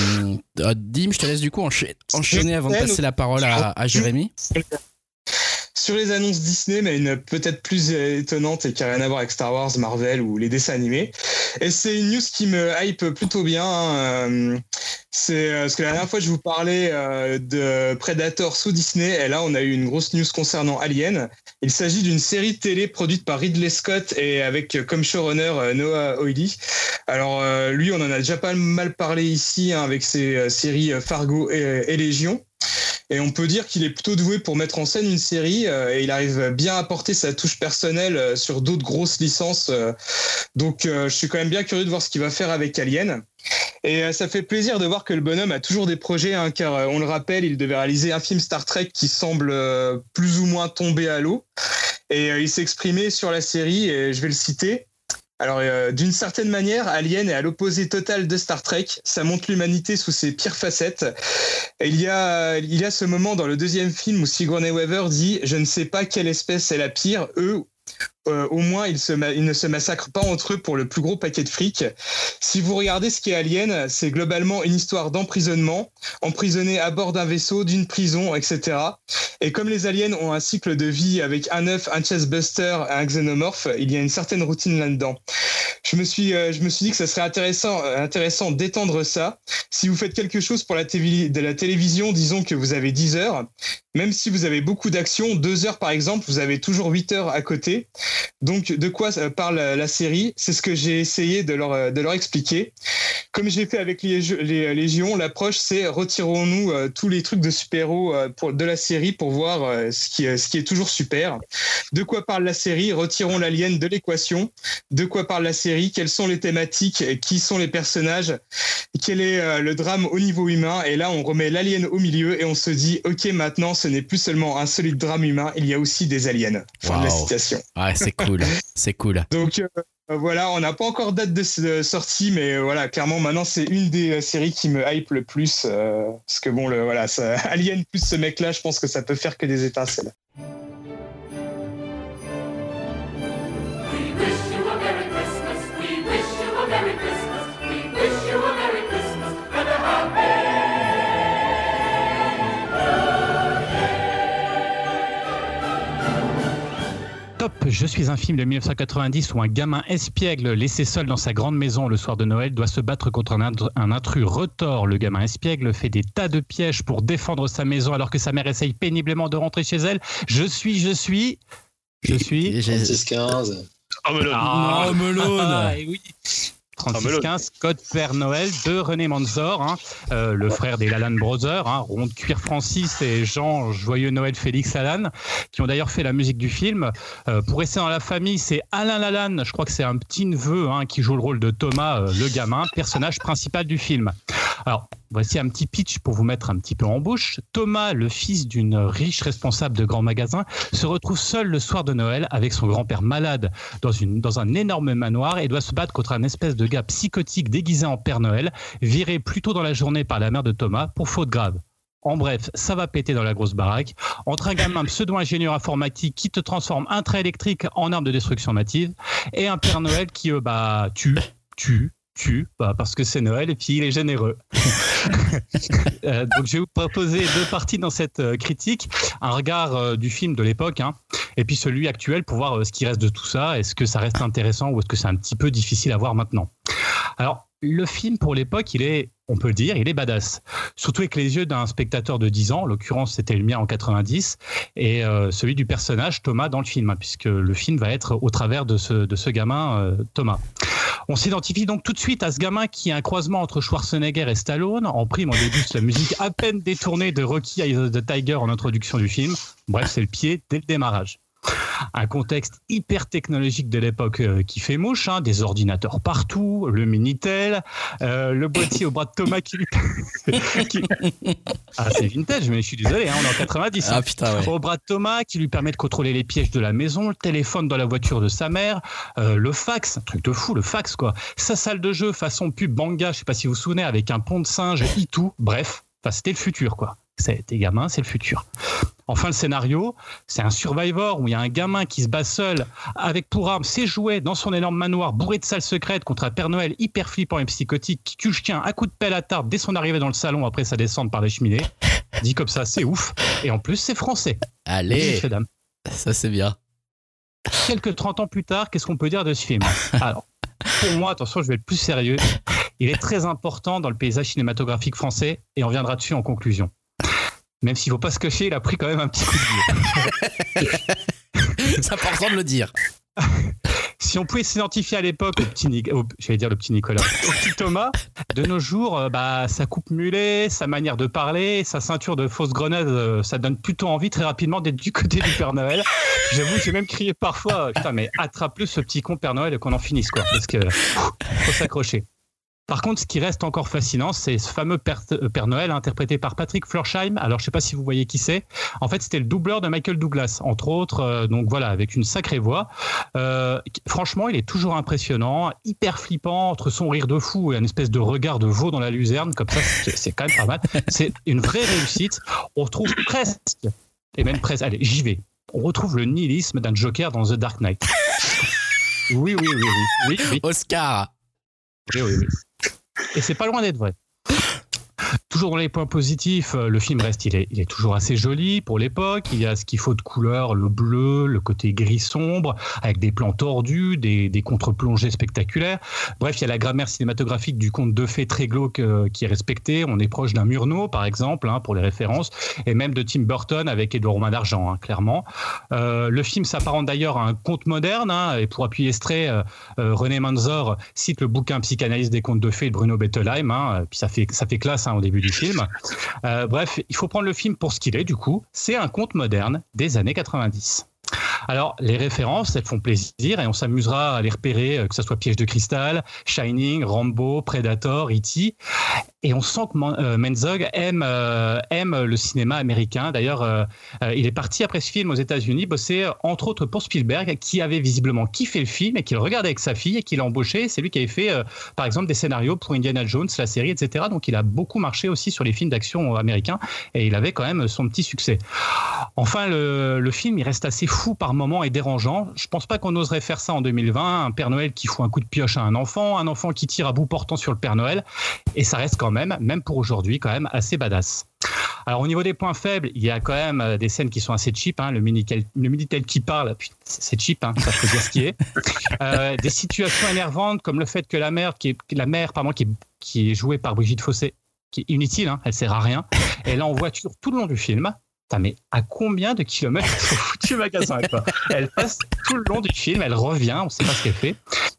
Dim, je te laisse du coup enchaîner avant de passer la parole à Jérémy. sur les annonces Disney, mais une peut-être plus étonnante et qui n'a rien à voir avec Star Wars, Marvel ou les dessins animés. Et c'est une news qui me hype plutôt bien. C'est parce que la dernière fois je vous parlais de Predator sous Disney, et là on a eu une grosse news concernant Alien. Il s'agit d'une série télé produite par Ridley Scott et avec comme showrunner Noah Hawley. Alors lui, on en a déjà pas mal parlé ici avec ses séries Fargo et Légion. Et on peut dire qu'il est plutôt doué pour mettre en scène une série et il arrive bien à apporter sa touche personnelle sur d'autres grosses licences. Donc je suis quand même bien curieux de voir ce qu'il va faire avec Alien. Et ça fait plaisir de voir que le bonhomme a toujours des projets, hein, car on le rappelle, il devait réaliser un film Star Trek qui semble plus ou moins tomber à l'eau. Et il s'est exprimé sur la série et je vais le citer. Alors, d'une certaine manière, Alien est à l'opposé total de Star Trek. Ça montre l'humanité sous ses pires facettes. Et il y a ce moment dans le deuxième film où Sigourney Weaver dit « Je ne sais pas quelle espèce est la pire, eux ». Au moins, ils ne se massacrent pas entre eux pour le plus gros paquet de fric. Si vous regardez ce qu'est Alien, c'est globalement une histoire d'emprisonnement, emprisonné à bord d'un vaisseau, d'une prison, etc. Et comme les aliens ont un cycle de vie avec un œuf, un chestbuster, un xénomorphe, il y a une certaine routine là-dedans. Je me suis dit que ça serait intéressant d'étendre ça. Si vous faites quelque chose pour de la télévision, disons que vous avez 10 heures, même si vous avez beaucoup d'actions, 2 heures par exemple, vous avez toujours 8 heures à côté. Donc, de quoi parle la série ? C'est ce que j'ai essayé de leur expliquer. Comme j'ai fait avec les Légions, l'approche, c'est retirons-nous tous les trucs de super-héros de la série pour voir ce qui est toujours super. De quoi parle la série ? Retirons l'alien de l'équation. De quoi parle la série ? Quelles sont les thématiques ? Qui sont les personnages ? Quel est le drame au niveau humain ? Et là, on remet l'alien au milieu et on se dit, ok, maintenant, ce n'est plus seulement un solide drame humain, il y a aussi des aliens. Fin de la citation. Ouais, c'est cool, c'est cool. Donc voilà, on n'a pas encore date de sortie, mais voilà, clairement maintenant c'est une des séries qui me hype le plus, parce que bon, Alien plus ce mec-là, je pense que ça peut faire que des étincelles. Top, je suis un film de 1990 où un gamin espiègle laissé seul dans sa grande maison le soir de Noël doit se battre contre un intrus retors. Le gamin espiègle fait des tas de pièges pour défendre sa maison alors que sa mère essaye péniblement de rentrer chez elle. Je suis 36-15. Home Alone. Oui. 36-15, Code Père Noël de René Manzor, le frère des Lalanne Brothers, Ron de Cuir Francis et Jean Joyeux Noël Félix Lalanne, qui ont d'ailleurs fait la musique du film. Pour rester dans la famille, c'est Alain Lalanne, je crois que c'est un petit neveu qui joue le rôle de Thomas, le gamin, personnage principal du film. Alors, voici un petit pitch pour vous mettre un petit peu en bouche. Thomas, le fils d'une riche responsable de grand magasin, se retrouve seul le soir de Noël avec son grand-père malade dans un énorme manoir et doit se battre contre un espèce de gars psychotique déguisé en Père Noël, viré plus tôt dans la journée par la mère de Thomas pour faute grave. En bref, ça va péter dans la grosse baraque. Entre un gamin pseudo-ingénieur informatique qui te transforme un trait électrique en arme de destruction massive et un Père Noël qui tue, parce que c'est Noël et puis il est généreux. Donc je vais vous proposer 2 parties dans cette critique, un regard du film de l'époque et puis celui actuel pour voir ce qui reste de tout ça. Est-ce que ça reste intéressant ou est-ce que c'est un petit peu difficile à voir maintenant ? Alors le film pour l'époque, on peut le dire, il est badass. Surtout avec les yeux d'un spectateur de 10 ans, en l'occurrence c'était le mien en 90, et celui du personnage Thomas dans le film, puisque le film va être au travers de ce gamin Thomas. On s'identifie donc tout de suite à ce gamin qui est un croisement entre Schwarzenegger et Stallone. En prime, on déguste la musique à peine détournée de Rocky Eye of the Tiger en introduction du film. Bref, c'est le pied dès le démarrage. Un contexte hyper technologique de l'époque qui fait mouche, des ordinateurs partout, le Minitel, le boîtier au bras de Thomas qui c'est vintage, mais je suis désolé, on est en 90. Ah putain, ouais. Au bras de Thomas qui lui permet de contrôler les pièges de la maison, le téléphone dans la voiture de sa mère, le fax, un truc de fou, le fax quoi. Sa salle de jeu façon pub Banga, je sais pas si vous vous souvenez, avec un pont de singe et tout, bref, c'était le futur quoi. T'es gamin, c'est le futur. Enfin, le scénario, c'est un Survivor où il y a un gamin qui se bat seul avec pour arme ses jouets dans son énorme manoir bourré de salles secrètes contre un Père Noël hyper flippant et psychotique qui tue chien à coup de pelle à tarte dès son arrivée dans le salon après sa descente par les cheminées. Dit comme ça, c'est ouf. Et en plus, c'est français. Allez. Ça, c'est bien. Quelques 30 ans plus tard, qu'est-ce qu'on peut dire de ce film ? Alors, pour moi, attention, je vais être plus sérieux. Il est très important dans le paysage cinématographique français et on viendra dessus en conclusion. Même s'il ne faut pas se cacher, il a pris quand même un petit coup de vieux. C'est important de le dire. Si on pouvait s'identifier à l'époque le petit Nicolas, au petit Thomas, de nos jours, sa coupe mulet, sa manière de parler, sa ceinture de fausse grenade, ça donne plutôt envie très rapidement d'être du côté du Père Noël. J'avoue, j'ai même crié parfois, putain, mais attrape-le ce petit con Père Noël et qu'on en finisse, quoi, parce que faut s'accrocher. Par contre, ce qui reste encore fascinant, c'est ce fameux Père Noël interprété par Patrick Florsheim. Alors, je ne sais pas si vous voyez qui c'est. En fait, c'était le doubleur de Michael Douglas, entre autres. Donc voilà, avec une sacrée voix. Franchement, il est toujours impressionnant, hyper flippant, entre son rire de fou et une espèce de regard de veau dans la luzerne. Comme ça, c'est quand même pas mal. C'est une vraie réussite. On retrouve presque, et même presque, allez, j'y vais. On retrouve le nihilisme d'un Joker dans The Dark Knight. Oui. Oscar. Oui. Et c'est pas loin d'être vrai. Toujours dans les points positifs, le film reste, il est toujours assez joli pour l'époque. Il y a ce qu'il faut de couleur, le bleu, le côté gris sombre, avec des plans tordus, des contre-plongées spectaculaires. Bref, il y a la grammaire cinématographique du conte de fées très glauque qui est respectée. On est proche d'un Murnau, par exemple, pour les références, et même de Tim Burton avec Édouard Romain d'Argent, clairement. Le film s'apparente d'ailleurs à un conte moderne, et pour appuyer ce trait, René Manzor cite le bouquin Psychanalyse des contes de fées de Bruno Bettelheim, puis ça fait classe au début du film. Bref, il faut prendre le film pour ce qu'il est, du coup. C'est un conte moderne des années 90. Alors, les références, elles font plaisir et on s'amusera à les repérer, que ce soit Piège de cristal, Shining, Rambo, Predator, E.T. Et on sent que Menzog aime le cinéma américain. D'ailleurs, il est parti après ce film aux États-Unis bosser entre autres pour Spielberg, qui avait visiblement kiffé le film et qui le regardait avec sa fille et qui l'a embauché. C'est lui qui avait fait, par exemple, des scénarios pour Indiana Jones, la série, etc. Donc, il a beaucoup marché aussi sur les films d'action américains et il avait quand même son petit succès. Enfin, le film, il reste assez fou par moments et dérangeant. Je pense pas qu'on oserait faire ça en 2020. Un Père Noël qui fout un coup de pioche à un enfant qui tire à bout portant sur le Père Noël. Et ça reste quand même pour aujourd'hui, quand même assez badass. Alors au niveau des points faibles, il y a quand même des scènes qui sont assez cheap. Le Minitel qui parle, c'est cheap, ça faut dire ce qui est. Des situations énervantes comme le fait que la mère qui est jouée par Brigitte Fossé, qui est inutile, elle sert à rien. Elle est en voiture tout le long du film. Mais à combien de kilomètres son foutu magasin, quoi. Elle passe tout le long du film, elle revient, on ne sait pas ce qu'elle fait.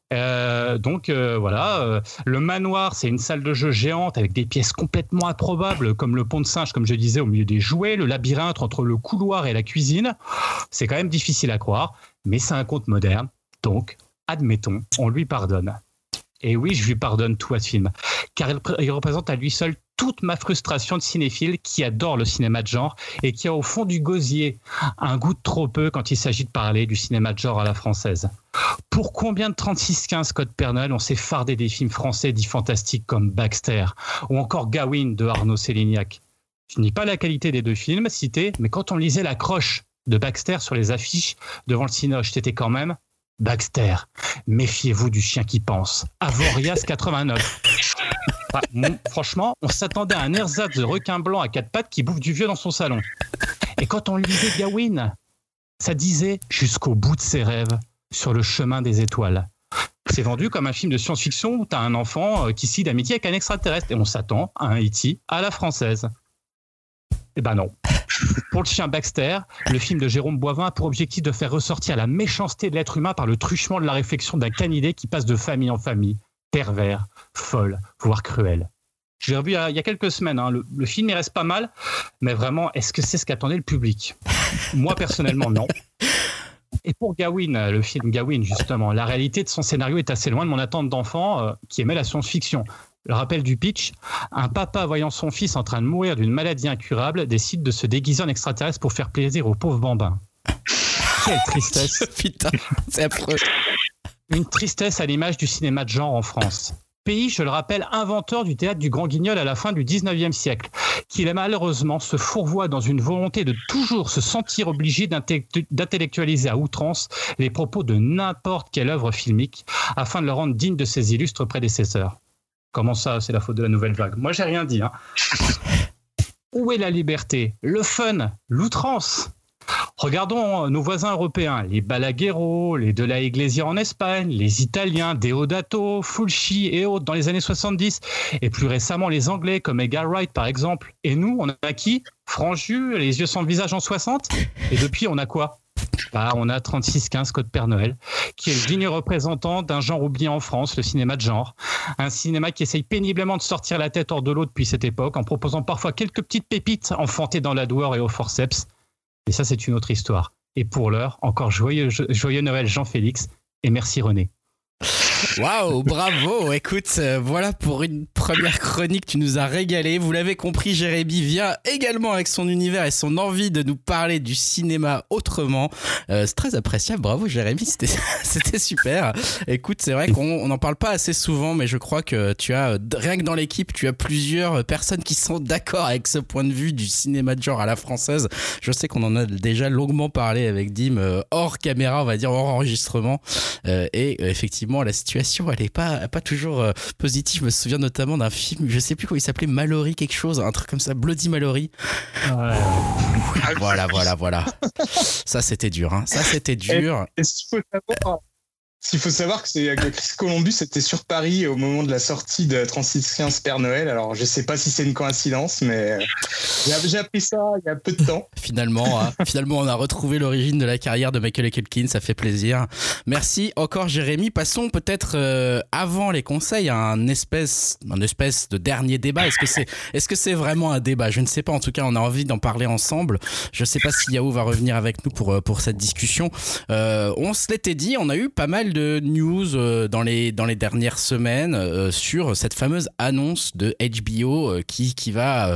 Voilà. Le manoir, c'est une salle de jeu géante avec des pièces complètement improbables, comme le pont de singe, comme je disais, au milieu des jouets, le labyrinthe entre le couloir et la cuisine. C'est quand même difficile à croire, mais c'est un conte moderne. Donc, admettons, on lui pardonne. Et oui, je lui pardonne tout à ce film, car il représente à lui seul toute ma frustration de cinéphile qui adore le cinéma de genre et qui a au fond du gosier un goût de trop peu quand il s'agit de parler du cinéma de genre à la française. Pour combien de 36-15 Code Père Noël on s'est fardé des films français dits fantastiques comme Baxter ou encore Gawain de Arnaud Sélignac. Je nie pas la qualité des deux films cités, mais quand on lisait la croche de Baxter sur les affiches devant le Cinoche, c'était quand même Baxter, méfiez-vous du chien qui pense. Avoriaz 89. Franchement, on s'attendait à un ersatz de requin blanc à quatre pattes qui bouffe du vieux dans son salon. Et quand on lisait Gawain, ça disait « Jusqu'au bout de ses rêves, sur le chemin des étoiles ». C'est vendu comme un film de science-fiction où t'as un enfant qui scie d'amitié avec un extraterrestre. Et on s'attend à un E.T. à la française. Eh ben non. Pour le chien Baxter, le film de Jérôme Boivin a pour objectif de faire ressortir la méchanceté de l'être humain par le truchement de la réflexion d'un canidé qui passe de famille en famille, pervers, folle, voire cruel. Je l'ai revu il y a quelques semaines. Le film, il reste pas mal, mais vraiment, est-ce que c'est ce qu'attendait le public ? Moi, personnellement, non. Et pour Gawain, le film Gawain, justement, la réalité de son scénario est assez loin de mon attente d'enfant qui aimait la science-fiction. Le rappel du pitch, un papa voyant son fils en train de mourir d'une maladie incurable décide de se déguiser en extraterrestre pour faire plaisir au pauvre bambin. Quelle tristesse. Putain, c'est affreux. Une tristesse à l'image du cinéma de genre en France. Pays, je le rappelle, inventeur du théâtre du Grand Guignol à la fin du 19e siècle, qui malheureusement se fourvoie dans une volonté de toujours se sentir obligé d'intellectualiser à outrance les propos de n'importe quelle œuvre filmique afin de le rendre digne de ses illustres prédécesseurs. Comment ça, c'est la faute de la nouvelle vague ? Moi, j'ai rien dit. Où est la liberté ? Le fun ? L'outrance ? Regardons nos voisins européens, les Balaguerro, les De la Iglesia en Espagne, les Italiens, Deodato, Fulci et autres dans les années 70, et plus récemment les Anglais comme Edgar Wright par exemple. Et nous, on a qui ? Franju, les yeux sans le visage en 60. Et depuis, on a quoi ? On a 3615 Code Père Noël, qui est le digne représentant d'un genre oublié en France, le cinéma de genre. Un cinéma qui essaye péniblement de sortir la tête hors de l'eau depuis cette époque, en proposant parfois quelques petites pépites enfantées dans la douleur et au forceps. Et ça, c'est une autre histoire. Et pour l'heure, encore joyeux Noël Jean-Félix, et merci René. Waouh, bravo. Écoute, voilà pour une première chronique, tu nous as régalé. Vous l'avez compris, Jérémy vient également avec son univers et son envie de nous parler du cinéma autrement. C'est très appréciable, bravo Jérémy, c'était super. Écoute, c'est vrai qu'on n'en parle pas assez souvent, mais je crois que tu as, rien que dans l'équipe, tu as plusieurs personnes qui sont d'accord avec ce point de vue du cinéma de genre à la française. Je sais qu'on en a déjà longuement parlé avec Dim, hors caméra, on va dire, hors enregistrement. Et effectivement, la situation elle est pas toujours positive. Je me souviens notamment d'un film, je sais plus comment il s'appelait, Mallory quelque chose, un truc comme ça, Bloody Mallory. Ouais. Voilà. Ça c'était dur, hein. Ça c'était dur. Et s'il faut savoir que Chris Columbus était sur Paris au moment de la sortie de 3615 Père Noël. Alors je sais pas si c'est une coïncidence, mais j'ai appris ça il y a peu de temps. Finalement, on a retrouvé l'origine de la carrière de Michael Culkin, ça fait plaisir. Merci encore Jérémy. Passons peut-être avant les conseils à un espèce de dernier débat. Est-ce que c'est vraiment un débat ? Je ne sais pas. En tout cas, on a envie d'en parler ensemble. Je ne sais pas si Yao va revenir avec nous pour cette discussion. On se l'était dit, on a eu pas mal de news dans les dernières semaines sur cette fameuse annonce de HBO qui va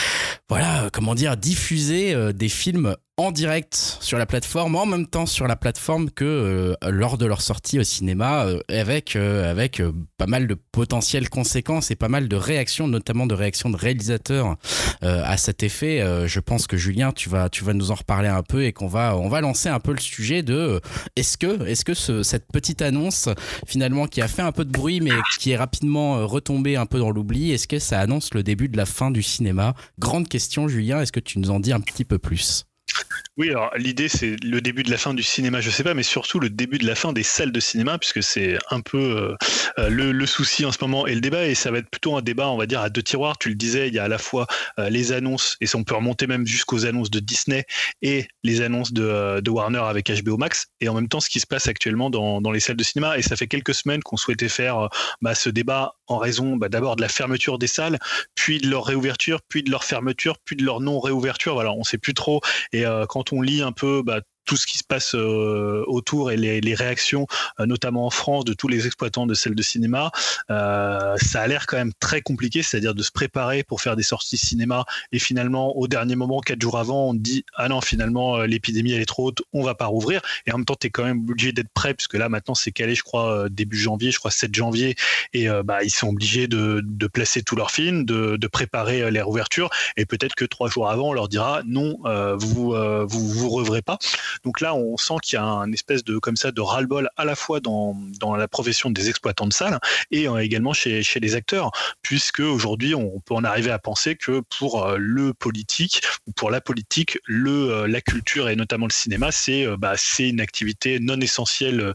diffuser des films en direct sur la plateforme, en même temps sur la plateforme que lors de leur sortie au cinéma, avec pas mal de potentielles conséquences et pas mal de réactions, notamment de réactions de réalisateurs à cet effet. Je pense que Julien, tu vas nous en reparler un peu et on va lancer un peu le sujet de est-ce que cette petite annonce finalement qui a fait un peu de bruit mais qui est rapidement retombée un peu dans l'oubli, est-ce que ça annonce le début de la fin du cinéma ? Grande question Julien, est-ce que tu nous en dis un petit peu plus ? Oui, alors l'idée c'est le début de la fin du cinéma, je sais pas, mais surtout le début de la fin des salles de cinéma, puisque c'est un peu le souci en ce moment et le débat, et ça va être plutôt un débat, on va dire, à deux tiroirs. Tu le disais, il y a à la fois les annonces, et on peut remonter même jusqu'aux annonces de Disney et les annonces de Warner avec HBO Max, et en même temps ce qui se passe actuellement dans les salles de cinéma, et ça fait quelques semaines qu'on souhaitait faire ce débat en raison d'abord de la fermeture des salles, puis de leur réouverture, puis de leur fermeture, puis de leur non-réouverture. Voilà, on sait plus trop, et quand on lit un peu tout ce qui se passe autour et les réactions, notamment en France, de tous les exploitants de salles de cinéma, ça a l'air quand même très compliqué, c'est-à-dire de se préparer pour faire des sorties cinéma et finalement, au dernier moment, 4 jours avant, on te dit « Ah non, finalement, l'épidémie, elle est trop haute, on va pas rouvrir ». Et en même temps, tu es quand même obligé d'être prêt, puisque là, maintenant, c'est calé, je crois, début janvier, je crois 7 janvier, et ils sont obligés de placer tous leurs films, de préparer les réouvertures, et peut-être que 3 jours avant, on leur dira « Non, vous rouvrez pas ». Donc là, on sent qu'il y a un espèce de ras-le-bol à la fois dans la profession des exploitants de salles et également chez les acteurs, puisque aujourd'hui, on peut en arriver à penser que pour le politique ou pour la politique, la culture et notamment le cinéma, c'est une activité non essentielle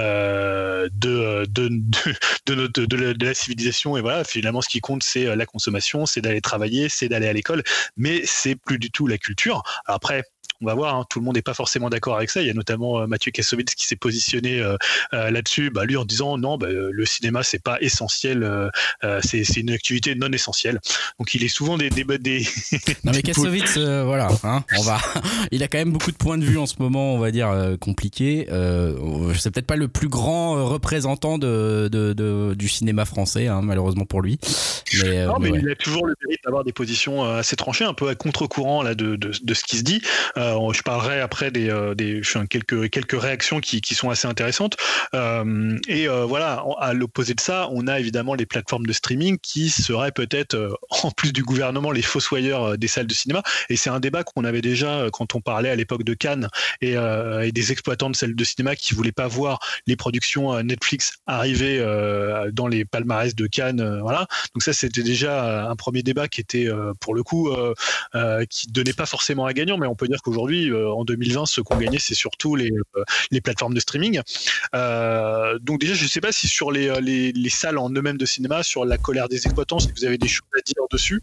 de la civilisation. Et voilà, finalement, ce qui compte, c'est la consommation, c'est d'aller travailler, c'est d'aller à l'école, mais c'est plus du tout la culture. Alors après, on va voir, tout le monde n'est pas forcément d'accord avec ça. Il y a notamment Mathieu Kassovitz qui s'est positionné là-dessus, lui en disant non, le cinéma c'est pas essentiel, c'est une activité non essentielle. Donc il est souvent des non mais Kassovitz, voilà, hein, il a quand même beaucoup de points de vue en ce moment, on va dire compliqués. C'est peut-être pas le plus grand représentant du cinéma français, hein, malheureusement pour lui. Mais ouais. Il a toujours le mérite d'avoir des positions assez tranchées, un peu à contre-courant là de ce qui se dit. Je parlerai après quelques réactions qui sont assez intéressantes. Voilà, à l'opposé de ça, on a évidemment les plateformes de streaming qui seraient peut-être, en plus du gouvernement, les fossoyeurs des salles de cinéma. Et c'est un débat qu'on avait déjà quand on parlait à l'époque de Cannes et des exploitants de salles de cinéma qui voulaient pas voir les productions Netflix arriver dans les palmarès de Cannes. Voilà. Donc ça, c'était déjà un premier débat qui était, pour le coup, qui donnait pas forcément un gagnant, mais on peut dire qu'aujourd'hui, aujourd'hui, en 2020, ceux qui ont gagné, c'est surtout les plateformes de streaming. Donc déjà, je ne sais pas si sur les salles en eux-mêmes de cinéma, sur la colère des exploitants, si vous avez des choses à dire dessus.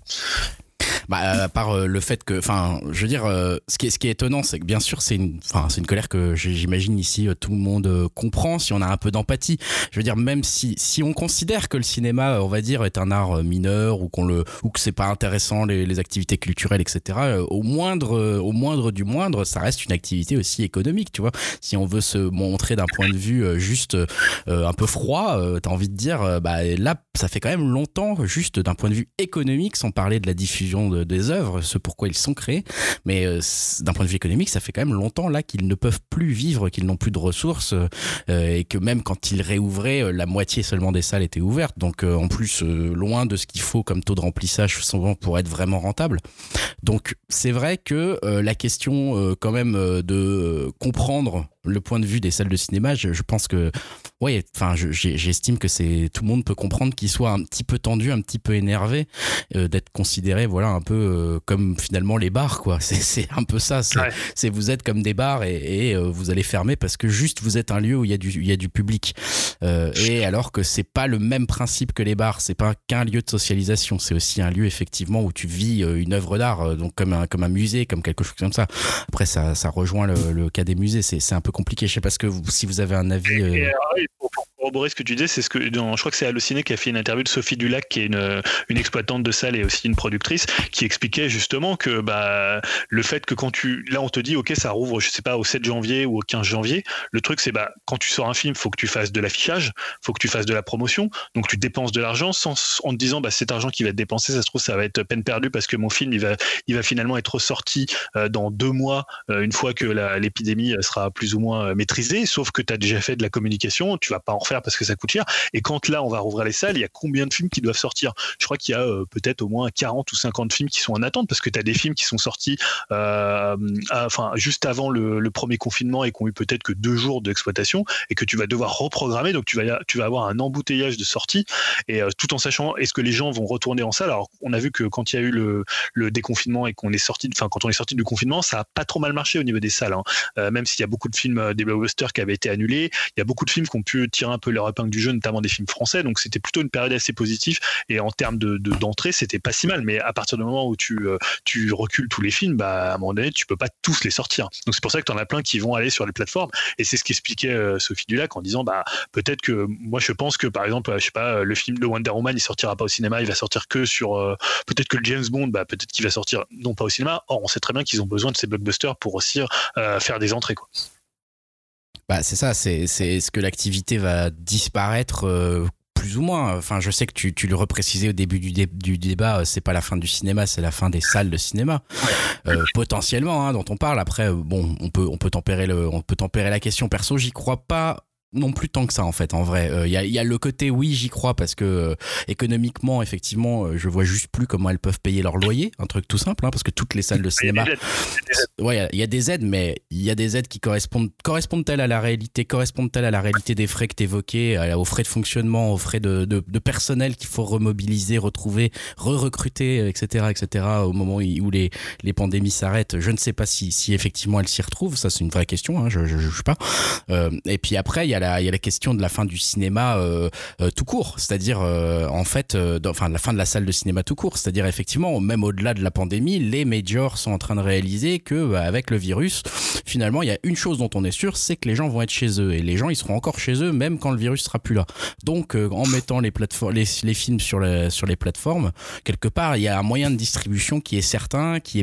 À part le fait que, je veux dire, ce qui est étonnant, c'est que bien sûr, c'est une colère que j'imagine ici tout le monde comprend si on a un peu d'empathie. Je veux dire, même si on considère que le cinéma, on va dire, est un art mineur ou que c'est pas intéressant les activités culturelles, etc. Au moindre du moindre, ça reste une activité aussi économique, tu vois. Si on veut se montrer d'un point de vue juste un peu froid, t'as envie de dire, là, ça fait quand même longtemps, juste d'un point de vue économique, sans parler de la diffusion des œuvres, ce pourquoi ils sont créés, mais d'un point de vue économique, ça fait quand même longtemps là qu'ils ne peuvent plus vivre, qu'ils n'ont plus de ressources, et que même quand ils réouvraient, la moitié seulement des salles étaient ouvertes, donc en plus loin de ce qu'il faut comme taux de remplissage souvent pour être vraiment rentable. Donc c'est vrai que la question quand même de comprendre le point de vue des salles de cinéma, je pense que j'estime que tout le monde peut comprendre qu'il soit un petit peu tendu, un petit peu énervé, d'être considéré un peu comme finalement les bars, quoi. C'est un peu ça, c'est vous êtes comme des bars et vous allez fermer parce que juste vous êtes un lieu où il y a du public, et alors que c'est pas le même principe que les bars, c'est pas qu'un lieu de socialisation, c'est aussi un lieu effectivement où tu vis une œuvre d'art, donc comme un musée, comme quelque chose comme ça. Après ça rejoint le cas des musées, c'est un peu compliqué. Je sais pas si vous avez un avis. Pour corroborer ce que tu disais, c'est je crois que c'est Allociné qui a fait une interview de Sophie Dulac, qui est une exploitante de salle et aussi une productrice, qui expliquait justement que le fait que là on te dit ok, ça rouvre, je sais pas, au 7 janvier ou au 15 janvier, le truc c'est quand tu sors un film, faut que tu fasses de l'affichage, faut que tu fasses de la promotion, donc tu dépenses de l'argent en te disant cet argent qui va être dépensé, ça se trouve ça va être peine perdue parce que mon film il va finalement être ressorti dans 2 mois, une fois que l'épidémie sera plus ou moins maîtrisée, sauf que tu as déjà fait de la communication, tu vas pas en refaire parce que ça coûte cher, et quand là on va rouvrir les salles, il y a combien de films qui doivent sortir? Je crois qu'il y a peut-être au moins 40 ou 50 films qui sont en attente, parce que tu as des films qui sont sortis juste avant le premier confinement et qui ont eu peut-être que 2 jours d'exploitation et que tu vas devoir reprogrammer, donc tu vas avoir un embouteillage de sorties, et tout en sachant est-ce que les gens vont retourner en salle. Alors on a vu que quand il y a eu le déconfinement et quand on est sorti du confinement, ça a pas trop mal marché au niveau des salles, même s'il y a beaucoup de films, des blockbusters qui avaient été annulés, il y a beaucoup de films qui ont pu tirer un peu leur épingle du jeu, notamment des films français, donc c'était plutôt une période assez positive, et en termes d'entrée c'était pas si mal, mais à partir du moment où tu recules tous les films, à un moment donné tu peux pas tous les sortir, donc c'est pour ça que t'en as plein qui vont aller sur les plateformes, et c'est ce qu'expliquait Sophie Dulac en disant peut-être que moi je pense que par exemple je sais pas, le film de Wonder Woman il sortira pas au cinéma, il va sortir que sur peut-être que le James Bond peut-être qu'il va sortir non pas au cinéma. Or on sait très bien qu'ils ont besoin de ces blockbusters pour aussi faire des entrées, quoi. C'est ça, c'est ce que l'activité va disparaître plus ou moins. Enfin, je sais que tu le reprécisais au début du débat, c'est pas la fin du cinéma, c'est la fin des salles de cinéma. Potentiellement, dont on parle. Après, on peut tempérer la question. Perso, j'y crois pas non plus tant que ça, en fait, en vrai. Il y a le côté oui, j'y crois, parce que économiquement, effectivement, je vois juste plus comment elles peuvent payer leur loyer, un truc tout simple, parce que toutes les salles de cinéma, il y a des aides, mais il y a des aides qui correspondent-elles à la réalité, des frais que t'évoquais, aux frais de fonctionnement, aux frais de personnel qu'il faut remobiliser, retrouver, recruter, etc., au moment où les pandémies s'arrêtent. Je ne sais pas si effectivement elles s'y retrouvent, ça c'est une vraie question, je sais pas. Et puis après, il y a la question de la fin du cinéma tout court, c'est-à-dire la fin de la salle de cinéma tout court, c'est-à-dire effectivement même au-delà de la pandémie, les majors sont en train de réaliser que avec le virus, finalement il y a une chose dont on est sûr, c'est que les gens vont être chez eux, et les gens ils seront encore chez eux même quand le virus sera plus là. Donc en mettant les films sur les plateformes, quelque part il y a un moyen de distribution qui est certain, qui est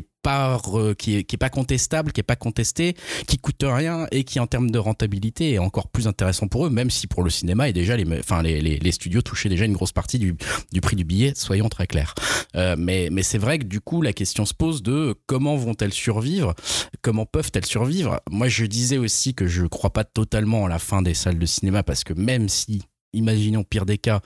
pas contestable, qui est pas contesté, qui coûte rien et qui en termes de rentabilité est encore plus intéressant pour eux, même si pour le cinéma et déjà les studios touchaient déjà une grosse partie du prix du billet, soyons très clairs. Mais c'est vrai que du coup la question se pose de comment vont-elles survivre, comment peuvent-elles survivre. Moi je disais aussi que je crois pas totalement à la fin des salles de cinéma, parce que même si, imaginons pire des cas,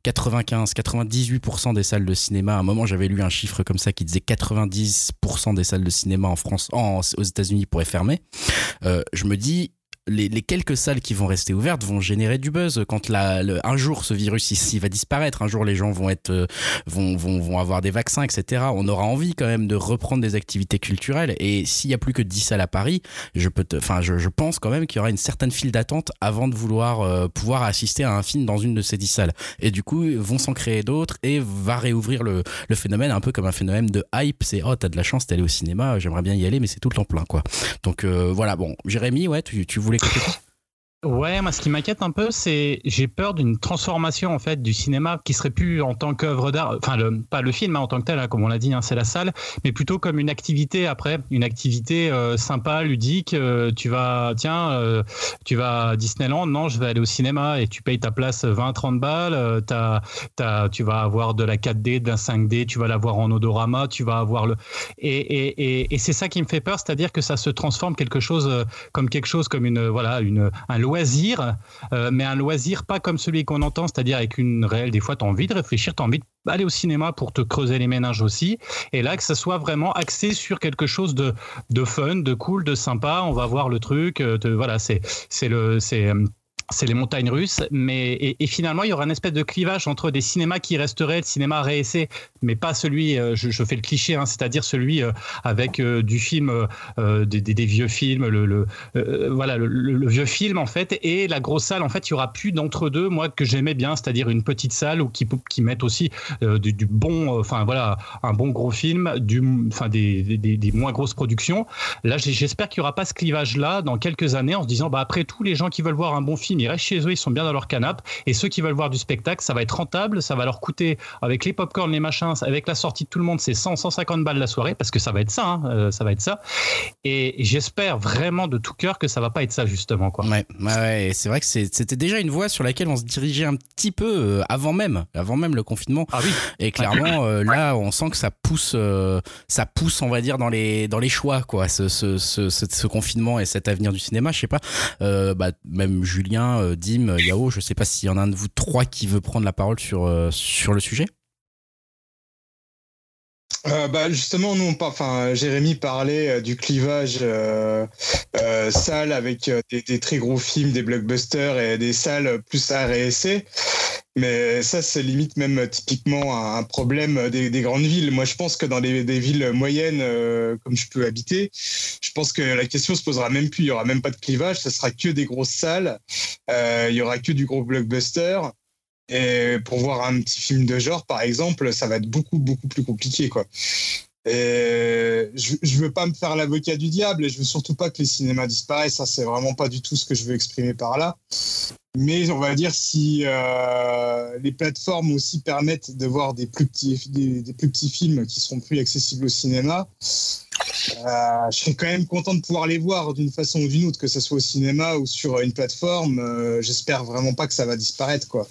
98% des salles de cinéma, à un moment j'avais lu un chiffre comme ça qui disait 90% des salles de cinéma en France, aux États-Unis pourraient fermer, je me dis les quelques salles qui vont rester ouvertes vont générer du buzz. Quand un jour ce virus ici va disparaître, un jour les gens vont avoir des vaccins, etc. On aura envie quand même de reprendre des activités culturelles. Et s'il y a plus que 10 salles à Paris, je pense quand même qu'il y aura une certaine file d'attente avant de vouloir pouvoir assister à un film dans une de ces 10 salles. Et du coup, vont s'en créer d'autres et va réouvrir le phénomène un peu comme un phénomène de hype. C'est t'as de la chance d'aller au cinéma, j'aimerais bien y aller, mais c'est tout le temps plein, quoi. Donc voilà, bon, Jérémy, ouais, tu voulais compléter ? Ouais, moi, ce qui m'inquiète un peu, c'est j'ai peur d'une transformation en fait du cinéma qui serait plus en tant qu'œuvre d'art, enfin pas le film en tant que tel, hein, comme on l'a dit, hein, c'est la salle, mais plutôt comme une activité après, une activité sympa, ludique. Tu vas à Disneyland, non, je vais aller au cinéma et tu payes ta place 20-30 balles. Tu vas avoir de la 4D, de la 5D, tu vas l'avoir en odorama, tu vas avoir et c'est ça qui me fait peur, c'est-à-dire que ça se transforme comme un loisir, mais un loisir pas comme celui qu'on entend, c'est-à-dire avec une réelle, des fois tu as envie de réfléchir, tu as envie d'aller au cinéma pour te creuser les méninges aussi, et là que ça soit vraiment axé sur quelque chose de fun, de cool, de sympa, on va voir le truc, c'est les montagnes russes, mais et finalement il y aura une espèce de clivage entre des cinémas qui resteraient le cinéma réessai, mais pas celui, je fais le cliché, hein, c'est-à-dire celui avec du film, des vieux films, le vieux film en fait, et la grosse salle. En fait, il y aura plus d'entre-deux, moi que j'aimais bien, c'est-à-dire une petite salle où qui mettent aussi du bon, un bon gros film, des moins grosses productions. Là, j'espère qu'il y aura pas ce clivage-là dans quelques années, en se disant après tout, les gens qui veulent voir un bon film, ils restent chez eux, ils sont bien dans leur canapé, et ceux qui veulent voir du spectacle, ça va être rentable, ça va leur coûter, avec les popcorn, les machins, avec la sortie de tout le monde, c'est 100-150 balles la soirée, parce que ça va être ça, ça va être ça, et j'espère vraiment de tout cœur que ça va pas être ça justement, quoi. Ouais, c'est vrai que c'était déjà une voie sur laquelle on se dirigeait un petit peu avant même le confinement. Ah oui. Et clairement, là, on sent que ça pousse, on va dire, dans les choix, quoi, ce confinement et cet avenir du cinéma. Je sais pas, même Julien, Dim, Yao, je sais pas s'il y en a un de vous trois qui veut prendre la parole sur le sujet. Justement, Jérémy parlait du clivage salle avec des très gros films, des blockbusters, et des salles plus art et essai. Mais ça, c'est limite même typiquement un problème des grandes villes. Moi, je pense que dans des villes moyennes, comme je peux habiter, je pense que la question se posera même plus. Il y aura même pas de clivage. Ça sera que des grosses salles. Il y aura que du gros blockbuster. Et pour voir un petit film de genre, par exemple, ça va être beaucoup, beaucoup plus compliqué, quoi. Et je veux pas me faire l'avocat du diable, et je veux surtout pas que les cinémas disparaissent. Ça, c'est vraiment pas du tout ce que je veux exprimer par là. Mais on va dire, si les plateformes aussi permettent de voir des plus petits films qui seront plus accessibles au cinéma, je serais quand même content de pouvoir les voir d'une façon ou d'une autre, que ce soit au cinéma ou sur une plateforme. J'espère vraiment pas que ça va disparaître, quoi.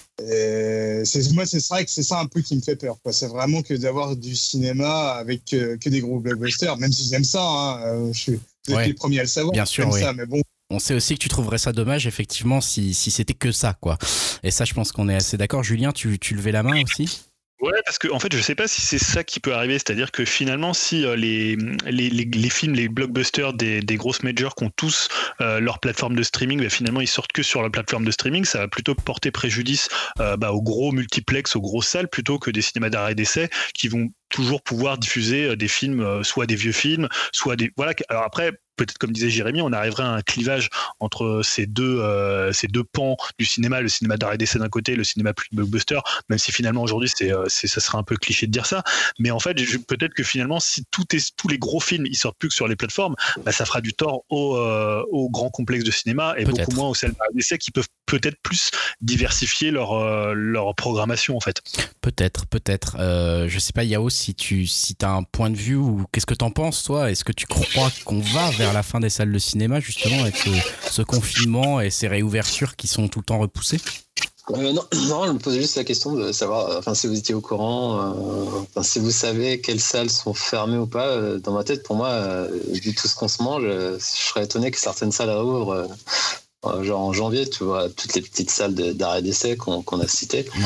Et c'est vrai que c'est ça un peu qui me fait peur, quoi. C'est vraiment que d'avoir du cinéma avec que des gros blockbusters, même si j'aime ça, je suis les premiers à le savoir. Bien sûr, oui. Ça, mais bon. On sait aussi que tu trouverais ça dommage, effectivement, si c'était que ça, quoi. Et ça, je pense qu'on est assez d'accord. Julien, tu levais la main aussi ? Ouais, parce que en fait, je sais pas si c'est ça qui peut arriver, c'est-à-dire que finalement, si les films, les blockbusters des grosses majors qui ont tous leur plateforme de streaming, finalement ils sortent que sur leur plateforme de streaming, ça va plutôt porter préjudice aux gros multiplex, aux grosses salles, plutôt que des cinémas d'arrêt d'essai qui vont toujours pouvoir diffuser des films, soit des vieux films, soit des voilà. Alors après, peut-être comme disait Jérémy, on arriverait à un clivage entre ces deux pans du cinéma, le cinéma d'arrêt d'essai d'un côté, le cinéma plus blockbuster, même si finalement aujourd'hui ça serait un peu cliché de dire ça, mais en fait peut-être que finalement si tous les gros films ils sortent plus que sur les plateformes, ça fera du tort aux grands complexes de cinéma et beaucoup moins aux salles d'arrêt d'essai qui peuvent peut-être plus diversifier leur programmation en fait. Peut-être. Je sais pas, Yao, si t'as un point de vue, ou qu'est-ce que t'en penses, toi ? Est-ce que tu crois qu'on va vers la fin des salles de cinéma, justement, avec ce confinement et ces réouvertures qui sont tout le temps repoussées ? Non, je me posais juste la question de savoir si vous étiez au courant, si vous savez quelles salles sont fermées ou pas. Dans ma tête, pour moi, vu tout ce qu'on se mange, je serais étonné que certaines salles réouvrent. Genre en janvier, tu vois, toutes les petites salles d'arrêt d'essai qu'on a citées. Ouais.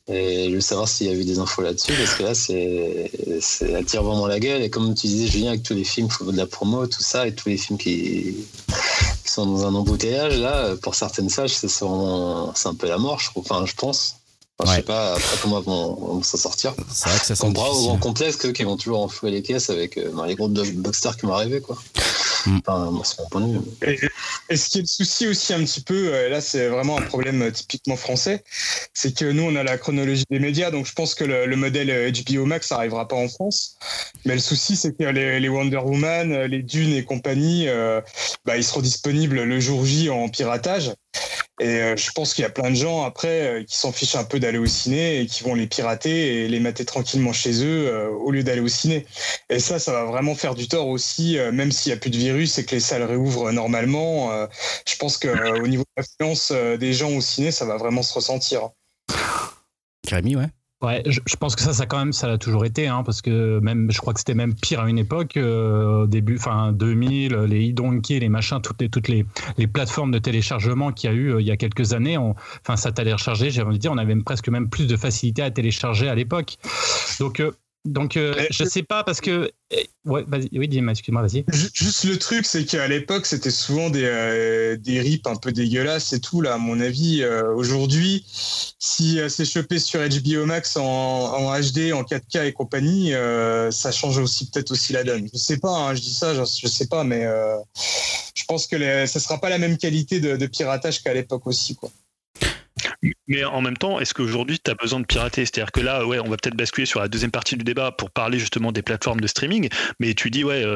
Et je veux savoir s'il y a eu des infos là-dessus, parce que là, ça attire vraiment la gueule. Et comme tu disais, Julien, avec tous les films, il faut de la promo, tout ça, et tous les films qui sont dans un embouteillage, là, pour certaines salles, c'est un peu la mort, je trouve. Enfin, je pense. Enfin, je sais pas après comment vont s'en sortir. C'est vrai que ça sent comparé aux difficile. grands complexes qui vont toujours enfouer les caisses avec les gros blockstars qui m'ont arrivé, quoi. Enfin, moi, c'est mon point de vue. Et ce qui est le souci aussi un petit peu, là c'est vraiment un problème typiquement français, c'est que nous on a la chronologie des médias, donc je pense que le modèle HBO Max n'arrivera pas en France. Mais le souci c'est que les Wonder Woman, les Dune et compagnie, ils seront disponibles le jour J en piratage. Et je pense qu'il y a plein de gens après qui s'en fichent un peu d'aller au ciné et qui vont les pirater et les mater tranquillement chez eux au lieu d'aller au ciné. Et ça va vraiment faire du tort aussi, même s'il n'y a plus de virus et que les salles réouvrent normalement. Je pense qu'au niveau de l'affluence des gens au ciné, ça va vraiment se ressentir. Jérémy, ouais. Ouais, je pense que ça quand même, ça l'a toujours été, hein, parce que même, je crois que c'était même pire à une époque, au début, enfin 2000, les e-donkey, les machins, toutes les plateformes de téléchargement qu'il y a eu il y a quelques années, ça téléchargeait, j'ai envie de dire, on avait presque même plus de facilité à télécharger à l'époque. Donc, je sais pas, parce que... Ouais, vas-y, oui, dis-moi, excuse-moi, vas-y. Juste le truc, c'est qu'à l'époque, c'était souvent des rips un peu dégueulasses et tout, là, à mon avis. Aujourd'hui, si c'est chopé sur HBO Max en HD, en 4K et compagnie, ça change aussi peut-être aussi la donne. Je sais pas, hein, je dis ça, je sais pas, mais je pense que ça sera pas la même qualité de piratage qu'à l'époque aussi, quoi. Mais en même temps, est-ce qu'aujourd'hui, tu as besoin de pirater ? C'est-à-dire que là, ouais, on va peut-être basculer sur la deuxième partie du débat pour parler justement des plateformes de streaming, mais tu dis, ouais,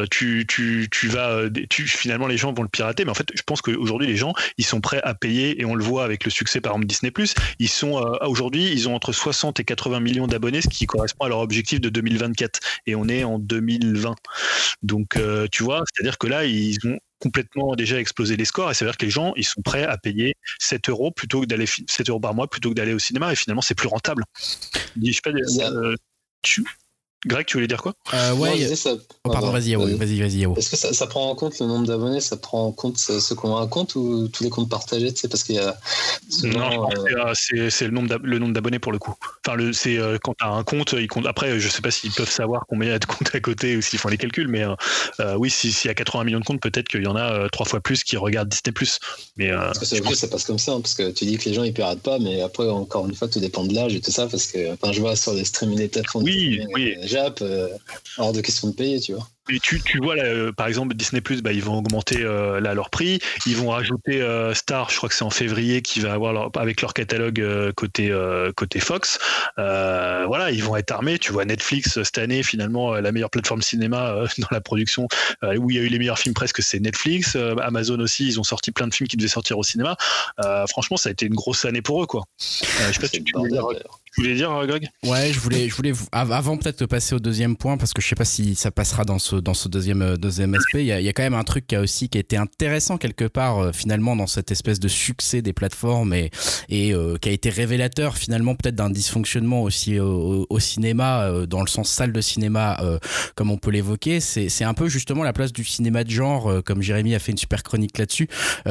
finalement, les gens vont le pirater, mais en fait, je pense qu'aujourd'hui, les gens, ils sont prêts à payer, et on le voit avec le succès, par exemple, Disney+, ils sont, aujourd'hui, ils ont entre 60 et 80 millions d'abonnés, ce qui correspond à leur objectif de 2024, et on est en 2020. Donc, tu vois, c'est-à-dire que là, ils ont complètement déjà explosé les scores, et ça veut dire que les gens ils sont prêts à payer 7 euros par mois plutôt que d'aller au cinéma, et finalement c'est plus rentable. Je sais pas, Greg, tu voulais dire quoi ? Ouais. Pardon, vas-y, Yao. Est-ce que ça prend en compte le nombre d'abonnés ? Ça prend en compte ceux qu'on a un compte ou tous les comptes partagés, tu sais, parce qu'il y a souvent, non, je pense que c'est le nombre d'abonnés pour le coup. Enfin, c'est quand tu as un compte, ils comptent. Après, je sais pas s'ils peuvent savoir combien il y a de comptes à côté ou s'ils font les calculs, mais oui, s'il y a 80 millions de comptes, peut-être qu'il y en a 3 fois plus qui regardent Disney+. Mais parce que ça passe comme ça, hein, parce que tu dis que les gens ils piratent pas, mais après encore une fois tout dépend de l'âge et tout ça, parce que je vois sur les streaming, des plateformes Jap, hors de question de payer, tu vois. Et tu vois là, par exemple Disney+, ils vont augmenter leur prix, ils vont rajouter Star, je crois que c'est en février, qui va avoir avec leur catalogue côté Fox. Voilà, ils vont être armés. Tu vois Netflix cette année, finalement la meilleure plateforme cinéma dans la production, où il y a eu les meilleurs films presque, c'est Netflix. Amazon aussi, ils ont sorti plein de films qui devaient sortir au cinéma. Franchement, ça a été une grosse année pour eux, quoi. Je sais pas si tu voulais dire, Greg ? Ouais, je voulais avant peut-être de passer au deuxième point, parce que je sais pas si ça passera dans ce deuxième aspect. Il y a quand même un truc qui a été intéressant quelque part finalement dans cette espèce de succès des plateformes et qui a été révélateur finalement peut-être d'un dysfonctionnement aussi au cinéma, dans le sens salle de cinéma, comme on peut l'évoquer. C'est un peu justement la place du cinéma de genre, comme Jérémy a fait une super chronique là-dessus.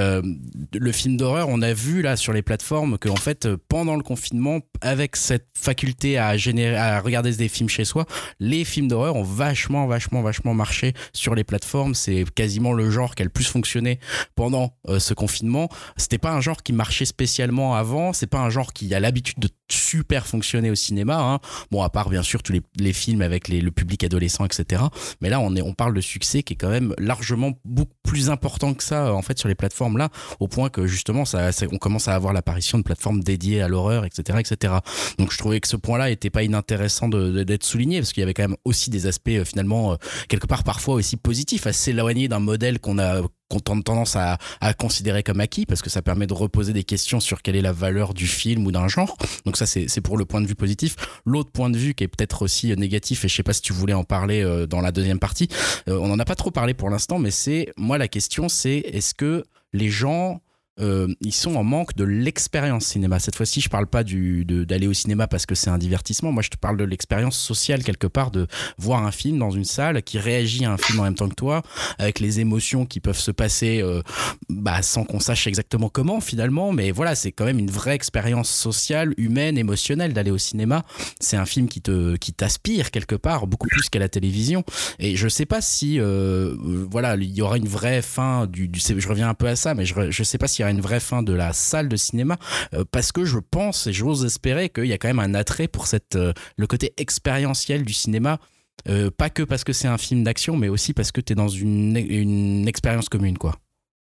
Le film d'horreur, on a vu là sur les plateformes que en fait pendant le confinement, avec cette faculté à regarder des films chez soi, les films d'horreur ont vachement marché sur les plateformes. C'est quasiment le genre qui a le plus fonctionné pendant ce confinement. C'était pas un genre qui marchait spécialement avant, c'est pas un genre qui a l'habitude de super fonctionner au cinéma, hein. Bon, à part bien sûr tous les films avec le public adolescent, etc. Mais là on parle de succès qui est quand même largement beaucoup plus important que ça en fait sur les plateformes là, au point que justement on commence à avoir l'apparition de plateformes dédiées à l'horreur, etc. Donc je trouvais que ce point là était pas inintéressant d'être souligné, parce qu'il y avait quand même aussi des aspects finalement quelque part parfois aussi positifs, à s'éloigner d'un modèle qu'on tend tendance à considérer comme acquis, parce que ça permet de reposer des questions sur quelle est la valeur du film ou d'un genre. Donc ça c'est pour le point de vue positif. L'autre point de vue qui est peut-être aussi négatif, et je sais pas si tu voulais en parler dans la deuxième partie, on en a pas trop parlé pour l'instant, mais la question c'est, est-ce que les gens ils sont en manque de l'expérience cinéma. Cette fois-ci, je parle pas d'aller au cinéma parce que c'est un divertissement. Moi, je te parle de l'expérience sociale quelque part, de voir un film dans une salle qui réagit à un film en même temps que toi, avec les émotions qui peuvent se passer sans qu'on sache exactement comment finalement. Mais voilà, c'est quand même une vraie expérience sociale, humaine, émotionnelle d'aller au cinéma. C'est un film qui t'aspire quelque part, beaucoup plus qu'à la télévision. Et je sais pas si il y aura une vraie fin je reviens un peu à ça, mais je sais pas s'il y aura une vraie fin de la salle de cinéma, parce que je pense et j'ose espérer qu'il y a quand même un attrait pour le côté expérientiel du cinéma, pas que parce que c'est un film d'action, mais aussi parce que t'es dans une expérience commune, quoi. Jérémy ?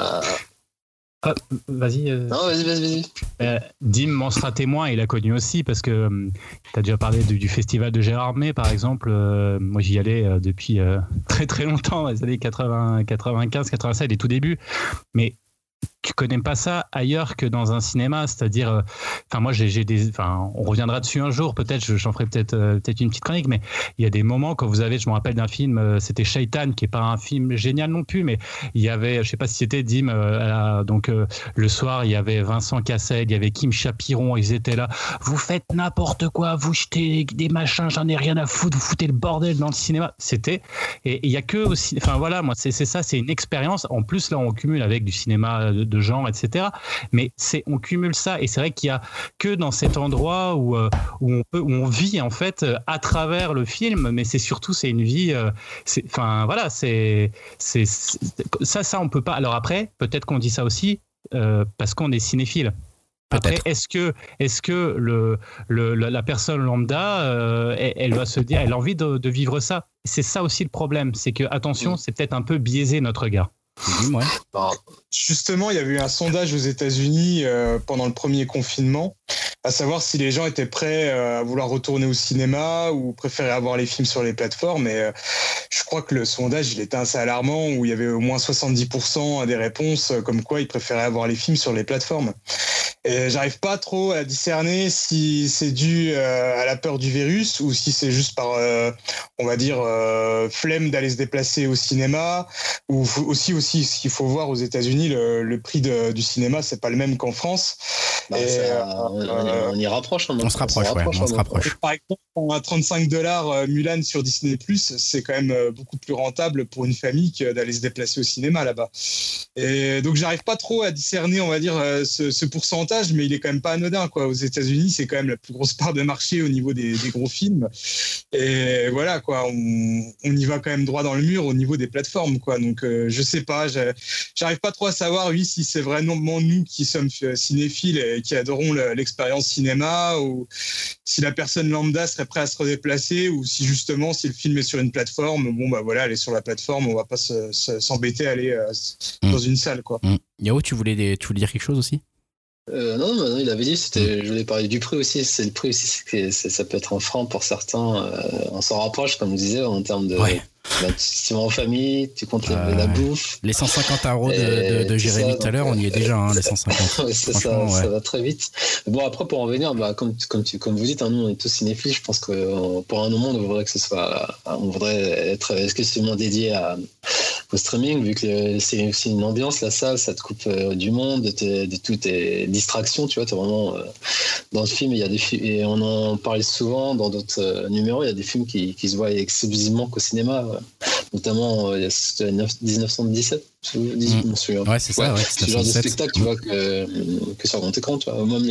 Vas-y. Non, vas-y. Dim m'en sera témoin, il a connu aussi, parce que tu as déjà parlé du festival de Gérardmer, par exemple. Moi, j'y allais depuis très très longtemps, dans les années 80, 95, 87, les tout débuts. Mais tu connais pas ça ailleurs que dans un cinéma, c'est-à-dire, moi on reviendra dessus un jour, peut-être, j'en ferai peut-être une petite chronique, mais il y a des moments quand vous avez, je me rappelle d'un film, c'était Shaitan, qui est pas un film génial non plus, mais il y avait, je sais pas si c'était Dim, le soir il y avait Vincent Cassel, il y avait Kim Chapiron, ils étaient là, vous faites n'importe quoi, vous jetez des machins, j'en ai rien à foutre, vous foutez le bordel dans le cinéma, et il y a que aussi, moi c'est ça, c'est une expérience. En plus là on cumule avec du cinéma de genre, etc. Mais on cumule ça, et c'est vrai qu'il y a que dans cet endroit où on vit en fait à travers le film, mais c'est une vie. Ça on peut pas. Alors après, peut-être qu'on dit ça aussi parce qu'on est cinéphile. Après, est-ce que la personne lambda, elle va se dire, elle a envie de vivre ça? C'est ça aussi le problème, c'est que attention, c'est peut-être un peu biaisé notre regard. Ouais. Justement, il y avait eu un sondage aux États-Unis pendant le premier confinement, à savoir si les gens étaient prêts à vouloir retourner au cinéma ou préféraient avoir les films sur les plateformes. Et je crois que le sondage, il était assez alarmant, où il y avait au moins 70% des réponses comme quoi ils préféraient avoir les films sur les plateformes. Et j'arrive pas trop à discerner si c'est dû à la peur du virus ou si c'est juste par, on va dire, flemme d'aller se déplacer au cinéma, ou aussi ce qu'il faut voir aux États-Unis, le prix du cinéma, c'est pas le même qu'en France. On y rapproche. On se rapproche. Par exemple, à $35 Mulan sur Disney+, c'est quand même beaucoup plus rentable pour une famille que d'aller se déplacer au cinéma là-bas. Et donc j'arrive pas trop à discerner, on va dire, ce pourcentage, mais il est quand même pas anodin, quoi. Aux États-Unis, c'est quand même la plus grosse part de marché au niveau des gros films. Et voilà, quoi, on y va quand même droit dans le mur au niveau des plateformes, quoi. Donc je sais pas, j'arrive pas trop à savoir, oui, si c'est vraiment nous qui sommes cinéphiles et qui adorons l'expérience cinéma, ou si la personne lambda serait prête à se redéplacer, ou si justement, si le film est sur une plateforme, elle est sur la plateforme, on va pas s'embêter à aller dans une salle, quoi. Yao, tu voulais dire quelque chose aussi? Non, il avait dit, je voulais parler du prix aussi. C'est le prix aussi, c'est que ça peut être un frein pour certains. On s'en rapproche, comme je disais, en termes de. Ouais. Tu vas en famille, tu comptes la bouffe. Les 150 € de Jérémy tout à l'heure, on y est déjà, les 150. C'est ça, ça va très vite. Bon, après, pour en venir, comme vous dites, nous, on est tous cinéphiles. Je pense que pour un moment, on voudrait être exclusivement dédié au streaming, vu que c'est aussi une ambiance, la salle, ça te coupe du monde, de toutes tes distractions, tu vois, t'es vraiment dans le film. Il y a des films, et on en parle souvent dans d'autres numéros, il y a des films qui se voient exclusivement qu'au cinéma. Notamment 1917, je m'en souviens. Ouais, c'est ça, ce genre de spectacle, tu vois, que sur grand écran, tu vois. Moi,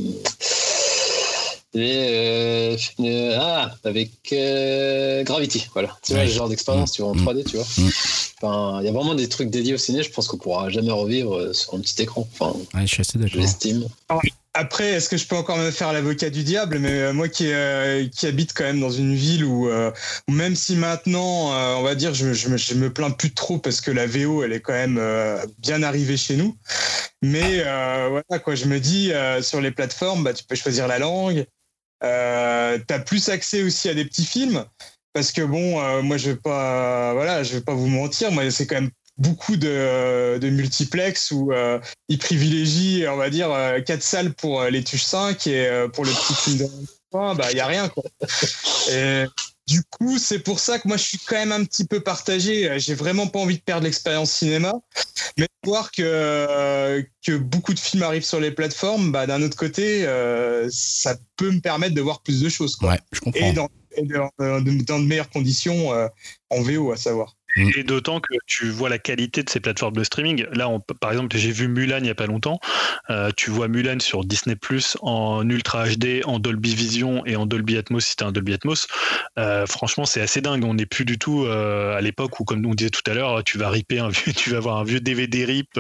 avec Gravity, voilà. Tu vois, le genre d'expérience, tu vois, en 3D, tu vois. Enfin, il y a vraiment des trucs dédiés au ciné, je pense qu'on pourra jamais revivre sur un petit écran. Enfin, je suis assez d'accord. Je l'estime. Après, est-ce que je peux encore me faire l'avocat du diable? Mais moi qui habite quand même dans une ville où même si maintenant, on va dire, je me plains plus trop parce que la VO, elle est quand même bien arrivée chez nous. Mais voilà, quoi, je me dis, sur les plateformes, tu peux choisir la langue. T'as plus accès aussi à des petits films. Parce que moi, je vais pas vous mentir, moi, c'est quand même beaucoup de multiplex où ils privilégient, on va dire, 4 salles pour les Tuches 5 et pour le petit film de il n'y a rien, quoi. Et Du coup, c'est pour ça que moi, je suis quand même un petit peu partagé. J'ai vraiment pas envie de perdre l'expérience cinéma. Mais voir que beaucoup de films arrivent sur les plateformes, bah, d'un autre côté, ça peut me permettre de voir plus de choses, quoi. Ouais, je comprends. Et dans de meilleures conditions en VO, à savoir. Et d'autant que tu vois la qualité de ces plateformes de streaming. Là, par exemple, j'ai vu Mulan il n'y a pas longtemps. Tu vois Mulan sur Disney+, en Ultra HD, en Dolby Vision et en Dolby Atmos si t'as un Dolby Atmos. Franchement, c'est assez dingue. On n'est plus du tout à l'époque où, comme on disait tout à l'heure, tu vas avoir un vieux DVD RIP.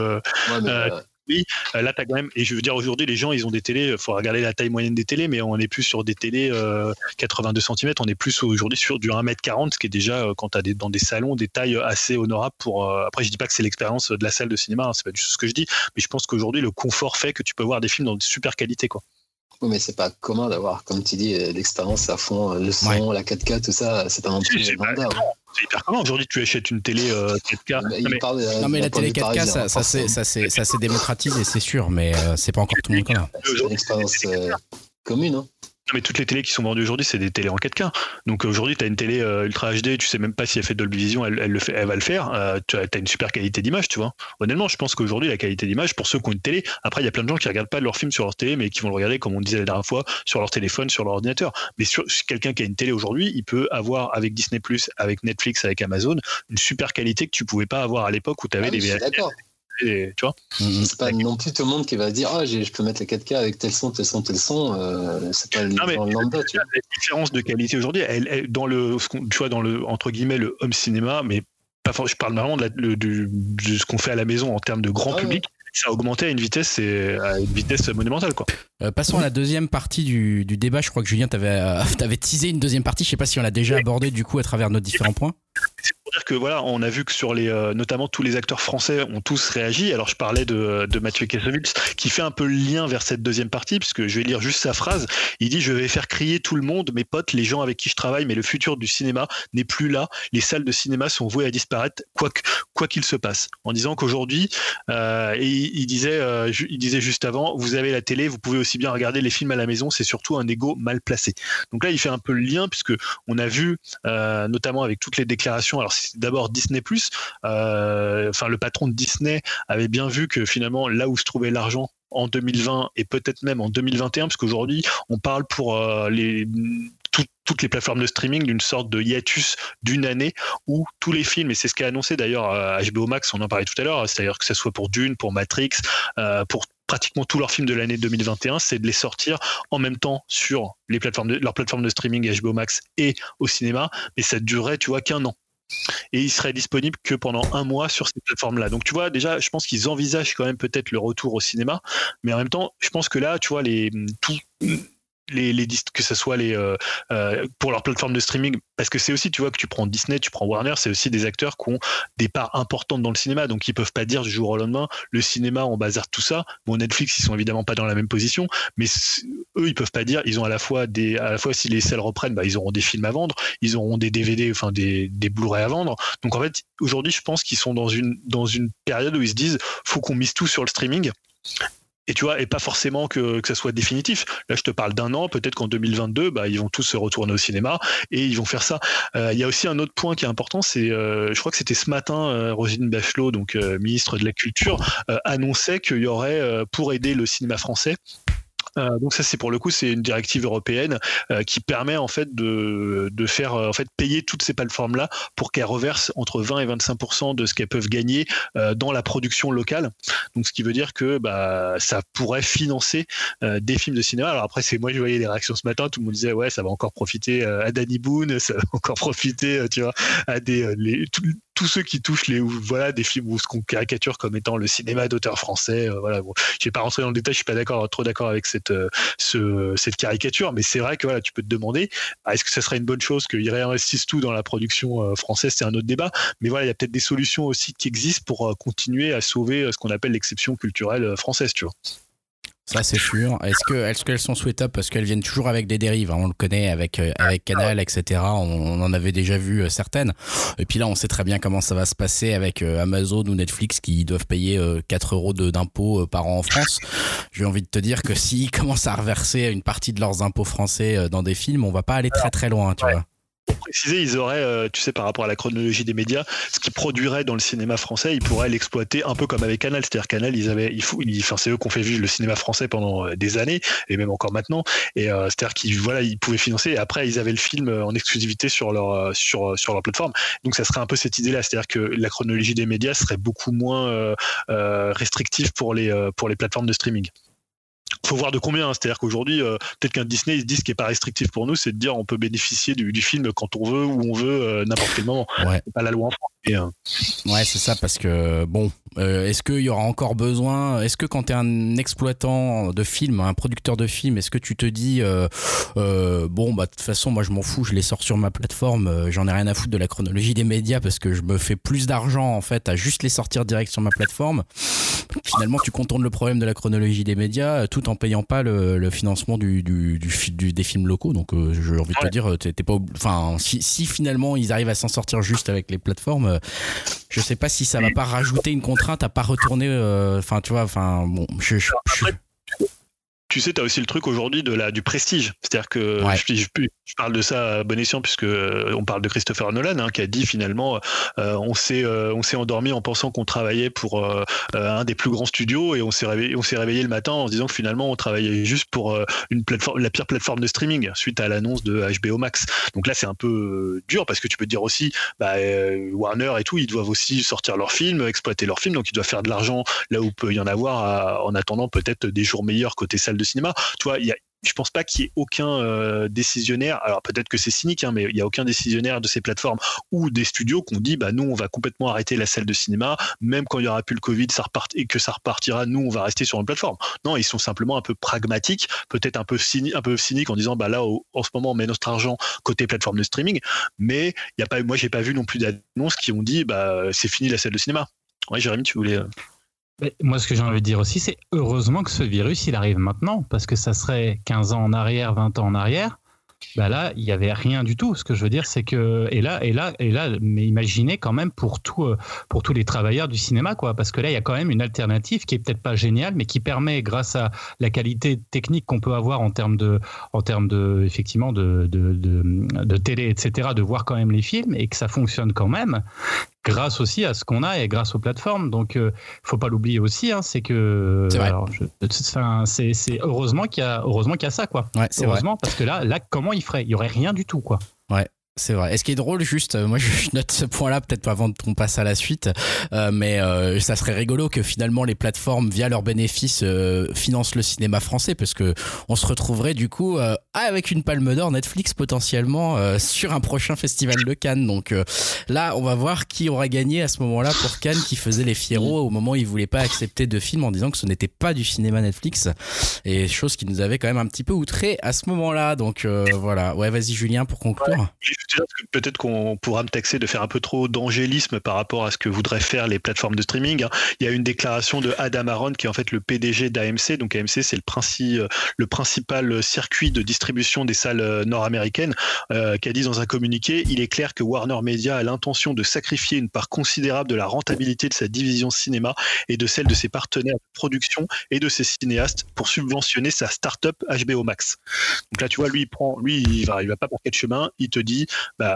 Là, t'as quand même, et je veux dire, aujourd'hui, les gens, ils ont des télés, il faut regarder la taille moyenne des télés, mais on n'est plus sur des télés 82 cm, on est plus aujourd'hui sur du 1m40, ce qui est déjà, quand t'as dans des salons, des tailles assez honorables pour. Après, je dis pas que c'est l'expérience de la salle de cinéma, hein, c'est pas du tout ce que je dis, mais je pense qu'aujourd'hui, le confort fait que tu peux voir des films dans de super qualité, quoi. Oui, mais c'est pas commun d'avoir, comme tu dis, l'expérience à fond, le son, la 4K, tout ça, c'est pas non plus standard. C'est hyper commun. Aujourd'hui, tu achètes une télé 4K. Non, mais la télé 4K, ça s'est démocratisé, c'est sûr, mais c'est pas encore tout le monde comme ça. C'est une expérience commune, hein. Non, mais toutes les télés qui sont vendues aujourd'hui, c'est des télés en 4K. Donc aujourd'hui, tu as une télé Ultra HD, tu sais même pas si elle fait Dolby Vision, elle va le faire. Tu as une super qualité d'image, tu vois. Honnêtement, je pense qu'aujourd'hui, la qualité d'image, pour ceux qui ont une télé, après, il y a plein de gens qui regardent pas leur film sur leur télé, mais qui vont le regarder, comme on disait la dernière fois, sur leur téléphone, sur leur ordinateur. Mais quelqu'un qui a une télé aujourd'hui, il peut avoir avec Disney+, avec Netflix, avec Amazon, une super qualité que tu pouvais pas avoir à l'époque où tu avais des VHS. D'accord. Tu vois, c'est pas non plus tout le monde qui va dire je peux mettre la 4K avec tel son, c'est pas dans le lambda, tu vois. La différence de qualité aujourd'hui, elle dans le, tu vois, dans le entre guillemets le home cinéma, mais pas je parle vraiment de ce qu'on fait à la maison en termes de grand public. Ça a augmenté à une vitesse monumentale, quoi. Passons à la deuxième partie du débat. Je crois que Julien t'avais teasé une deuxième partie. Je sais pas si on l'a déjà abordé du coup à travers nos différents points. C'est pour dire que voilà, on a vu que sur notamment tous les acteurs français ont tous réagi. Alors je parlais de Mathieu Kassovitz qui fait un peu le lien vers cette deuxième partie, puisque je vais lire juste sa phrase. Il dit: je vais faire crier tout le monde, mes potes, les gens avec qui je travaille, mais le futur du cinéma n'est plus là. Les salles de cinéma sont vouées à disparaître, quoi qu'il se passe. En disant qu'aujourd'hui, et il disait juste avant, vous avez la télé, vous pouvez aussi bien regarder les films à la maison, c'est surtout un ego mal placé. Donc là, il fait un peu le lien, puisque on a vu, notamment avec toutes les déclarations. Alors c'est d'abord Disney+, le patron de Disney avait bien vu que finalement là où se trouvait l'argent en 2020 et peut-être même en 2021, parce qu'aujourd'hui on parle pour toutes les plateformes de streaming d'une sorte de hiatus d'une année où tous les films, et c'est ce qu'a annoncé d'ailleurs HBO Max, on en parlait tout à l'heure, c'est-à-dire que ce soit pour Dune, pour Matrix, pour pratiquement tous leurs films de l'année 2021, c'est de les sortir en même temps sur leurs plateformes de streaming HBO Max et au cinéma, mais ça durerait, tu vois, qu'un an. Et il serait disponible que pendant un mois sur ces plateformes-là. Donc tu vois, déjà, je pense qu'ils envisagent quand même peut-être le retour au cinéma, mais en même temps, je pense que là, tu vois, que ce soit pour leur plateforme de streaming, parce que c'est aussi, tu vois, que tu prends Disney, tu prends Warner, c'est aussi des acteurs qui ont des parts importantes dans le cinéma, donc ils peuvent pas dire du jour au lendemain le cinéma on bazarde tout ça. Bon, Netflix, ils sont évidemment pas dans la même position, mais eux ils peuvent pas dire, ils ont à la fois si les salles reprennent, bah, ils auront des films à vendre, ils auront des DVD, enfin des Blu-ray à vendre. Donc en fait aujourd'hui je pense qu'ils sont dans une période où ils se disent faut qu'on mise tout sur le streaming. Et tu vois, et pas forcément que ça soit définitif. Là, je te parle d'un an, peut-être qu'en 2022, bah, ils vont tous se retourner au cinéma et ils vont faire ça. Il y a aussi un autre point qui est important, c'est, je crois que c'était ce matin, Roselyne Bachelot, donc ministre de la Culture, annonçait qu'il y aurait, pour aider le cinéma français, donc ça, c'est pour le coup, c'est une directive européenne qui permet en fait de faire payer toutes ces plateformes là pour qu'elles reversent entre 20 et 25% de ce qu'elles peuvent gagner dans la production locale. Donc ce qui veut dire que ça pourrait financer des films de cinéma. Alors après, moi je voyais les réactions ce matin, tout le monde disait ouais, ça va encore profiter à Danny Boone, ça va encore profiter, tu vois, à tous ceux qui touchent des films où ce qu'on caricature comme étant le cinéma d'auteur français. Voilà, bon, je vais pas rentrer dans le détail, je suis pas trop d'accord avec cette caricature, mais c'est vrai que voilà, tu peux te demander est-ce que ça serait une bonne chose qu'ils réinvestissent tout dans la production française, c'est un autre débat, mais voilà, il y a peut-être des solutions aussi qui existent pour continuer à sauver ce qu'on appelle l'exception culturelle française, tu vois. Ça c'est sûr. Est-ce qu'elles sont souhaitables parce qu'elles viennent toujours avec des dérives, hein. On le connaît avec Canal, etc. On en avait déjà vu certaines. Et puis là, on sait très bien comment ça va se passer avec Amazon ou Netflix qui doivent payer 4 € d'impôts par an en France. J'ai envie de te dire que s'ils commencent à reverser une partie de leurs impôts français dans des films, on va pas aller très très loin, tu vois. préciser, ils auraient, tu sais, par rapport à la chronologie des médias, ce qu'ils produiraient dans le cinéma français, ils pourraient l'exploiter un peu comme avec Canal. C'est-à-dire Canal, c'est eux qui ont fait vivre le cinéma français pendant des années, et même encore maintenant. Et c'est-à-dire ils pouvaient financer. Et après, ils avaient le film en exclusivité sur leur plateforme. Donc, ça serait un peu cette idée-là. C'est-à-dire que la chronologie des médias serait beaucoup moins restrictive pour les plateformes de streaming. Faut voir de combien, c'est-à-dire qu'aujourd'hui, peut-être qu'un Disney, ils se disent ce qui n'est pas restrictif pour nous, c'est de dire on peut bénéficier du film quand on veut, où on veut, n'importe quel moment. Ouais. C'est pas la loi en France. Ouais, c'est ça, parce que bon, est-ce qu'il y aura encore besoin, est-ce que quand tu es un exploitant de film, un producteur de film, est-ce que tu te dis bon bah de toute façon moi je m'en fous, je les sors sur ma plateforme, j'en ai rien à foutre de la chronologie des médias parce que je me fais plus d'argent en fait à juste les sortir direct sur ma plateforme. Finalement tu contournes le problème de la chronologie des médias tout en payant pas le financement des films locaux, donc j'ai envie de te dire t'es pas enfin si finalement ils arrivent à s'en sortir juste avec les plateformes, je sais pas si ça va pas rajouter une contrainte à pas retourner, enfin tu vois, enfin bon, tu sais, tu as aussi le truc aujourd'hui du prestige. C'est-à-dire que je parle de ça à bon escient puisque on parle de Christopher Nolan qui a dit finalement on s'est endormi en pensant qu'on travaillait pour un des plus grands studios et on s'est réveillé le matin en se disant que finalement on travaillait juste pour la pire plateforme de streaming suite à l'annonce de HBO Max. Donc là c'est un peu dur parce que tu peux te dire aussi Warner et tout, ils doivent aussi sortir leurs films, exploiter leurs films, donc ils doivent faire de l'argent là où peut y en avoir en attendant peut-être des jours meilleurs côté salle de cinéma. Tu vois, je pense pas qu'il y ait aucun décisionnaire, alors peut-être que c'est cynique, mais il y a aucun décisionnaire de ces plateformes ou des studios qui ont dit nous on va complètement arrêter la salle de cinéma, même quand il y aura plus le Covid et que ça repartira, nous on va rester sur une plateforme. Non, ils sont simplement un peu pragmatiques, peut-être un peu cyniques en disant là en ce moment on met notre argent côté plateforme de streaming, mais moi j'ai pas vu non plus d'annonces qui ont dit c'est fini la salle de cinéma. Ouais, Jérémy, tu voulais... Moi, ce que j'ai envie de dire aussi, c'est heureusement que ce virus, il arrive maintenant, parce que ça serait 15 ans en arrière, 20 ans en arrière. Là, il n'y avait rien du tout. Ce que je veux dire, c'est que... Et là, mais imaginez quand même pour tous les travailleurs du cinéma, quoi. Parce que là, il y a quand même une alternative qui est peut-être pas géniale, mais qui permet, grâce à la qualité technique qu'on peut avoir en termes de effectivement, de télé, etc., de voir quand même les films et que ça fonctionne quand même. Grâce aussi à ce qu'on a et grâce aux plateformes. Donc, faut pas l'oublier aussi, c'est que... C'est vrai. Alors, c'est heureusement qu'il y a ça, quoi. Ouais, c'est heureusement, vrai. Parce que là, comment il ferait ? Il y aurait rien du tout, quoi. Ouais. C'est vrai. Et ce qui est drôle, juste, moi je note ce point-là, peut-être pas avant qu'on passe à la suite, mais ça serait rigolo que finalement les plateformes, via leurs bénéfices, financent le cinéma français, parce que on se retrouverait du coup avec une palme d'or Netflix potentiellement sur un prochain festival de Cannes. Donc là, on va voir qui aura gagné à ce moment-là pour Cannes, qui faisait les fiéros au moment où ils voulaient pas accepter de film en disant que ce n'était pas du cinéma Netflix, et chose qui nous avait quand même un petit peu outré à ce moment-là. Donc voilà. Ouais, vas-y Julien pour conclure. Ouais. Peut-être qu'on pourra me taxer de faire un peu trop d'angélisme par rapport à ce que voudraient faire les plateformes de streaming. Il y a une déclaration de Adam Aron, qui est en fait le PDG d'AMC. Donc AMC, c'est le principal circuit de distribution des salles nord-américaines, qui a dit dans un communiqué: il est clair que Warner Media a l'intention de sacrifier une part considérable de la rentabilité de sa division cinéma et de celle de ses partenaires de production et de ses cinéastes pour subventionner sa start-up HBO Max. Donc là, tu vois, lui, il va pas par quel chemin. Il te dit,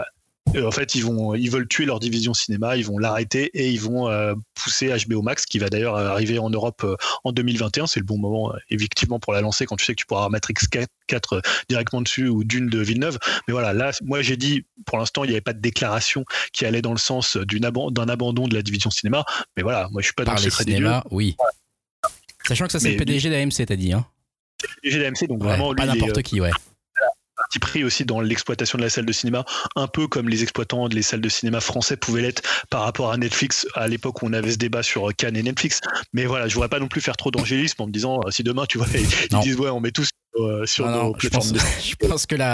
en fait, ils veulent tuer leur division cinéma, ils vont l'arrêter et ils vont pousser HBO Max, qui va d'ailleurs arriver en Europe en 2021. C'est le bon moment, effectivement, pour la lancer quand tu sais que tu pourras avoir Matrix 4 directement dessus ou Dune de Villeneuve. Mais voilà, là, moi j'ai dit, pour l'instant, il n'y avait pas de déclaration qui allait dans le sens d'un abandon de la division cinéma. Mais voilà, moi je suis pas dans le secret des dieux. Oui. Sachant que ça, c'est le PDG d'AMC, t'as dit, hein. C'est le PDG d'AMC, donc vraiment, lui, pas n'importe qui, ouais. Parti pris aussi dans l'exploitation de la salle de cinéma, un peu comme les exploitants des salles de cinéma français pouvaient l'être par rapport à Netflix à l'époque où on avait ce débat sur Cannes et Netflix. Mais voilà, je voudrais pas non plus faire trop d'angélisme en me disant si demain tu vois ils disent on met tout sur nos plateformes. Je pense que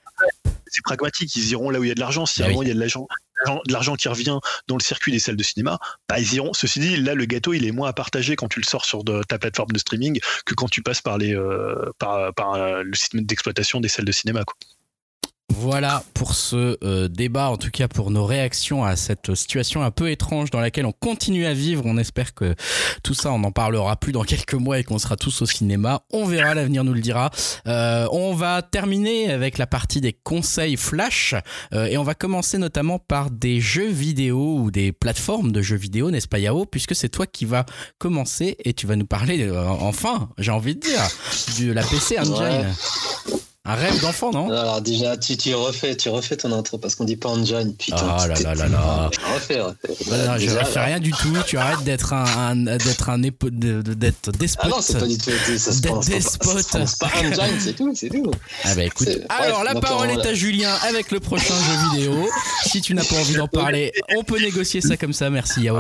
c'est pragmatique, ils iront là où il y a de l'argent. Si vraiment il y a de l'argent qui revient dans le circuit des salles de cinéma, ils iront. Ceci dit, là le gâteau il est moins à partager quand tu le sors sur ta plateforme de streaming que quand tu passes par le système d'exploitation des salles de cinéma, quoi. Voilà pour ce débat, en tout cas pour nos réactions à cette situation un peu étrange dans laquelle on continue à vivre. On espère que tout ça, on n'en parlera plus dans quelques mois et qu'on sera tous au cinéma. On verra, l'avenir nous le dira. On va terminer avec la partie des conseils flash et on va commencer notamment par des jeux vidéo ou des plateformes de jeux vidéo, n'est-ce pas Yao? Puisque c'est toi qui vas commencer et tu vas nous parler, enfin, j'ai envie de dire, de la PC Engine. Ouais. Un rêve d'enfant, non? Alors déjà, tu refais ton intro parce qu'on dit pas Engine, putain. Oh là là là là. Refais. Non, je refais rien du tout. Tu arrêtes d'être d'être despote. Ah non, c'est pas du tout. D'être despote. C'est pas Engine, c'est tout. Ah bah écoute. Alors la parole est à Julien avec le prochain jeu vidéo. Si tu n'as pas envie d'en parler, on peut négocier ça comme ça. Merci Yao.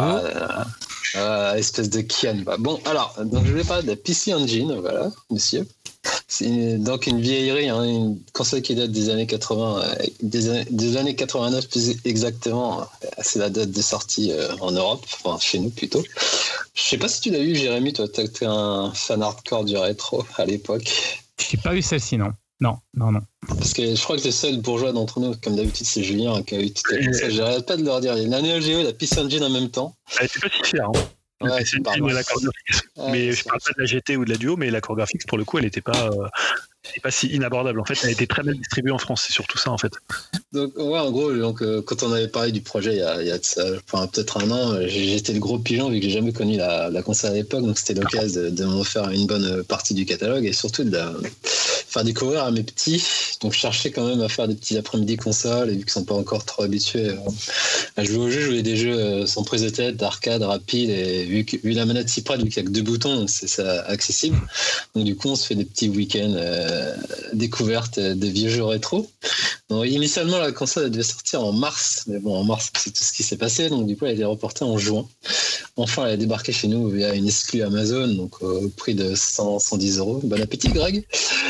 Espèce de Kian. Bon, alors, donc je vais parler de la PC Engine, voilà, monsieur. C'est donc une vieillerie, hein, une console qui date des années 80, des années 89 plus exactement. C'est la date de sortie en Europe, enfin chez nous plutôt. Je sais pas si tu l'as eu, Jérémy, toi, t'es un fan hardcore du rétro à l'époque. J'ai pas eu celle-ci, non. Non. Parce que je crois que le seul bourgeois d'entre nous, comme d'habitude, c'est Julien qui a eu toute la console. J'arrête pas de leur dire, il y a la Neo Geo et la PC Engine en même temps. Elle était pas si fière, hein. Ouais, c'est l'accord graphique. Mais je parle pas de la GT ou de la Duo, mais l'accord graphique, pour le coup, elle était pas si inabordable. En fait, elle était très mal distribuée en France, c'est surtout ça, en fait. Donc, ouais, en gros, quand on avait parlé du projet il y a de ça, peut-être un an, j'étais le gros pigeon vu que j'ai jamais connu la console à l'époque, donc c'était l'occasion de m'en faire une bonne partie du catalogue et surtout de faire découvrir à mes petits. Donc, je cherchais quand même à faire des petits après-midi console et vu qu'ils sont pas encore trop habitués à jouer aux jeux, je voulais des jeux sans prise de tête, d'arcade, rapide et vu la manette s'y prête, vu qu'il y a que 2 boutons, c'est ça accessible. Donc, du coup, on se fait des petits week-ends découverte de vieux jeux rétro. Donc, initialement, la console devait sortir en mars, mais bon, en mars, c'est tout ce qui s'est passé, donc du coup, elle a été reportée en juin. Enfin, elle a débarqué chez nous via une exclue Amazon, donc au prix de 110 €. Bon appétit, Greg.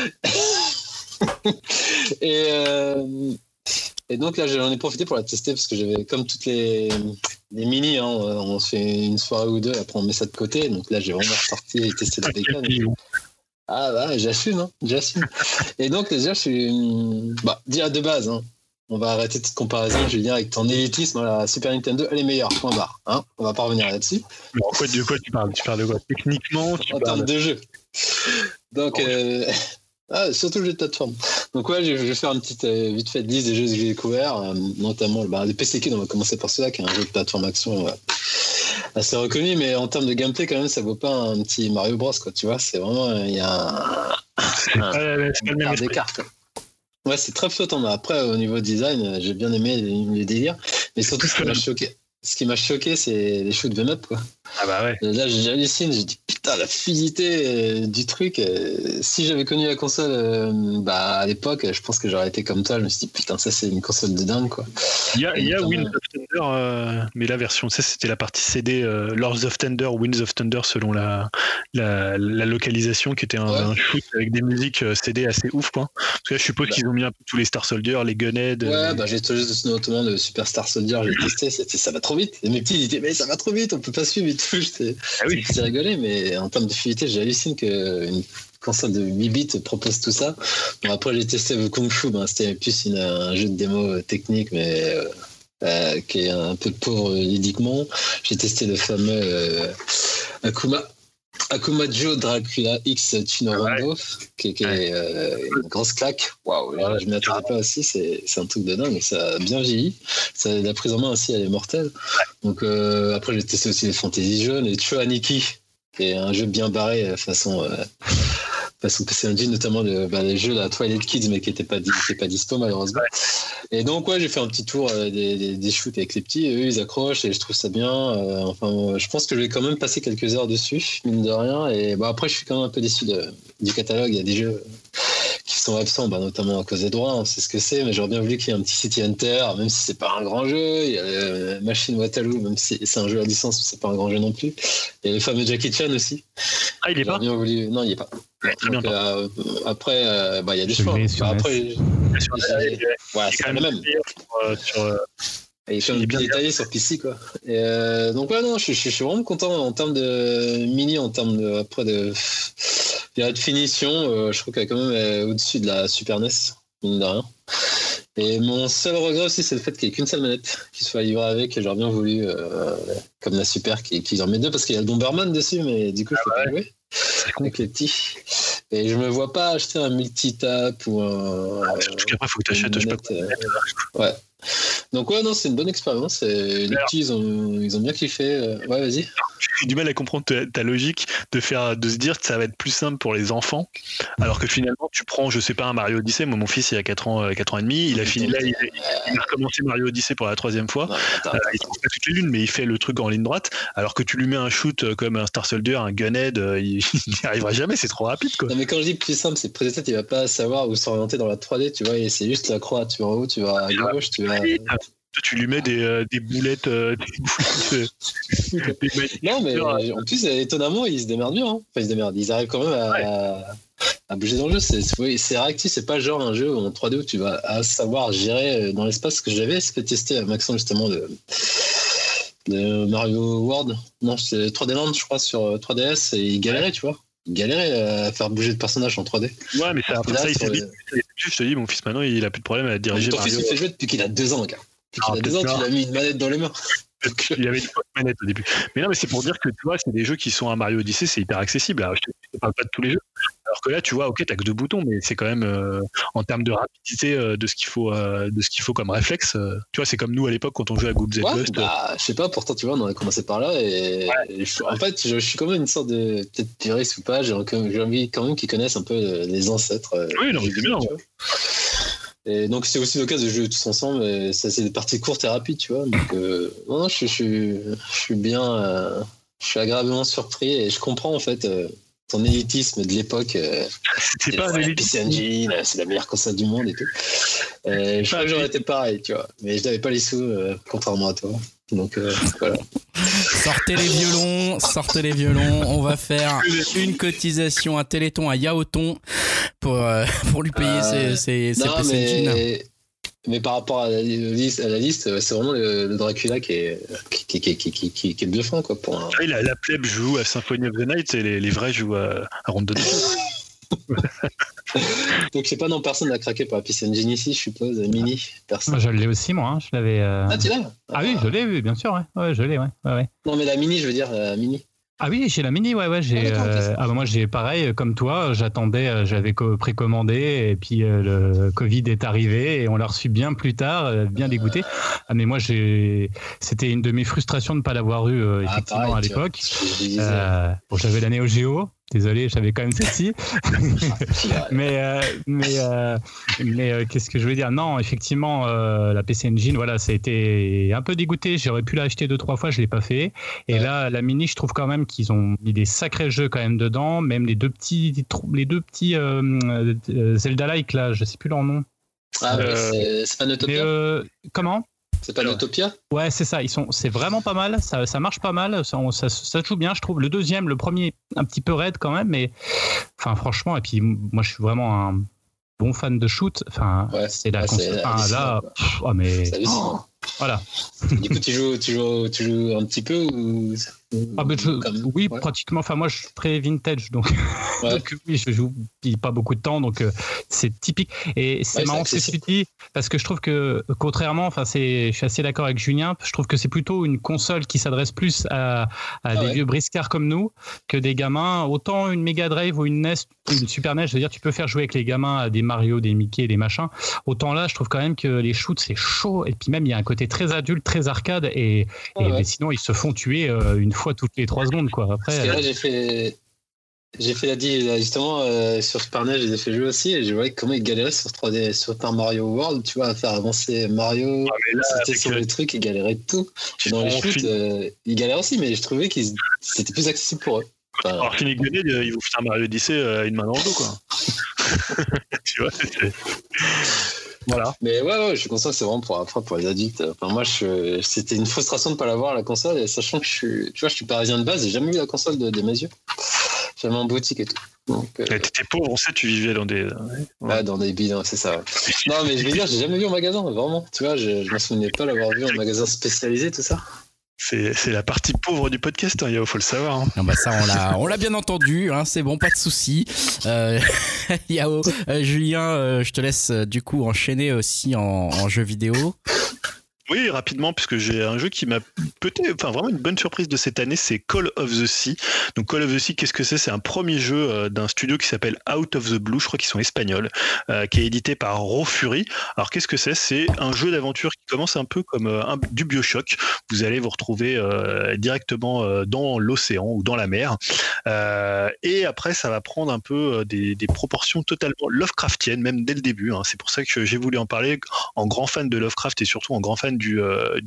Et donc là, j'en ai profité pour la tester parce que j'avais, comme toutes les mini, hein, on se fait une soirée ou deux, après on met ça de côté. Donc là, j'ai vraiment ressorti et testé la bécane. Ah bah, j'assume. Et donc déjà, je suis... déjà de base, hein, on va arrêter toute comparaison, Julien, avec ton élitisme. La Super Nintendo, elle est meilleure, point barre. Hein, on va pas revenir là-dessus. De quoi tu parles? Tu parles de quoi? Techniquement, en termes de jeu. Donc... surtout le jeu de plateforme. Donc ouais, je vais faire une petite vite fait liste des jeux que j'ai découverts, notamment le PCQ, on va commencer par celui-là, qui est un jeu de plateforme action assez reconnu, mais en termes de gameplay quand même, ça vaut pas un petit Mario Bros, quoi, tu vois, c'est vraiment, il y a un quart d'écart, quoi. Ouais, c'est très flottant, mais après, au niveau design, j'ai bien aimé les délires, mais surtout ce qui m'a choqué, c'est les shoots them-up, quoi. Ah bah ouais. Là, j'hallucine, j'ai dit putain, la fluidité du truc. Si j'avais connu la console à l'époque, je pense que j'aurais été comme toi. Je me suis dit putain, ça c'est une console de dingue, quoi. Il y a Winds of Thunder, mais la version, ça c'était la partie CD Lords of Thunder, Winds of Thunder selon la localisation, qui était un shoot avec des musiques CD assez ouf, quoi. Parce que là, je suppose qu'ils ont mis un peu tous les Star Soldier, les Gunhead. Ouais, j'ai juste notamment le Super Star Soldier, j'ai testé, ça va trop vite. Et mes petits disaient mais ça va trop vite, on peut pas suivre et tout. C'est rigolé, mais en termes de fluidité, j'hallucine qu'une console de 8 bits propose tout ça. Bon, après, j'ai testé le Kung Fu, c'était plus un jeu de démo technique, mais qui est un peu pauvre ludiquement. J'ai testé le fameux Akuma Joe Dracula X Chinorando, qui est une grosse claque. Waouh, je m'y attendais pas aussi, c'est un truc de dingue, ça a bien vieilli. La prise en main aussi, elle est mortelle. Donc après, j'ai testé aussi les Fantasy Jeunes, et Choaniki, qui est un jeu bien barré façon PC Engine, notamment les jeux la Twilight Kids, mais qui n'était pas dispo malheureusement. Et donc j'ai fait un petit tour des shoots avec les petits, et eux ils accrochent et je trouve ça bien. Je pense que je vais quand même passer quelques heures dessus, mine de rien. Et après je suis quand même un peu déçu du catalogue. Il y a des jeux qui sont absents, notamment à cause des droits, on sait ce que c'est, mais j'aurais bien voulu qu'il y ait un petit City Hunter, même si c'est pas un grand jeu. Il y a Machine Waterloo, même si c'est un jeu à licence, mais c'est pas un grand jeu non plus. Et le fameux Jackie Chan aussi. Ah, il est pas Non, il est pas. Donc, après, il y a des choix. Après, c'est quand même le même. Il est bien détaillé sur PC, quoi. Et donc je suis vraiment content en termes de mini, en termes de finition. Je trouve qu'elle est quand même au-dessus de la Super NES, mine de rien. Et mon seul regret aussi, c'est le fait qu'il n'y ait qu'une seule manette qui soit livrée avec. Et j'aurais bien voulu, comme la Super, qu'ils en mettent 2 parce qu'il y a le Bomberman dessus, mais du coup, je peux pas jouer avec les petits. Et je me vois pas acheter un multitap ou un. Surtout qu'après, il faut que tu achètes, je sais pas. Ouais. Donc ouais, non, c'est une bonne expérience. Et les petits, ils ont bien kiffé. Ouais, vas-y. J'ai du mal à comprendre ta logique de se dire que ça va être plus simple pour les enfants, alors que finalement tu prends, je sais pas, un Mario Odyssey. Moi, mon fils, il a 4 ans et demi, il a fini là, il a recommencé Mario Odyssey pour la 3e fois. Non, Il trouve pas toutes les lunes, mais il fait le truc en ligne droite, alors que tu lui mets un shoot comme un Star Soldier, un Gunhead, il n'y arrivera jamais, c'est trop rapide, quoi. Non, mais quand je dis plus simple, c'est peut-être il va pas savoir où s'orienter dans la 3D, tu vois, et c'est juste la croix, tu vas en haut, tu vas à gauche, tu vas. Tu lui mets des boulettes. Non, mais en plus, étonnamment, ils se démerdent bien. Hein. Enfin, ils se démerdent. Ils arrivent quand même à bouger dans le jeu. C'est réactif, c'est pas genre un jeu en 3D où tu vas savoir gérer dans l'espace. Ce que j'avais fait tester à Maxence justement de Mario World. Non, c'est 3D Land, je crois, sur 3DS. Et il galérait, tu vois. Il galérait à faire bouger le personnage en 3D. Ouais, mais ça, après ça, il s'est vite. Je te dis, mon fils, maintenant, il a plus de problème à diriger Ton Mario. fils, il fait jouer depuis qu'il a 2 ans, gars. Depuis qu'il a 2 ans, tu lui as mis une manette dans les mains. Il y avait une manette au début. Mais non, mais c'est pour dire que tu vois, c'est des jeux qui sont à Mario Odyssey, c'est hyper accessible. Alors, je te parle pas de tous les jeux. Alors que là, tu vois, ok, t'as que 2 boutons, mais c'est quand même en termes de rapidité de ce qu'il faut comme réflexe. Tu vois, c'est comme nous à l'époque quand on jouait à Google Z Bust. Je sais pas. Pourtant, tu vois, on a commencé par là et en fait, je suis quand même une sorte de peut-être puriste ou pas. J'ai envie quand même qu'ils connaissent un peu les ancêtres. Oui, non, c'est bien. Et donc c'est aussi l'occasion de jouer tous ensemble. Et ça, c'est des parties courtes et rapides, tu vois. Donc non, je suis bien, je suis agréablement surpris et je comprends en fait ton élitisme de l'époque. C'est pas un élitisme. PC Engine, c'est la meilleure console du monde et tout. Je crois que j'aurais été pareil, tu vois. Mais je n'avais pas les sous, contrairement à toi. Donc voilà. Sortez les violons. On va faire une cotisation, un téléthon, un yaoton pour lui payer ses PC Engine. Mais par rapport à la liste, c'est vraiment le Dracula qui est bluffant, quoi. La plèbe joue à Symphony of the Night et les vrais jouent à Ronde de Donc je sais pas, non, personne n'a craqué pour la PC Engine ici, je suppose. Mini, personne. Moi, je l'ai aussi, moi. Hein. Je l'avais. Ah, tu l'as? Oui, je l'ai, oui, bien sûr, ouais, je l'ai, ouais. Non, mais la Mini, je veux dire, la Mini. Ah oui, j'ai la Mini, ouais, j'ai. Moi, j'ai pareil, comme toi, j'attendais, j'avais précommandé, et puis le Covid est arrivé, et on l'a reçu bien plus tard, bien dégoûté. Ah, mais moi, c'était une de mes frustrations de ne pas l'avoir eu, effectivement, pareil, à l'époque. Bon, j'avais la Neo Geo. Désolé, j'avais quand même celle-ci. mais qu'est-ce que je voulais dire? Non, effectivement, la PC Engine, voilà, ça a été un peu dégoûté. J'aurais pu l'acheter 2-3 fois, je l'ai pas fait. Et là, la Mini, je trouve quand même qu'ils ont mis des sacrés jeux quand même dedans. Même les deux petits Zelda-like là, je sais plus leur nom. Ah oui, c'est pas Notopia. Comment? C'est pas l'Utopia? Ouais, c'est ça. C'est vraiment pas mal. Ça marche pas mal. Ça joue bien, je trouve. Le deuxième, le premier, un petit peu raide quand même, mais enfin, franchement. Et puis, moi, je suis vraiment un bon fan de shoot. Enfin, c'est la console. Là, mais voilà. Du coup, tu joues un petit peu ou... Oui, pratiquement. Enfin, moi, je suis très vintage, donc, donc oui, je joue pas beaucoup de temps, donc c'est typique. Et c'est marrant ce que tu dis, parce que je trouve que, contrairement, je suis assez d'accord avec Julien, je trouve que c'est plutôt une console qui s'adresse plus à des vieux briscards comme nous que des gamins. Autant une Mega Drive ou une NES, une Super NES, je veux dire, tu peux faire jouer avec les gamins à des Mario, des Mickey, des machins. Autant là, je trouve quand même que les shoots, c'est chaud. Et puis même, il y a un côté très adulte, très arcade, et sinon, ils se font tuer une fois toutes les 3 secondes, quoi. Après, parce que là, j'ai fait la deal justement sur Super NES, je les ai fait jouer aussi et je voyais comment ils galéraient sur 3D, sur Super Mario World, tu vois, à faire avancer Mario, c'était sur les trucs, ils galéraient de tout. Et dans les shoots, ils galèrent aussi, mais je trouvais que c'était plus accessible pour eux. Alors, fini Gunhead, ils vous font un Mario Odyssey une main dans le dos, quoi. Tu vois, voilà. Mais ouais, je suis conscient que c'est vraiment pour les adultes. Enfin, moi, c'était une frustration de ne pas l'avoir, la console, et sachant que je suis parisien de base, j'ai jamais vu la console de mes yeux. J'avais en boutique et tout. Donc, t'étais pauvre, on sait, tu vivais dans des... dans des bidons, c'est ça. Non, mais je veux dire, j'ai jamais vu en magasin, vraiment. Tu vois, je me souvenais pas l'avoir vu en magasin spécialisé, tout ça. C'est la partie pauvre du podcast, hein, Yao, faut le savoir. Hein. Non, bah ça, on l'a bien entendu, hein, c'est bon, pas de souci. Yao, Julien, je te laisse du coup enchaîner aussi en jeu vidéo. Oui, rapidement, puisque j'ai un jeu qui m'a vraiment une bonne surprise de cette année, c'est Call of the Sea. Donc Call of the Sea, qu'est-ce que c'est ? C'est un premier jeu d'un studio qui s'appelle Out of the Blue, je crois qu'ils sont espagnols, qui est édité par Raw Fury. Alors qu'est-ce que c'est ? C'est un jeu d'aventure qui commence un peu comme du BioShock. Vous allez vous retrouver directement dans l'océan ou dans la mer. Et après, ça va prendre un peu des proportions totalement Lovecraftiennes, même dès le début. Hein. C'est pour ça que j'ai voulu en parler, en grand fan de Lovecraft et surtout en grand fan du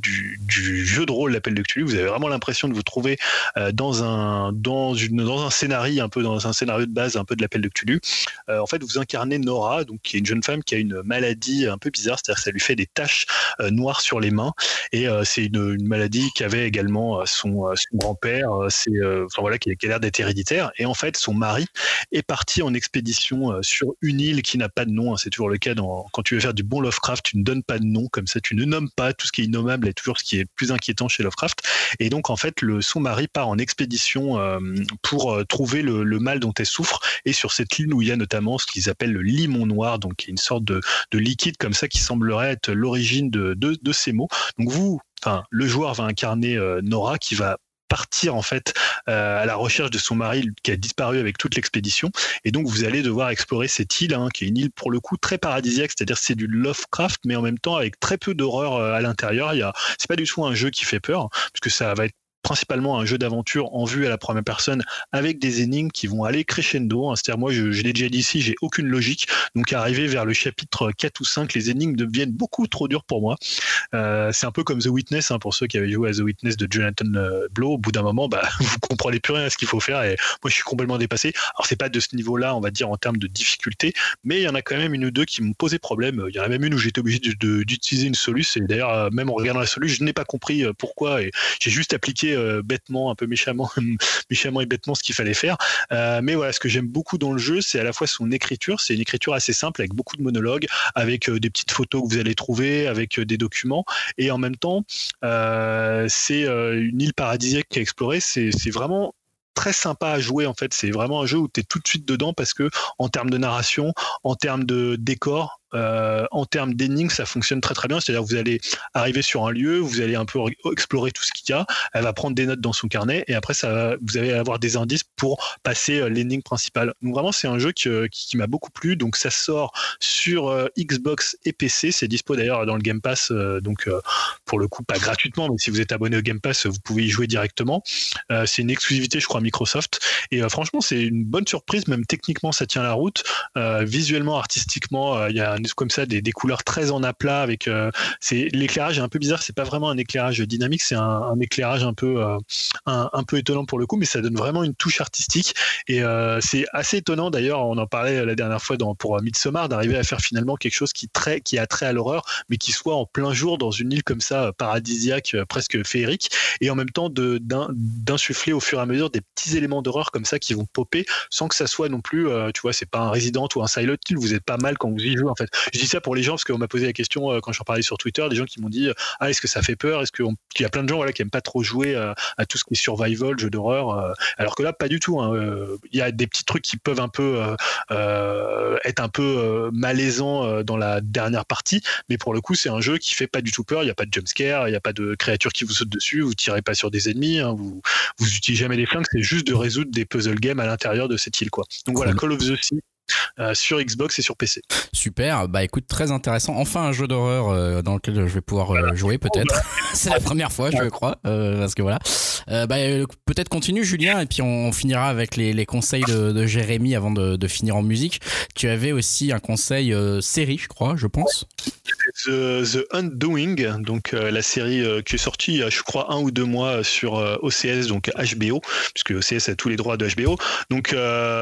jeu de rôle L'Appel de Cthulhu. Vous avez vraiment l'impression de vous trouver dans un scénario, un peu dans un scénario de base un peu de L'Appel de Cthulhu. En fait, vous incarnez Nora, donc qui est une jeune femme qui a une maladie un peu bizarre, c'est-à-dire que ça lui fait des taches noires sur les mains, et c'est une maladie qu'avait également son grand-père, qui a l'air d'être héréditaire. Et en fait, son mari est parti en expédition sur une île qui n'a pas de nom. Hein. C'est toujours le cas quand tu veux faire du bon Lovecraft, tu ne donnes pas de nom, comme ça tu ne nommes pas. Tout ce qui est innommable est toujours ce qui est plus inquiétant chez Lovecraft. Et donc en fait, son mari part en expédition pour trouver le mal dont elle souffre. Et sur cette île où il y a notamment ce qu'ils appellent le limon noir, donc qui est une sorte de liquide comme ça qui semblerait être l'origine de ces maux. Donc le joueur va incarner Nora, qui va partir en fait à la recherche de son mari qui a disparu avec toute l'expédition, et donc vous allez devoir explorer cette île, qui est une île pour le coup très paradisiaque, c'est-à-dire c'est du Lovecraft mais en même temps avec très peu d'horreur à l'intérieur. C'est pas du tout un jeu qui fait peur, puisque ça va être principalement un jeu d'aventure en vue à la première personne avec des énigmes qui vont aller crescendo. C'est-à-dire, moi, je l'ai déjà dit ici, j'ai aucune logique. Donc, arrivé vers le chapitre 4 ou 5, les énigmes deviennent beaucoup trop dures pour moi. C'est un peu comme The Witness, pour ceux qui avaient joué à The Witness de Jonathan Blow. Au bout d'un moment, vous comprenez plus rien à ce qu'il faut faire, et moi, je suis complètement dépassé. Alors, c'est pas de ce niveau-là, on va dire, en termes de difficulté, mais il y en a quand même une ou deux qui m'ont posé problème. Il y en a même une où j'étais obligé d'utiliser une soluce, et d'ailleurs, même en regardant la soluce, je n'ai pas compris pourquoi, et j'ai juste appliqué bêtement, un peu méchamment et bêtement ce qu'il fallait faire. Mais voilà, ce que j'aime beaucoup dans le jeu, c'est à la fois son écriture. C'est une écriture assez simple avec beaucoup de monologues, avec des petites photos que vous allez trouver, avec des documents, et en même temps, c'est une île paradisiaque à explorer. C'est vraiment très sympa à jouer en fait. C'est vraiment un jeu où tu es tout de suite dedans, parce que en termes de narration, en termes de décor, en termes d'énigmes, ça fonctionne très très bien. C'est-à-dire que vous allez arriver sur un lieu, vous allez un peu explorer tout ce qu'il y a, elle va prendre des notes dans son carnet, et après vous allez avoir des indices pour passer l'énigme principale. Donc vraiment, c'est un jeu qui m'a beaucoup plu. Donc ça sort sur Xbox et PC, c'est dispo d'ailleurs dans le Game Pass, donc pour le coup pas gratuitement, mais si vous êtes abonné au Game Pass, vous pouvez y jouer directement. C'est une exclusivité, je crois, Microsoft, et franchement c'est une bonne surprise. Même techniquement ça tient la route, visuellement, artistiquement, il y a comme ça des couleurs très en aplat, avec l'éclairage est un peu bizarre, c'est pas vraiment un éclairage dynamique, c'est un éclairage un peu étonnant pour le coup, mais ça donne vraiment une touche artistique, et c'est assez étonnant d'ailleurs, on en parlait la dernière fois pour Midsommar, d'arriver à faire finalement quelque chose qui a trait à l'horreur, mais qui soit en plein jour dans une île comme ça paradisiaque, presque féerique, et en même temps d'insuffler au fur et à mesure des petits éléments d'horreur comme ça qui vont popper sans que ça soit non plus, tu vois, c'est pas un Resident ou un Silent Hill, vous êtes pas mal quand vous y jouez en fait. Je dis ça pour les gens parce qu'on m'a posé la question quand j'en parlais sur Twitter, des gens qui m'ont dit est-ce que ça fait peur, il y a plein de gens qui aiment pas trop jouer à tout ce qui est survival, jeu d'horreur, alors que là pas du tout. Il y a des petits trucs qui peuvent un peu être un peu malaisants dans la dernière partie, mais pour le coup c'est un jeu qui fait pas du tout peur. Il y a pas de jumpscare, il y a pas de créatures qui vous sautent dessus, vous tirez pas sur des ennemis, vous utilisez jamais des flingues, c'est juste de résoudre des puzzle games à l'intérieur de cette île, quoi. Donc voilà, Call of the Sea sur Xbox et sur PC. Super, écoute, très intéressant. Enfin un jeu d'horreur dans lequel je vais pouvoir jouer peut-être. C'est la première fois, je crois, parce que voilà. Peut-être continue, Julien, et puis on finira avec les conseils de Jérémy avant de finir en musique. Tu avais aussi un conseil série, je crois, je pense. The Undoing, donc la série qui est sortie il y a, je crois, 1 ou 2 mois sur OCS, donc HBO, puisque OCS a tous les droits de HBO. Donc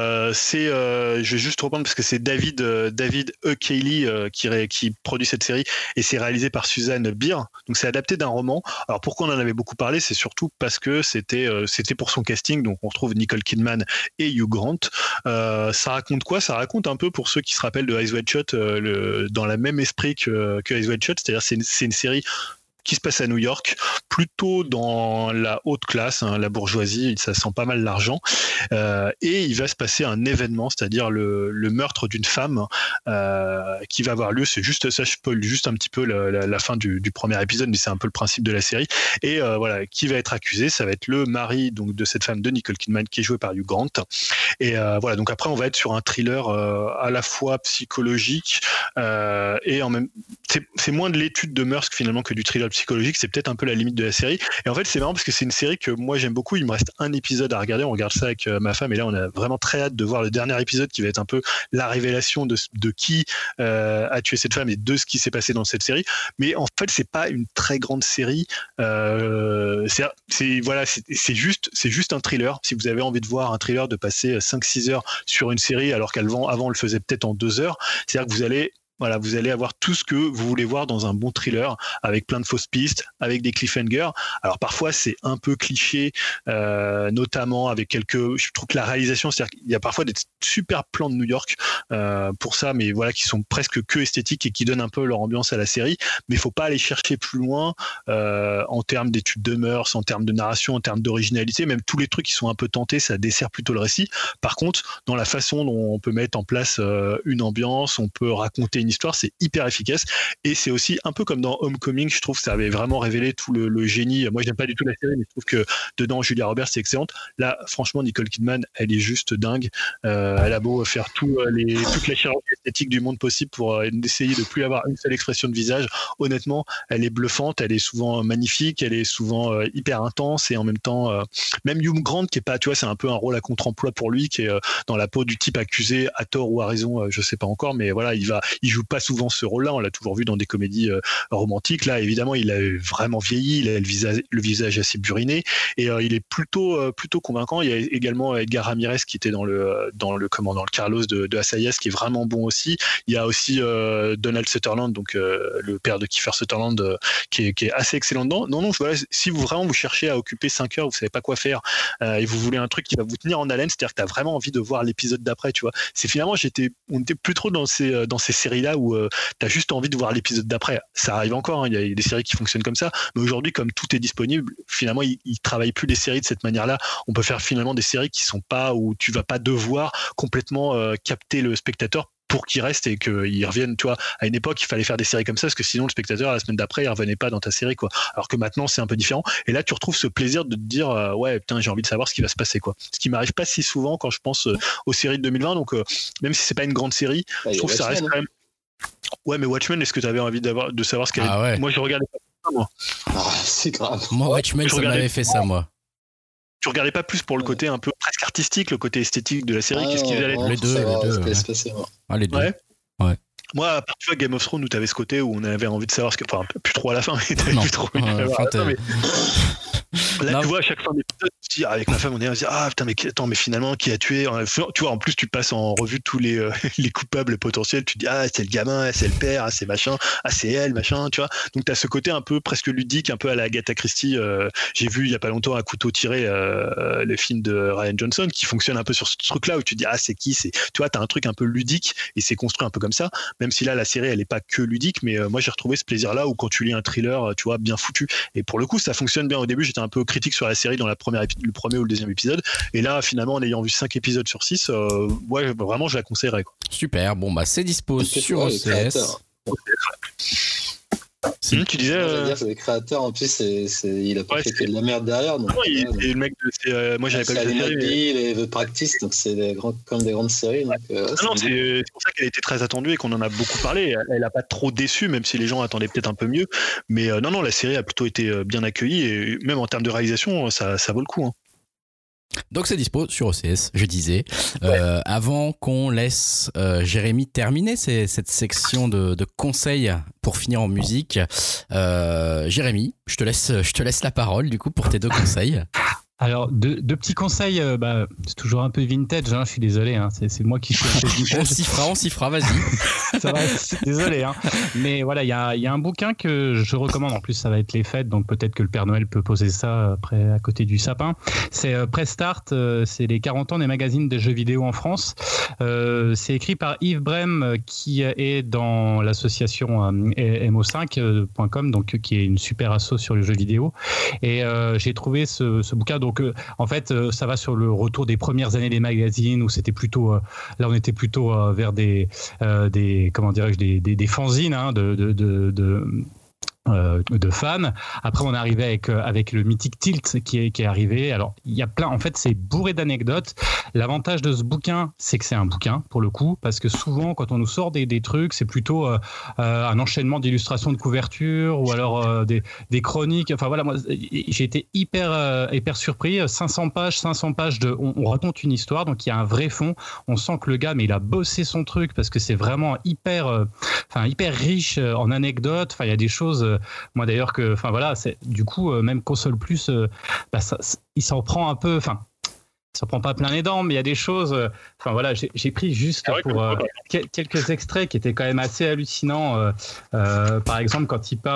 je vais juste reprendre parce que c'est David E. Cayley qui produit cette série, et c'est réalisé par Suzanne Bier. Donc c'est adapté d'un roman. Alors pourquoi on en avait beaucoup parlé, c'est surtout parce que c'était pour son casting. Donc on retrouve Nicole Kidman et Hugh Grant. Ça raconte quoi ? Ça raconte un peu, pour ceux qui se rappellent de Eyes Wide Shut, dans le même esprit que Eyes Wide Shut, c'est-à-dire c'est une série qui se passe à New York, plutôt dans la haute classe, hein, la bourgeoisie, ça sent pas mal l'argent, et il va se passer un événement, c'est-à-dire le meurtre d'une femme qui va avoir lieu. C'est juste ça, je spoil juste un petit peu la fin du premier épisode, mais c'est un peu le principe de la série. Et voilà, qui va être accusé, ça va être le mari donc de cette femme de Nicole Kidman qui est joué par Hugh Grant. Et voilà, donc après on va être sur un thriller à la fois psychologique et en même c'est moins de l'étude de mœurs finalement que du thriller psychologique. C'est peut-être un peu la limite de la série. Et en fait c'est marrant parce que c'est une série que moi j'aime beaucoup. Il me reste un épisode à regarder, on regarde ça avec ma femme, et là on a vraiment très hâte de voir le dernier épisode qui va être un peu la révélation de qui a tué cette femme et de ce qui s'est passé dans cette série. Mais en fait c'est pas une très grande série, c'est juste un thriller. Si vous avez envie de voir un thriller, de passer 5-6 heures sur une série alors qu'avant on le faisait peut-être en 2 heures, c'est-à-dire que vous allez avoir tout ce que vous voulez voir dans un bon thriller, avec plein de fausses pistes, avec des cliffhangers. Alors parfois c'est un peu cliché, notamment avec je trouve que la réalisation, c'est-à-dire qu'il y a parfois des super plans de New York pour ça, mais voilà, qui sont presque que esthétiques et qui donnent un peu leur ambiance à la série. Mais il faut pas aller chercher plus loin en termes d'études de mœurs, en termes de narration, en termes d'originalité. Même tous les trucs qui sont un peu tentés, ça dessert plutôt le récit. Par contre, dans la façon dont on peut mettre en place une ambiance, on peut raconter une histoire, c'est hyper efficace. Et c'est aussi un peu comme dans Homecoming, je trouve que ça avait vraiment révélé tout le génie. Moi j'aime pas du tout la série, mais je trouve que dedans Julia Roberts c'est excellente. Là franchement Nicole Kidman elle est juste dingue. Elle a beau faire toute la chirurgie esthétique du monde possible pour essayer de plus avoir une seule expression de visage, honnêtement elle est bluffante, elle est souvent magnifique, elle est souvent hyper intense, et en même temps même Hugh Grant qui est pas, tu vois, c'est un peu un rôle à contre-emploi pour lui, qui est dans la peau du type accusé à tort ou à raison, je sais pas encore, mais voilà, il joue pas souvent ce rôle-là. On l'a toujours vu dans des comédies romantiques. Là, évidemment, il a vraiment vieilli. Il a le visage assez buriné, et il est plutôt convaincant. Il y a également Edgar Ramirez qui était dans le Carlos de Assayas, qui est vraiment bon aussi. Il y a aussi Donald Sutherland, donc le père de Kiefer Sutherland, qui est assez excellent dedans. Non, voilà, si vous cherchez à occuper 5 heures, vous savez pas quoi faire, et vous voulez un truc qui va vous tenir en haleine, c'est-à-dire que tu as vraiment envie de voir l'épisode d'après, tu vois. C'est finalement, on était plus trop dans ces séries-là où t'as juste envie de voir l'épisode d'après. Ça arrive encore, hein, il y a des séries qui fonctionnent comme ça, mais aujourd'hui, comme tout est disponible, finalement, ils travaillent plus les séries de cette manière-là. On peut faire finalement des séries qui sont pas, où tu vas pas devoir complètement capter le spectateur pour qu'il reste et qu'il revienne. Tu vois, à une époque, il fallait faire des séries comme ça parce que sinon le spectateur la semaine d'après il revenait pas dans ta série, quoi. Alors que maintenant c'est un peu différent, et là tu retrouves ce plaisir de te dire ouais putain, j'ai envie de savoir ce qui va se passer, quoi. Ce qui m'arrive pas si souvent quand je pense aux séries de 2020. Donc même si c'est pas une grande série, je trouve que ça reste quand même. Ouais, mais Watchmen, est-ce que tu avais envie de savoir ce qu'elle est? Moi je regardais pas ça, moi. C'est grave. Moi Watchmen ça m'avait fait ça, moi. Tu regardais pas plus pour le côté un peu presque artistique, le côté esthétique de la série? Qu'est-ce qu'ils allaient être? Les deux. Ouais. Les deux. Ouais. Moi, à part tu vois, Game of Thrones, où t'avais ce côté où on avait envie de savoir ce que. Enfin, plus trop à la fin, mais t'avais plus trop envie de savoir à la fin, mais... Là, non. Tu vois, à chaque fin d'épisode, tu dis, avec ma femme, on dit, ah putain, mais attends, mais finalement, qui a tué? Tu vois, en plus, tu passes en revue tous les coupables potentiels. Tu te dis, ah, c'est le gamin, c'est le père, ah, c'est machin, ah, c'est elle, machin, tu vois. Donc, t'as ce côté un peu presque ludique, un peu à la Agatha Christie. J'ai vu il y a pas longtemps À couteau tiré, le film de Ryan Johnson, qui fonctionne un peu sur ce truc-là, où tu te dis, ah, c'est qui? Tu vois, t'as un truc un peu ludique, et c'est construit un peu comme ça. Même si là, la série, elle est pas que ludique, mais moi, j'ai retrouvé ce plaisir-là où quand tu lis un thriller, tu vois, bien foutu. Et pour le coup, ça fonctionne bien. Au début, j'étais un peu critique sur la série dans le premier ou le deuxième épisode, et là finalement en ayant vu 5 épisodes sur 6, ouais, vraiment je la conseillerais, quoi. Super, bon bah c'est dispo sur OCS. Tu disais c'est les créateurs, en plus il a pas fait que de la merde derrière, donc, et le mec moi j'avais pas vu la série, et The Practice, donc c'est comme des grandes séries, donc, c'est pour ça qu'elle a été très attendue et qu'on en a beaucoup parlé. Elle a pas trop déçu, même si les gens attendaient peut-être un peu mieux, mais non, la série a plutôt été bien accueillie, et même en termes de réalisation ça vaut le coup, hein. Donc c'est dispo sur OCS, je disais. Avant qu'on laisse Jérémy terminer cette section de conseils pour finir en musique, Jérémy, je te laisse la parole du coup pour tes 2 conseils. Alors, deux petits conseils, c'est toujours un peu vintage, hein, je suis désolé, hein, c'est moi qui suis un peu vintage. On s'y fera, vas-y. Ça va, désolé, hein. Mais voilà, il y a un bouquin que je recommande, en plus ça va être les fêtes, donc peut-être que le Père Noël peut poser ça après à côté du sapin. C'est Press Start, c'est les 40 ans des magazines de jeux vidéo en France. C'est écrit par Yves Brem, qui est dans l'association mo5.com, donc qui est une super asso sur les jeux vidéo. Et j'ai trouvé ce bouquin. Donc, en fait, ça va sur le retour des premières années des magazines où c'était plutôt, là, on était plutôt vers des comment dirais-je, des fanzines, hein, de fans. Après, on est arrivé avec le mythique Tilt qui est arrivé. Alors, il y a plein. En fait, c'est bourré d'anecdotes. L'avantage de ce bouquin, c'est que c'est un bouquin pour le coup, parce que souvent, quand on nous sort des trucs, c'est plutôt un enchaînement d'illustrations de couverture ou alors des chroniques. Enfin voilà, moi, j'ai été hyper surpris. 500 pages on raconte une histoire, donc il y a un vrai fond. On sent que le gars, mais il a bossé son truc parce que c'est vraiment hyper riche en anecdotes. Enfin, il y a des choses. Moi d'ailleurs que, enfin voilà, c'est du coup même Console Plus, il s'en prend un peu, enfin. Ça prend pas plein les dents, mais il y a des choses. Enfin voilà, j'ai pris juste pour quelques extraits qui étaient quand même assez hallucinants. Par exemple, quand il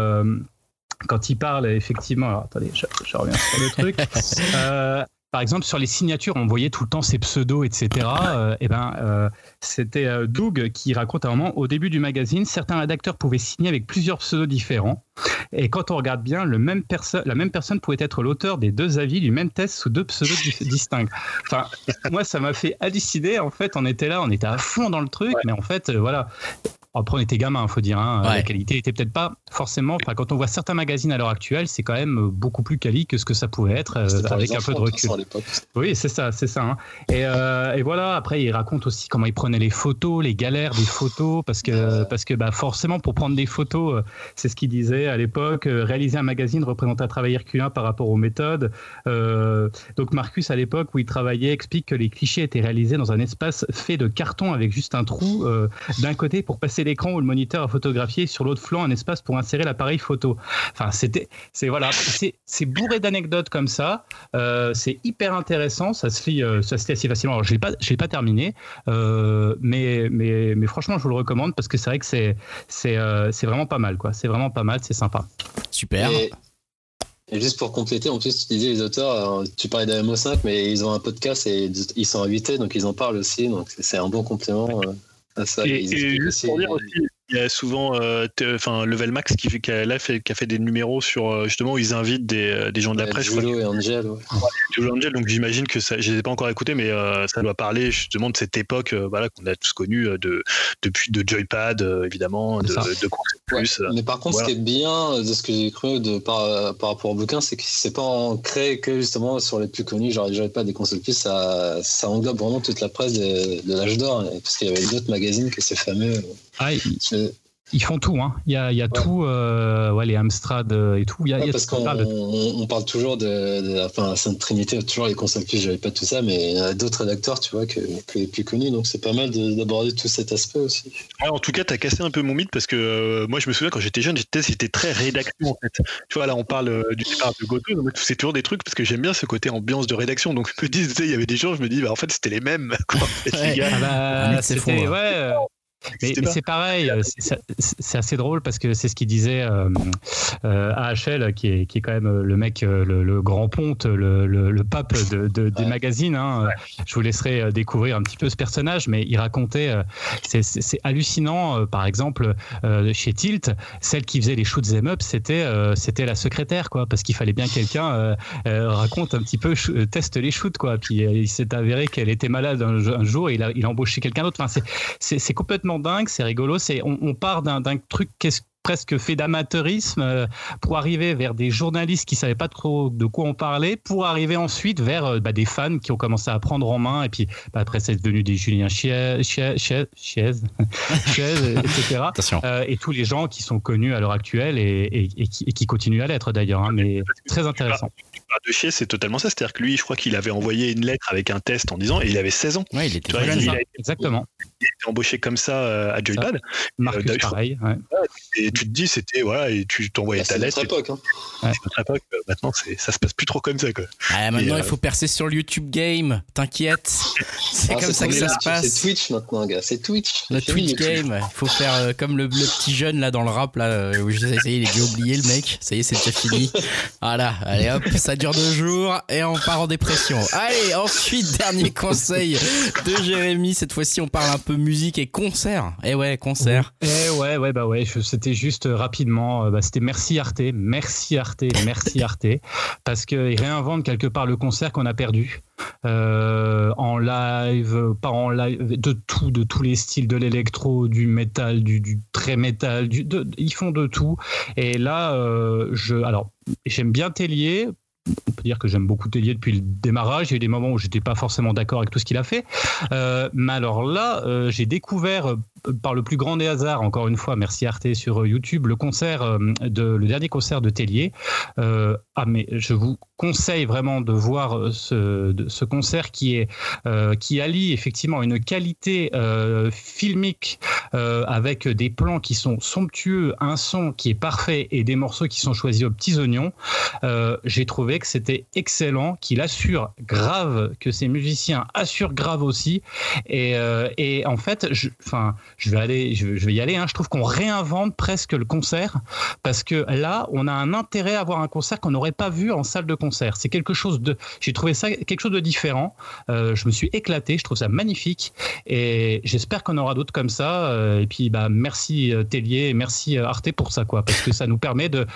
parle effectivement. Alors attendez, je reviens sur le truc. Par exemple, sur les signatures, on voyait tout le temps ces pseudos, etc. C'était Doug qui raconte à un moment, au début du magazine, certains rédacteurs pouvaient signer avec plusieurs pseudos différents. Et quand on regarde bien, la même personne pouvait être l'auteur des deux avis du même test sous deux pseudos distincts. Enfin, moi, ça m'a fait halluciner. En fait, on était à fond dans le truc, mais en fait, voilà. Après, on était gamin, il faut dire. Hein. Ouais. La qualité était peut-être pas forcément. Enfin, quand on voit certains magazines à l'heure actuelle, c'est quand même beaucoup plus quali que ce que ça pouvait être avec un peu de recul. Oui, c'est ça. Hein. Et voilà. Après, il raconte aussi comment il prenait les photos, les galères des photos, parce que forcément, pour prendre des photos, c'est ce qu'il disait à l'époque. Réaliser un magazine représentait un travail herculéen par rapport aux méthodes. Donc Marcus, à l'époque où il travaillait, explique que les clichés étaient réalisés dans un espace fait de carton avec juste un trou d'un côté pour passer l'écran ou le moniteur à photographier, sur l'autre flanc un espace pour insérer l'appareil photo. Enfin, c'est bourré d'anecdotes comme ça. C'est hyper intéressant. Ça se lit assez facilement. Alors, je l'ai pas terminé, mais franchement, je vous le recommande parce que c'est vrai que c'est vraiment pas mal, quoi. C'est vraiment pas mal. C'est sympa. Super. Et juste pour compléter, en plus, tu disais les auteurs, tu parlais d'AMO5, mais ils ont un podcast et ils sont invités, donc ils en parlent aussi. Donc c'est un bon complément. Ça, et juste pour dire aussi, il y a souvent Level Max qui a fait des numéros sur justement où ils invitent des gens de la presse. Julo et Angel. Ouais. Julo et Angel, donc j'imagine que ça, je les ai pas encore écoutés, mais ça doit parler justement de cette époque qu'on a tous connue depuis de Joypad évidemment, de Concept Plus. Mais par contre, ce qui est bien de ce que j'ai cru par rapport au bouquin, c'est que c'est pas ancré que justement sur les plus connus, genre les Joypad et Concept Plus, ça englobe vraiment toute la presse de l'âge d'or, parce qu'il y avait d'autres magazines que ces fameux. Ils font tout, hein. Il y a tout, les Amstrad et tout. Parce qu'on parle toujours de Sainte Trinité, toujours les Concept Plus, j'avais pas tout ça, mais il y a d'autres rédacteurs, tu vois, que les plus connus, donc c'est pas mal d'aborder tout cet aspect aussi. Ouais, en tout cas, t'as cassé un peu mon mythe parce que moi, je me souviens quand j'étais jeune, j'étais très rédaction en fait. Tu vois, là, on parle du départ de Goto, donc c'est toujours des trucs parce que j'aime bien ce côté ambiance de rédaction. Donc je me dis, il y avait des gens, je me dis, en fait, c'était les mêmes. Quoi, en fait, les gars. C'est fou. Mais c'est pareil, c'est assez drôle parce que c'est ce qu'il disait AHL, qui est quand même le mec, le grand ponte, le pape des magazines. Hein. Je vous laisserai découvrir un petit peu ce personnage, mais il racontait, c'est hallucinant. Par exemple, chez Tilt, celle qui faisait les shoots em up, c'était la secrétaire, quoi, parce qu'il fallait bien que quelqu'un raconte un petit peu, teste les shoots, quoi. Puis il s'est avéré qu'elle était malade un jour et il a embauché quelqu'un d'autre. Enfin, c'est complètement dingue, c'est rigolo. On part d'un truc presque fait d'amateurisme pour arriver vers des journalistes qui savaient pas trop de quoi on parlait, pour arriver ensuite vers des fans qui ont commencé à prendre en main, et puis après c'est devenu des Julien Chiez, etc. Et tous les gens qui sont connus à l'heure actuelle et qui continuent à l'être d'ailleurs, hein, mais très intéressant. De Chiez, c'est totalement ça, c'est-à-dire que lui, je crois qu'il avait envoyé une lettre avec un test en disant, et il avait 16 ans. Ouais, il était très jeune. Exactement. il était embauché comme ça à Joypad. Marcus, pareil. Ouais. Et tu te dis, c'était voilà, et tu t'envoyais ta lettre. C'est notre époque. C'est notre époque. Maintenant, ça se passe plus trop comme ça, quoi. Maintenant, il faut percer sur le YouTube Game. T'inquiète. C'est comme ça que ça se passe. C'est Twitch maintenant, gars. C'est Twitch. Le Twitch Game. Il faut faire comme le petit jeune là dans le rap là. Où ça y est, il est oublié le mec. Ça y est, c'est déjà fini. Voilà. Allez hop, ça dure 2 jours et on part en dépression. Allez, ensuite, dernier conseil de Jérémy. Cette fois-ci, on parle un peu musique et concert. Ouais, concert. C'était juste rapidement. C'était merci Arte, parce qu'ils réinventent quelque part le concert qu'on a perdu. En live, pas en live, de tous les styles, de l'électro, du métal, du très métal, ils font de tout. Et là, j'aime bien Tellier. On peut dire que j'aime beaucoup Tellier depuis le démarrage. Il y a eu des moments où j'étais pas forcément d'accord avec tout ce qu'il a fait. Mais alors là, j'ai découvert par le plus grand des hasards, encore une fois, merci Arte sur YouTube, le dernier concert de Tellier. Mais je vous conseille vraiment de voir ce concert qui allie effectivement une qualité filmique avec des plans qui sont somptueux, un son qui est parfait et des morceaux qui sont choisis aux petits oignons. J'ai trouvé que c'était excellent, qu'il assure grave, que ses musiciens assurent grave aussi. Et en fait, je vais y aller. Je trouve qu'on réinvente presque le concert parce que là, on a un intérêt à voir un concert qu'on n'aurait pas vu en salle de concert. C'est j'ai trouvé ça quelque chose de différent. Je me suis éclaté. Je trouve ça magnifique et j'espère qu'on aura d'autres comme ça. Et puis, merci Tellier et merci Arte pour ça, quoi, parce que ça nous permet de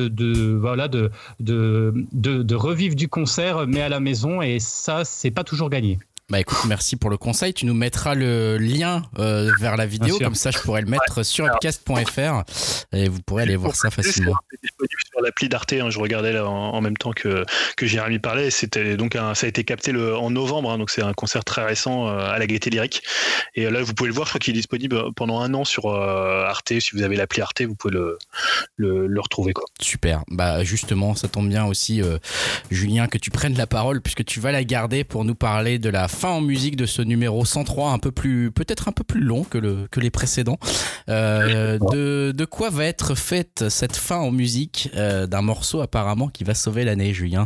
revivre du concert, mais à la maison, et ça, c'est pas toujours gagné. Écoute, merci pour le conseil. Tu nous mettras le lien vers la vidéo, comme ça je pourrais le mettre sur upcast.fr et vous pourrez aller voir ça facilement. C'est disponible sur l'appli d'Arte. Je regardais là en même temps que Jérémy parlait. C'était donc ça a été capté en novembre, donc c'est un concert très récent à la Gaîté Lyrique. Et là, vous pouvez le voir. Je crois qu'il est disponible pendant 1 an sur Arte. Si vous avez l'appli Arte, vous pouvez le retrouver, quoi. Super. Justement, ça tombe bien aussi, Julien, que tu prennes la parole puisque tu vas la garder pour nous parler de la fin en musique de ce numéro 103, peut-être un peu plus long que les précédents. De quoi va être faite cette fin en musique d'un morceau apparemment qui va sauver l'année, Julien?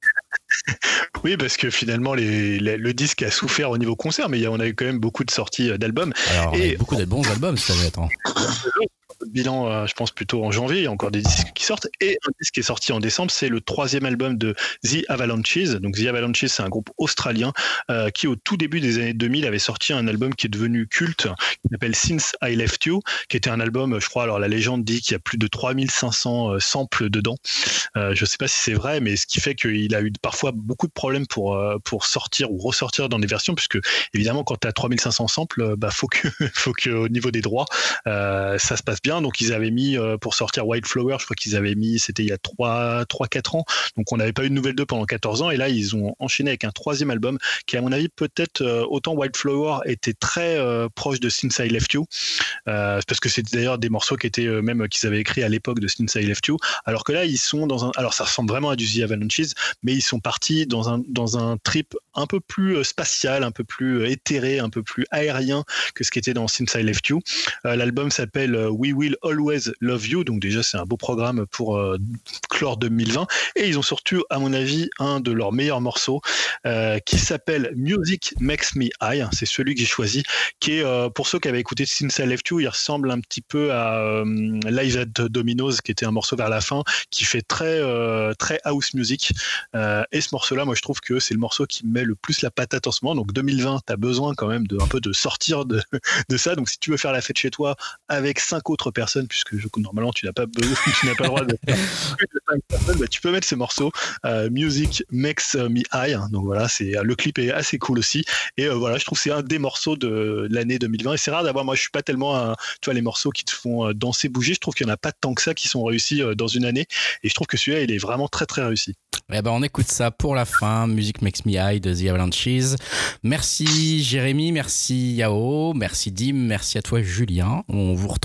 Oui, parce que finalement le disque a souffert au niveau concert, mais on a eu quand même beaucoup de sorties d'albums. Alors, beaucoup de bons albums cette année, attends. Bilan, je pense plutôt en janvier, il y a encore des disques qui sortent, et un disque qui est sorti en décembre, c'est le 3e album de The Avalanches. Donc The Avalanches, c'est un groupe australien qui au tout début des années 2000 avait sorti un album qui est devenu culte, qui s'appelle Since I Left You, qui était un album, je crois, alors la légende dit qu'il y a plus de 3500 samples dedans. Je sais pas si c'est vrai, mais ce qui fait qu'il a eu parfois beaucoup de problèmes pour sortir ou ressortir dans des versions, puisque évidemment quand tu as 3500 samples, faut que au niveau des droits ça se passe bien. Donc ils avaient mis pour sortir Wildflower, je crois qu'ils avaient mis, c'était il y a 3-4 ans, donc on n'avait pas eu de nouvelles d'eux pendant 14 ans, et là ils ont enchaîné avec un 3e album qui, à mon avis, peut-être autant Wildflower était très proche de Since I Left You, parce que c'était d'ailleurs des morceaux qui étaient même qu'ils avaient écrits à l'époque de Since I Left You, alors que là ils sont alors ça ressemble vraiment à du The Avalanches, mais ils sont partis dans un trip un peu plus spatial, un peu plus éthéré, un peu plus aérien que ce qui était dans Since I Left You. L'album s'appelle We Will Always Love You, donc déjà c'est un beau programme pour clore 2020, et ils ont surtout, à mon avis, un de leurs meilleurs morceaux qui s'appelle Music Makes Me High. C'est celui que j'ai choisi, qui est, pour ceux qui avaient écouté Since I Left You, il ressemble un petit peu à Live at Domino's, qui était un morceau vers la fin qui fait très house music, et ce morceau là, moi je trouve que c'est le morceau qui met le plus la patate en ce moment. Donc 2020, t'as besoin quand même un peu de sortir de ça, donc si tu veux faire la fête chez toi avec 5 autres personnes, puisque normalement tu n'as pas le droit de faire plus de 5 personnes, tu peux mettre ces morceaux. Music Makes Me High, donc voilà, le clip est assez cool aussi, et voilà, je trouve que c'est un des morceaux de l'année 2020, et c'est rare d'avoir, moi je suis pas tellement tu vois, les morceaux qui te font danser, bouger, je trouve qu'il y en a pas tant que ça qui sont réussis dans une année, et je trouve que celui-là il est vraiment très très réussi. On écoute ça pour la fin. Music Makes Me High de The Avalanches. Merci Jérémy, merci Yao, merci Dim, merci à toi Julien. On vous retrouve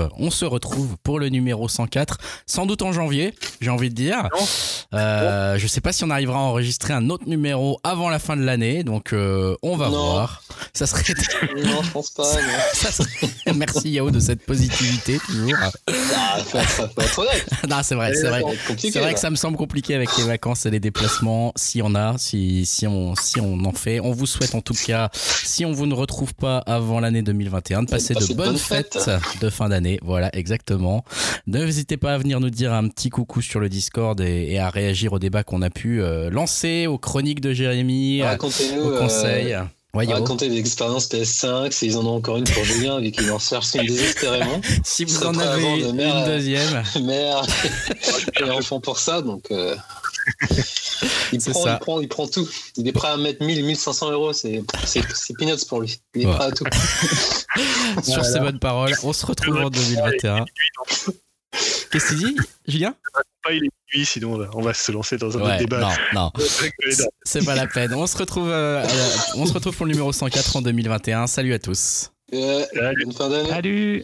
on se retrouve pour le numéro 104, sans doute en janvier, j'ai envie de dire. Je sais pas si on arrivera à enregistrer un autre numéro avant la fin de l'année, donc on va voir. Ça serait... Non, je pense pas. Ça serait... Merci Yao de cette positivité, toujours. Faut être honnête. Non, c'est vrai. C'est vrai que ça me semble compliqué avec les vacances et les déplacements. Si on en fait, on vous souhaite en tout cas, si on vous ne retrouve pas avant l'année 2021, de passer de bonnes fêtes de fin d'année. Voilà, exactement. N'hésitez pas à venir nous dire un petit coucou sur le Discord et à réagir au débat qu'on a pu lancer, aux chroniques de Jérémy, aux conseils. Racontez des expériences PS5, s'ils en ont encore une pour Julien, vu qu'il en cherche une désespérément. Si vous en avez une deuxième. Mère et enfant pour ça, donc il prend tout. Il est prêt à mettre 1 500 euros, c'est peanuts pour lui. Il est prêt à tout. Sur ces bonnes paroles, on se retrouve en 2021. Qu'est-ce que tu dis, Julien ? Pas il est nuit, sinon on va se lancer dans un autre débat. Non. C'est pas la peine. On se retrouve pour le numéro 104 en 2021. Salut à tous. Bonne fin d'année. Salut.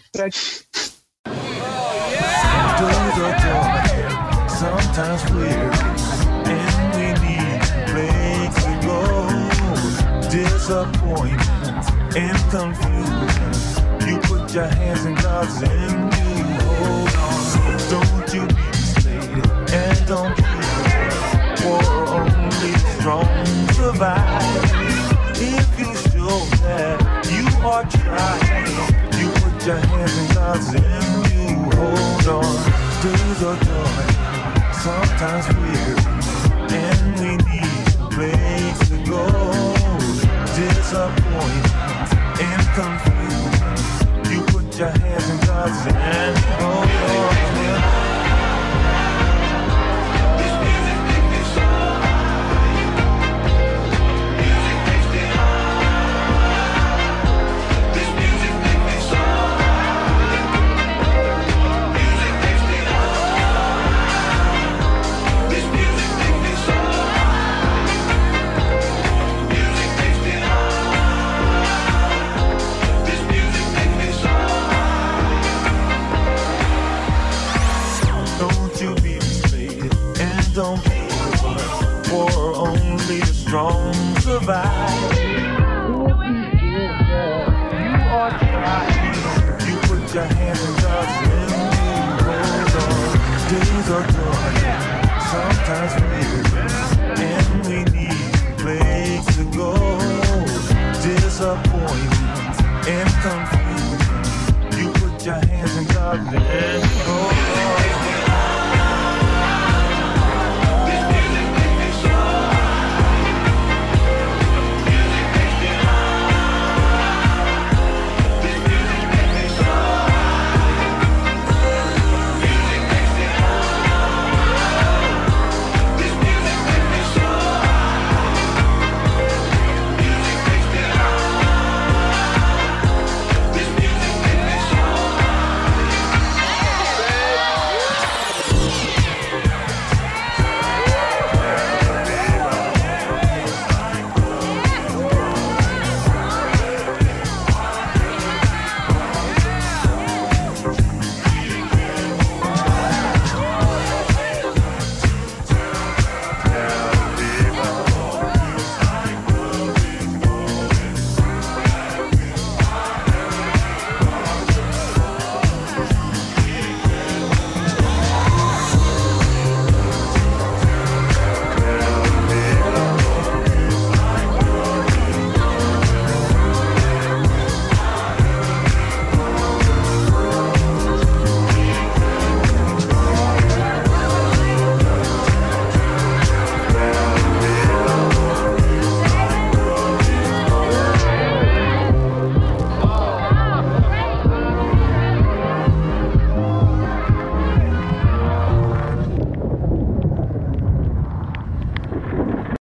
Sometimes we're and we need place to go. Disappointment and confusion. You put your hands in God's and you hold on. Don't you be misled and don't give. For only strong survive. If you show that you are trying, you put your hands in God's and you hold on. Days are dark. Sometimes we're and we need a place to go. Disappointment and confusion. You put your hands in God's hand. Oh, this music makes me so music makes me this music makes me so music makes me this music makes me so music makes me this music makes me so. Don't you be misled and don't give up, for only the strong survive. You are trying, you put your hands in God's hand, you hold on. Days are dark, sometimes we're and we need a place to go. Disappointment and confusion. You put your hands in God's hand.